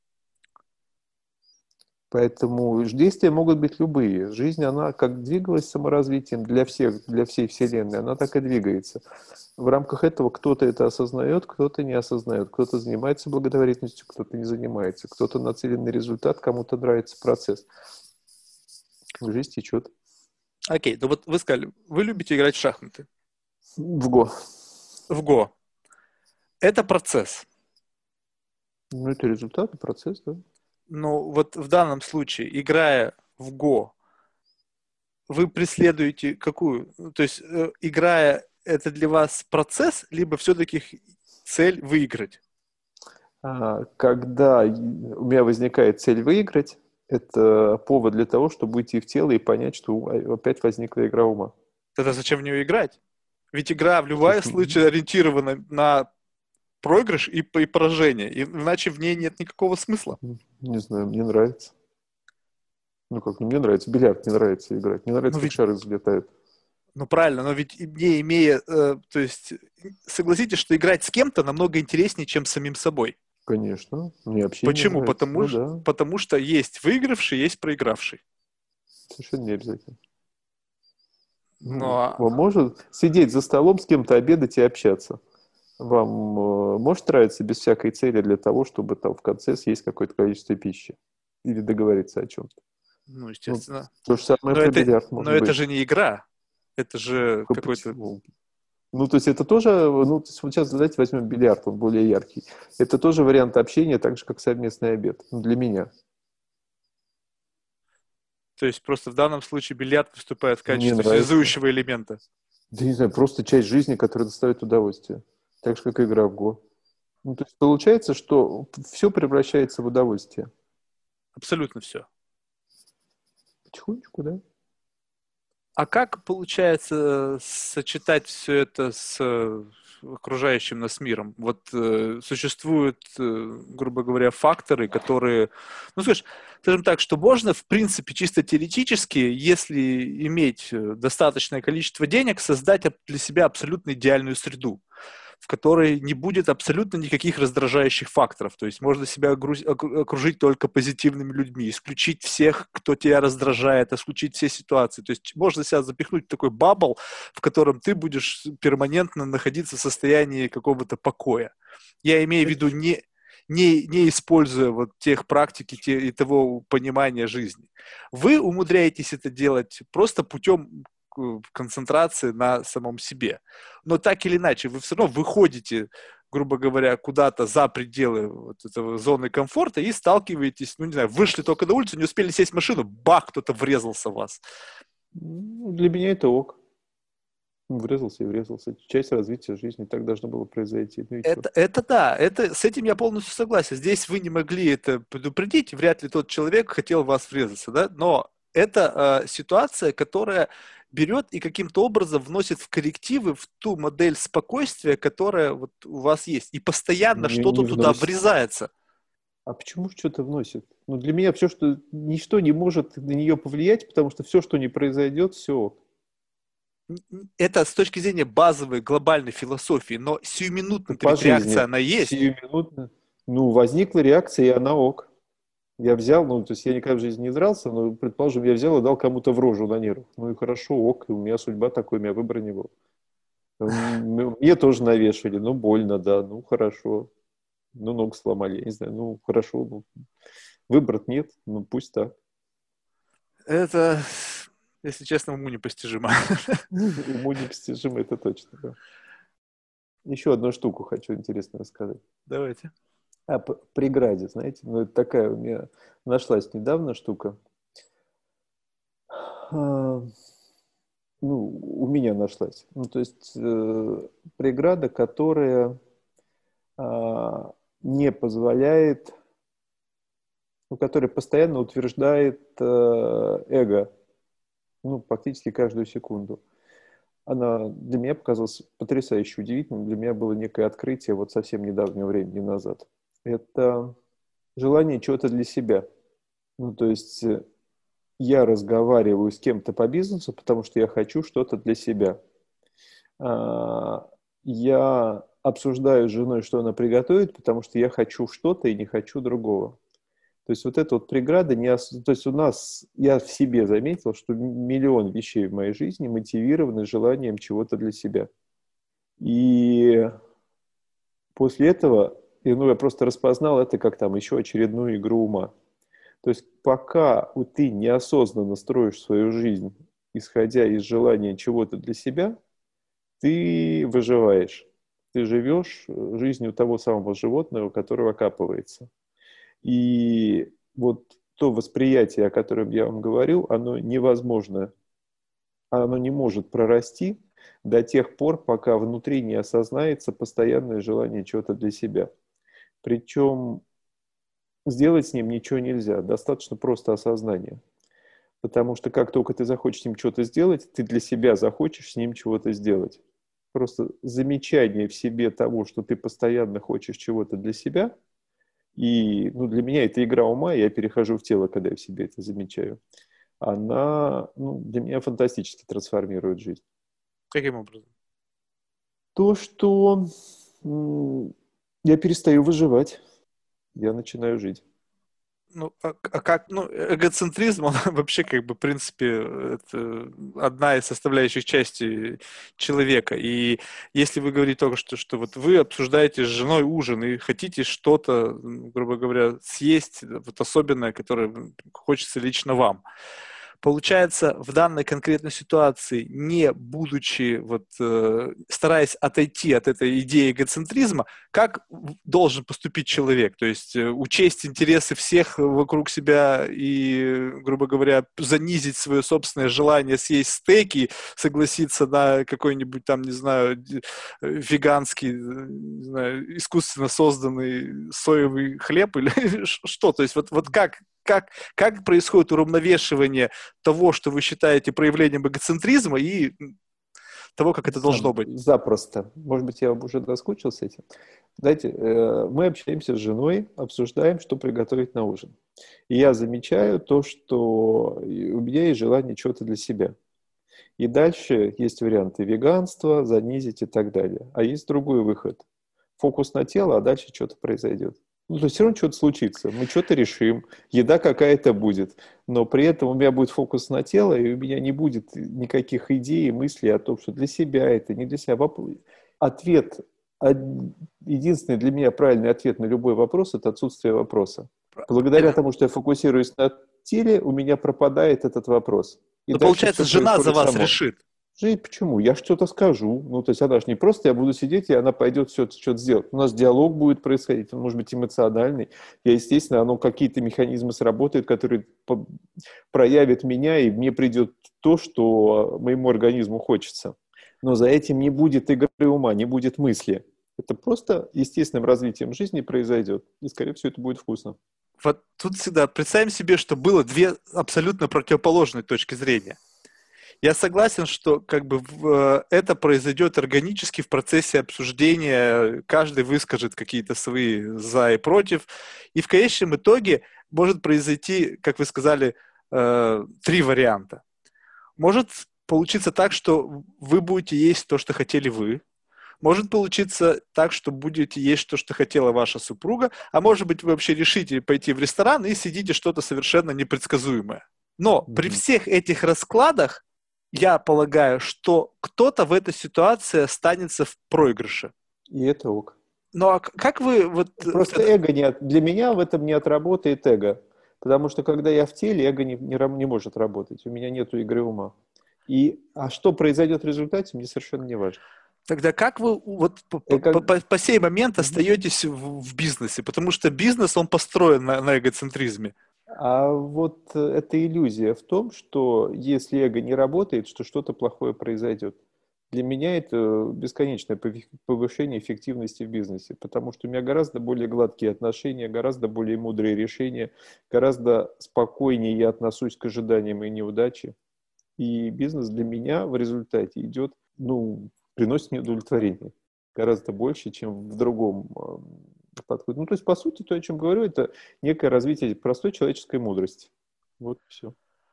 Поэтому действия могут быть любые. Жизнь, она как двигалась саморазвитием для всех, для всей Вселенной, она так и двигается. В рамках этого кто-то это осознает, кто-то не осознает. Кто-то занимается благотворительностью, кто-то не занимается. Кто-то нацелен на результат, кому-то нравится процесс. Жизнь течет. Окей, ну вот вы сказали, вы любите играть в шахматы. В Го. В Го. это процесс. Ну, это результат, и процесс, да. Но вот в данном случае, играя в Го, вы преследуете какую? Ну, то есть, э, играя, это для вас процесс, либо все-таки цель выиграть? А, Когда у меня возникает цель выиграть, это повод для того, чтобы уйти в тело и понять, что опять возникла игра ума. Тогда зачем в нее играть? Ведь игра в любом Слушай, случае ориентирована на проигрыш и, и поражение, и, иначе в ней нет никакого смысла. не знаю, мне нравится. Ну как, ну мне нравится, бильярд не нравится играть. Мне нравится, Но как ведь, шары взлетают. ну правильно, но ведь не имея, э, то есть согласитесь, что играть с кем-то намного интереснее, чем с самим собой. Конечно, мне общение Почему? нравится. Потому, Ну ж- да, потому что есть выигравший, есть проигравший. совершенно не обязательно. Ну, Но вам может сидеть за столом с кем-то, обедать и общаться. Вам э, может нравиться без всякой цели для того, чтобы там в конце съесть какое-то количество пищи или договориться о чем-то. ну, Ну, естественно. то же самое Но про это, бильярд но может это быть. же не игра. Это же А какой-то... почему? Ну, то есть это тоже, ну, то есть вот сейчас, давайте возьмем бильярд, он более яркий. Это тоже вариант общения, так же, как совместный обед. Ну, для меня. То есть просто в данном случае бильярд выступает в Мне качестве нравится. связующего элемента. Да не знаю, просто часть жизни, которая доставит удовольствие. Так же, как и игра в го. Ну, то есть получается, что все превращается в удовольствие. Абсолютно все. Потихонечку, да? А как получается сочетать все это с э, окружающим нас миром? Вот э, существуют, э, грубо говоря, факторы, которые, ну, скажешь, скажем так, что можно, в принципе, чисто теоретически, если иметь э, достаточное количество денег, создать ап- для себя абсолютно идеальную среду, в которой не будет абсолютно никаких раздражающих факторов. То есть можно себя огруз- окру- окружить только позитивными людьми, исключить всех, кто тебя раздражает, исключить все ситуации. То есть можно себя запихнуть в такой бабл, в котором ты будешь перманентно находиться в состоянии какого-то покоя. Я имею в виду не, не, не используя вот тех практик и, те, и того понимания жизни. Вы умудряетесь это делать просто путем э, концентрации на самом себе. Но так или иначе, вы все равно выходите, грубо говоря, куда-то за пределы вот этого зоны комфорта и сталкиваетесь, ну, не знаю, вышли только на улицу, не успели сесть в машину, бах, кто-то врезался в вас. Ну, для меня это ок. Ну, врезался и врезался. Часть развития жизни, так должно было произойти. Ну и чё? Это, это да, это, с этим я полностью согласен. Здесь вы не могли это предупредить, вряд ли тот человек хотел в вас врезаться, да, но это э, ситуация, которая берет и каким-то образом вносит в коррективы в ту модель спокойствия, которая вот у вас есть, и постоянно Не, что-то не туда вносит. врезается. А почему что-то вносит? Ну, для меня все, что... Ничто не может на нее повлиять, потому что все, что не произойдет, все. Это с точки зрения базовой глобальной философии, но сиюминутная По ведь реакция, жизни. она есть. Сиюминутно. Ну, возникла реакция, и она ок. Я взял, ну, то есть я никогда в жизни не дрался, но, предположим, я взял и дал кому-то в рожу на нервах. Ну и хорошо, ок, и у меня судьба такой, у меня выбора не было. М, Мне тоже навешали, ну, больно, да, ну, хорошо. Ну, ногу сломали, я не знаю, ну, хорошо, ну, выбора нет, ну, пусть так. Это, если честно, уму непостижимо. Уму непостижимо, это точно, да. Еще одну штуку хочу интересно рассказать. Давайте. А, п- преграде, знаете, ну, это такая у меня нашлась недавно штука. А, ну, у меня нашлась. Ну, то есть э, преграда, которая а, не позволяет, ну, которая постоянно утверждает э, эго, ну, практически каждую секунду. Она для меня показалась потрясающе удивительной. Для меня было некое открытие вот совсем недавнего времени назад. Это желание чего-то для себя. Ну, то есть э, я разговариваю с кем-то по бизнесу, потому что я хочу что-то для себя. А, Я обсуждаю с женой, что она приготовит, потому что я хочу что-то и не хочу другого. То есть вот эта вот преграда, не ос... то есть у нас, я в себе заметил, что миллион вещей в моей жизни мотивированы желанием чего-то для себя. И после этого, и, ну, я просто распознал это как там еще очередную игру ума. То есть пока вот ты неосознанно строишь свою жизнь, исходя из желания чего-то для себя, ты выживаешь. ты живешь жизнью того самого животного, которое окапывается. И вот то восприятие, о котором я вам говорю, оно невозможно, оно не может прорасти до тех пор, пока внутри не осознается постоянное желание чего-то для себя. Причем сделать с ним ничего нельзя, достаточно просто осознание. Потому что как только ты захочешь с ним что-то сделать, ты для себя захочешь с ним чего-то сделать. Просто замечание в себе того, что ты постоянно хочешь чего-то для себя, и ну, для меня это игра ума, я перехожу в тело, когда я в себе это замечаю, она ну, для меня фантастически трансформирует жизнь. Каким образом? То, что м, я перестаю выживать, я начинаю жить. Ну, а, а как, ну, эгоцентризм, он вообще, как бы, в принципе, это одна из составляющих частей человека. И если вы говорите только что, что вот вы обсуждаете с женой ужин и хотите что-то, грубо говоря, съесть, вот особенное, которое хочется лично вам, получается, в данной конкретной ситуации, не будучи, вот, э, стараясь отойти от этой идеи эгоцентризма, как должен поступить человек? То есть э, учесть интересы всех вокруг себя и, грубо говоря, занизить свое собственное желание съесть стейки, согласиться на какой-нибудь там, не знаю, веганский, не знаю, искусственно созданный соевый хлеб или что? То есть вот, вот как, как, как происходит уравновешивание того, что вы считаете проявлением эгоцентризма, и того, как это должно быть? Запросто. Может быть, я уже доскучил с этим. Знаете, мы общаемся с женой, обсуждаем, что приготовить на ужин. И я замечаю то, что у меня есть желание чего-то для себя. И дальше есть варианты веганства, занизить и так далее. А есть другой выход. Фокус на тело, а дальше что-то произойдет. Ну, то есть все равно что-то случится, мы что-то решим, еда какая-то будет, но при этом у меня будет фокус на тело, и у меня не будет никаких идей и мыслей о том, что для себя это, не для себя. Ответ, единственный для меня правильный ответ на любой вопрос – это отсутствие вопроса. Благодаря тому, что я фокусируюсь на теле, у меня пропадает этот вопрос. И но получается, жена за вас само. решит. Жить почему? Я что-то скажу. Ну, то есть она же не просто я буду сидеть, и она пойдет все что-то сделать. У нас диалог будет происходить, он может быть эмоциональный. Я, естественно, оно какие-то механизмы сработают, которые проявят меня, и мне придет то, что моему организму хочется. Но за этим не будет игры ума, не будет мысли. Это просто естественным развитием жизни произойдет. И, скорее всего, это будет вкусно. Вот тут всегда представим себе, что было две абсолютно противоположные точки зрения. Я согласен, что как бы в, это произойдет органически в процессе обсуждения, каждый выскажет какие-то свои за и против, и в конечном итоге может произойти, как вы сказали, э, три варианта. Может получиться так, что вы будете есть то, что хотели вы, может получиться так, что будете есть то, что хотела ваша супруга, а может быть вы вообще решите пойти в ресторан и съедите что-то совершенно непредсказуемое. Но mm-hmm. при всех этих раскладах я полагаю, что кто-то в этой ситуации останется в проигрыше. И это ок. Ну а как вы... Вот... Просто эго не от... для меня в этом не отработает эго. Потому что когда я в теле, эго не, не, не может работать. У меня нету игры ума. И, а что произойдет в результате, мне совершенно не важно. Тогда как вы вот по, по, по, по сей момент остаетесь в, в бизнесе? Потому что бизнес, он построен на, на эгоцентризме. А вот эта иллюзия в том, что если эго не работает, что что-то плохое произойдет. Для меня это бесконечное повышение эффективности в бизнесе, потому что у меня гораздо более гладкие отношения, гораздо более мудрые решения, гораздо спокойнее я отношусь к ожиданиям и неудаче. И бизнес для меня в результате идет, ну, приносит мне удовлетворение гораздо больше, чем в другом подходе. Ну, то есть, по сути, то, о чем говорю, это некое развитие простой человеческой мудрости. Вот все.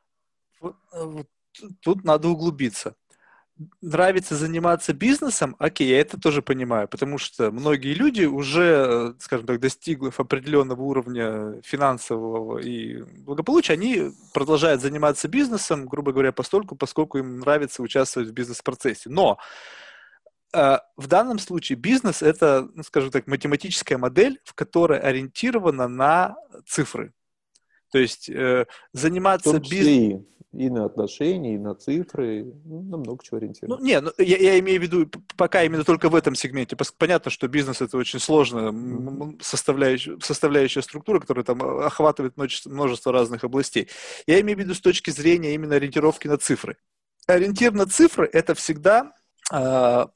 Вот, вот, тут надо углубиться. Нравится заниматься бизнесом, окей, я это тоже понимаю, потому что многие люди уже, скажем так, достигнув определенного уровня финансового и благополучия, они продолжают заниматься бизнесом, грубо говоря, постольку, поскольку им нравится участвовать в бизнес-процессе. Но э, в данном случае бизнес – это, ну, скажем так, математическая модель, в которой ориентирована на цифры. То То есть э, В заниматься том бизнесом... числе и, и на отношения, и на цифры, ну, на много чего Ну, ориентироваться. не, ну, я, я имею в виду п- пока именно только в этом сегменте. Пос- Понятно, что бизнес это очень сложная м, Мгм. м, составляющая, составляющая структура, которая там э, охватывает множество, множество разных областей. Я имею в виду с точки зрения именно ориентировки на цифры. Ориентир на цифры это всегда а,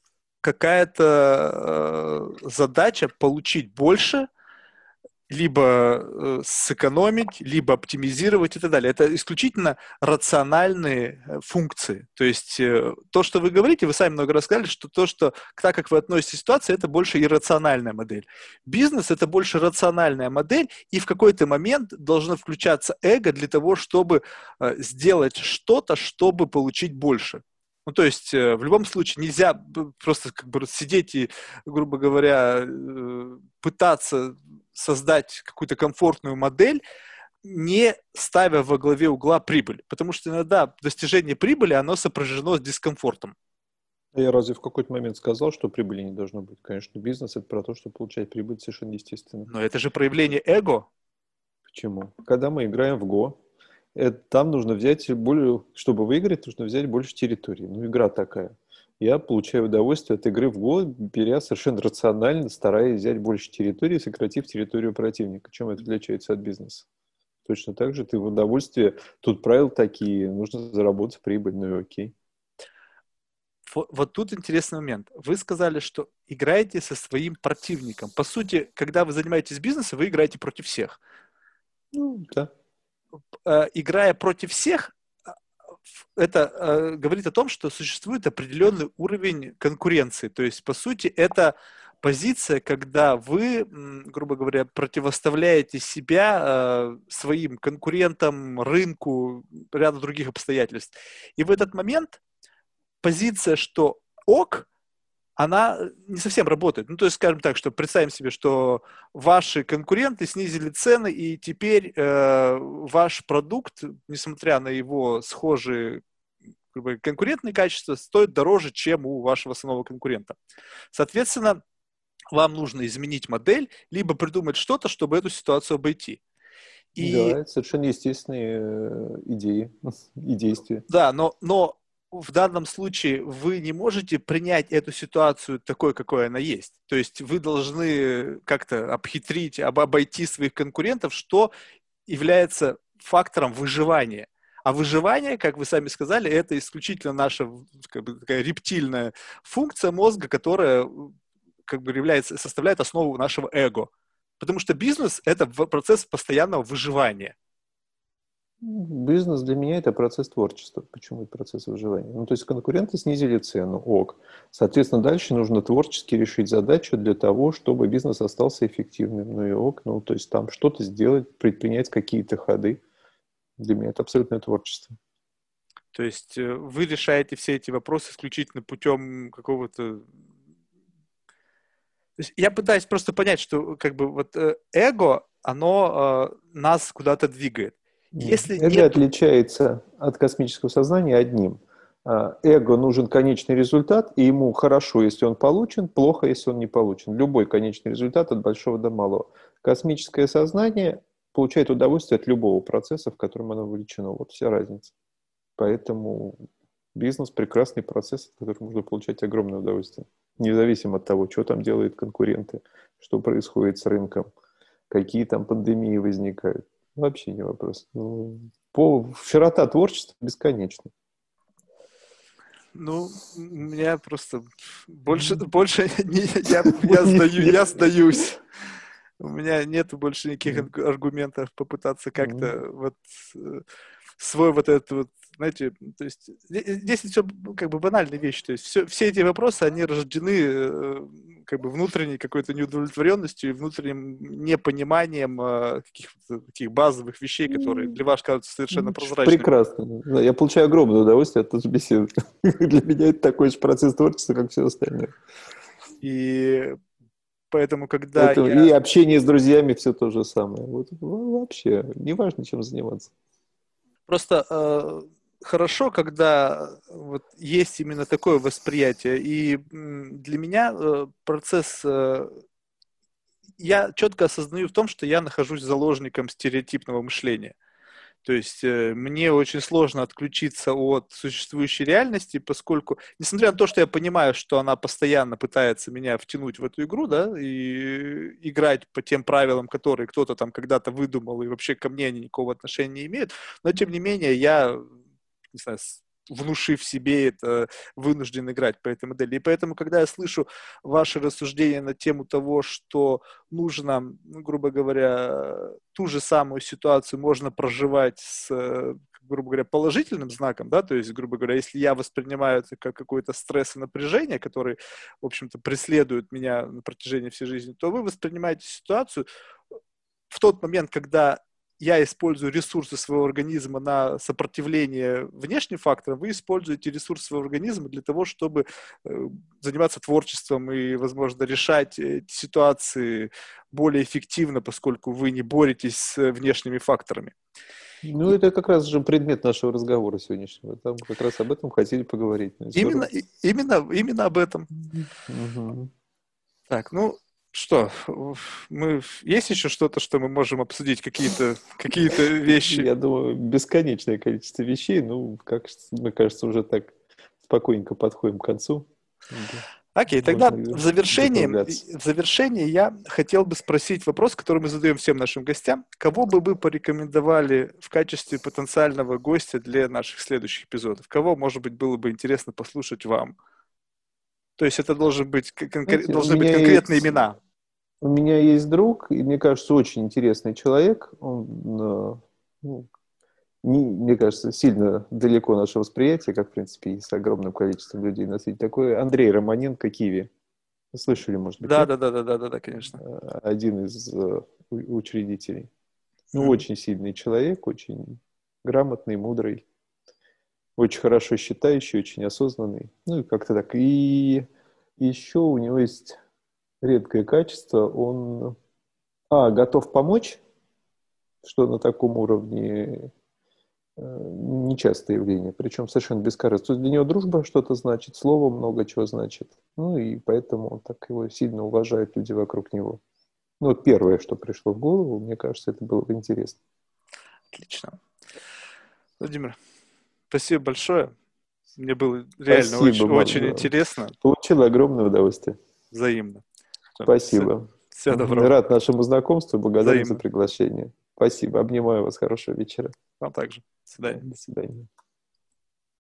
какая-то э, задача получить больше, либо э, сэкономить, либо оптимизировать и так далее. Это исключительно рациональные э, функции. То есть э, то, что вы говорите, вы сами много раз сказали, что то, что так как вы относитесь к ситуации, это больше иррациональная модель. Бизнес – это больше рациональная модель, и в какой-то момент должно включаться эго для того, чтобы э, сделать что-то, чтобы получить больше. Ну, то есть, э, в любом случае, нельзя б- просто как бы сидеть и, грубо говоря, э, пытаться создать какую-то комфортную модель, не ставя во главе угла прибыль. Потому что иногда достижение прибыли, оно сопряжено с дискомфортом. А я разве в какой-то момент сказал, что прибыли не должно быть? Конечно, бизнес – это про то, чтобы получать прибыль совершенно естественно. Но это же проявление эго. Почему? Когда мы играем в Го, это, там нужно взять более, чтобы выиграть, нужно взять больше территории. Ну, игра такая. Я получаю удовольствие от игры в Го, беря совершенно рационально, стараясь взять больше территории, сократив территорию противника. Чем это отличается от бизнеса? Точно так же ты в удовольствие. Тут правила такие, нужно заработать прибыль, ну и окей. Вот, вот тут интересный момент. Вы сказали, что играете со своим противником. По сути, когда вы занимаетесь бизнесом, вы играете против всех. Ну, да. Э, играя против всех, э, это э, говорит о том, что существует определенный уровень конкуренции. То есть, по сути, это позиция, когда вы, м, грубо говоря, противоставляете себя э, своим конкурентам, рынку, ряду других обстоятельств. И в этот момент позиция, что ок, она не совсем работает. Ну, то есть, скажем так, что представим себе, что ваши конкуренты снизили цены, и теперь э, ваш продукт, несмотря на его схожие как бы, конкурентные качества, стоит дороже, чем у вашего основного конкурента. Соответственно, вам нужно изменить модель, либо придумать что-то, чтобы эту ситуацию обойти. И Да, это совершенно естественные э, идеи и действия. да, но, но в данном случае вы не можете принять эту ситуацию такой, какой она есть. То есть вы должны как-то обхитрить, об- обойти своих конкурентов, что является фактором выживания. А выживание, как вы сами сказали, это исключительно наша как бы, такая рептильная функция мозга, которая как бы является, составляет основу нашего эго. Потому что бизнес – это в- процесс постоянного выживания. Бизнес для меня это процесс творчества. Почему это процесс выживания? Ну, то есть конкуренты снизили цену, ок. Соответственно, дальше нужно творчески решить задачу для того, чтобы бизнес остался эффективным. Ну и ок, ну, то есть там что-то сделать, предпринять какие-то ходы. Для меня это абсолютное творчество. То есть э, вы решаете все эти вопросы исключительно путем какого-то... То есть я пытаюсь просто понять, что как бы вот э, эго, оно э, нас куда-то двигает. Если Эго нету... отличается от космического сознания одним. А, Эго нужен конечный результат, и ему хорошо, если он получен, плохо, если он не получен. Любой конечный результат от большого до малого. Космическое сознание получает удовольствие от любого процесса, в котором оно вовлечено. Вот вся разница. Поэтому бизнес – прекрасный процесс, от которого можно получать огромное удовольствие. Независимо от того, что там делают конкуренты, что происходит с рынком, какие там пандемии возникают. Вообще не вопрос. Ну, по, широта творчества бесконечна. Ну, у меня просто больше, больше не, я, я, сдаю, я Нет. сдаюсь. У меня нет больше никаких Мгм. арг- аргументов попытаться как-то Мгм. вот э, свой вот этот вот, знаете, то есть зде- здесь все как бы банальные вещи, то есть все, все эти вопросы, они рождены э, как бы внутренней какой-то неудовлетворенностью и внутренним непониманием э, каких-то таких базовых вещей, которые для вас кажутся совершенно прозрачными. Прекрасно. Да, я получаю огромное удовольствие от этой беседы. Для меня это такой же процесс творчества, как все остальное. И поэтому, когда Поэтому и я... общение с друзьями все то же самое. Вот, ну, вообще, неважно, чем заниматься. Просто э, хорошо, когда вот есть именно такое восприятие. И м, для меня э, процесс... э, я четко осознаю в том, что я нахожусь заложником стереотипного мышления. То есть э, мне очень сложно отключиться от существующей реальности, поскольку, несмотря на то, что я понимаю, что она постоянно пытается меня втянуть в эту игру, да, и играть по тем правилам, которые кто-то там когда-то выдумал, и вообще ко мне они никакого отношения не имеют, но тем не менее я, не знаю, с- внушив себе это, вынужден играть по этой модели. И поэтому, когда я слышу ваши рассуждения на тему того, что нужно, ну, грубо говоря, ту же самую ситуацию можно проживать с, э, грубо говоря, положительным знаком, да, то есть, грубо говоря, если я воспринимаю это как какой-то стресс и напряжение, который, в общем-то, преследует меня на протяжении всей жизни, то вы воспринимаете ситуацию в тот момент, когда я использую ресурсы своего организма на сопротивление внешним факторам, вы используете ресурсы своего организма для того, чтобы э, заниматься творчеством и, возможно, решать эти ситуации более эффективно, поскольку вы не боретесь с внешними факторами. Ну, это как раз же предмет нашего разговора сегодняшнего. Там как раз об этом хотели поговорить. Ну, Именно, здорово. именно, именно об этом. Мгм. Так, ну что, мы, есть еще что-то, что мы можем обсудить, какие-то, какие-то вещи? Я думаю, бесконечное количество вещей. Ну, как мне кажется, уже так спокойненько подходим к концу. Да. Окей, тогда Можно в завершении, закругляться. в завершении я хотел бы спросить вопрос, который мы задаем всем нашим гостям. Кого бы вы порекомендовали в качестве потенциального гостя для наших следующих эпизодов? Кого, может быть, было бы интересно послушать вам? То есть это должен быть, конкре- Знаете, у должны быть меня конкретные есть, имена. у меня есть друг, и мне кажется, очень интересный человек. Он, э, ну, не- мне кажется, сильно далеко наше восприятие, как, в принципе, и с огромным количеством людей на свете. Такой Андрей Романенко, Киви. Вы слышали, может быть, Да, нет? да, да, да, да, да, да, конечно. Э, Один из э, у- учредителей. Ну, Мгм. очень сильный человек, очень грамотный, мудрый, очень хорошо считающий, очень осознанный. Ну, и как-то так. И еще у него есть редкое качество. Он, а, готов помочь, что на таком уровне э, нечастое явление, причем совершенно бескорыстно. То есть для него дружба что-то значит, слово много чего значит. Ну и поэтому он так его сильно уважают люди вокруг него. Ну, вот первое, что пришло в голову, мне кажется, это было бы интересно. Отлично. Владимир, спасибо большое. Мне было реально Спасибо, очень, Мам, очень да. интересно, Получил огромное удовольствие. взаимно. Все, Спасибо. всего Мгм. доброго. Рад нашему знакомству, благодарен за Взаимно. приглашение. Спасибо. Обнимаю вас. Хорошего вечера. Вам также. До свидания. До свидания.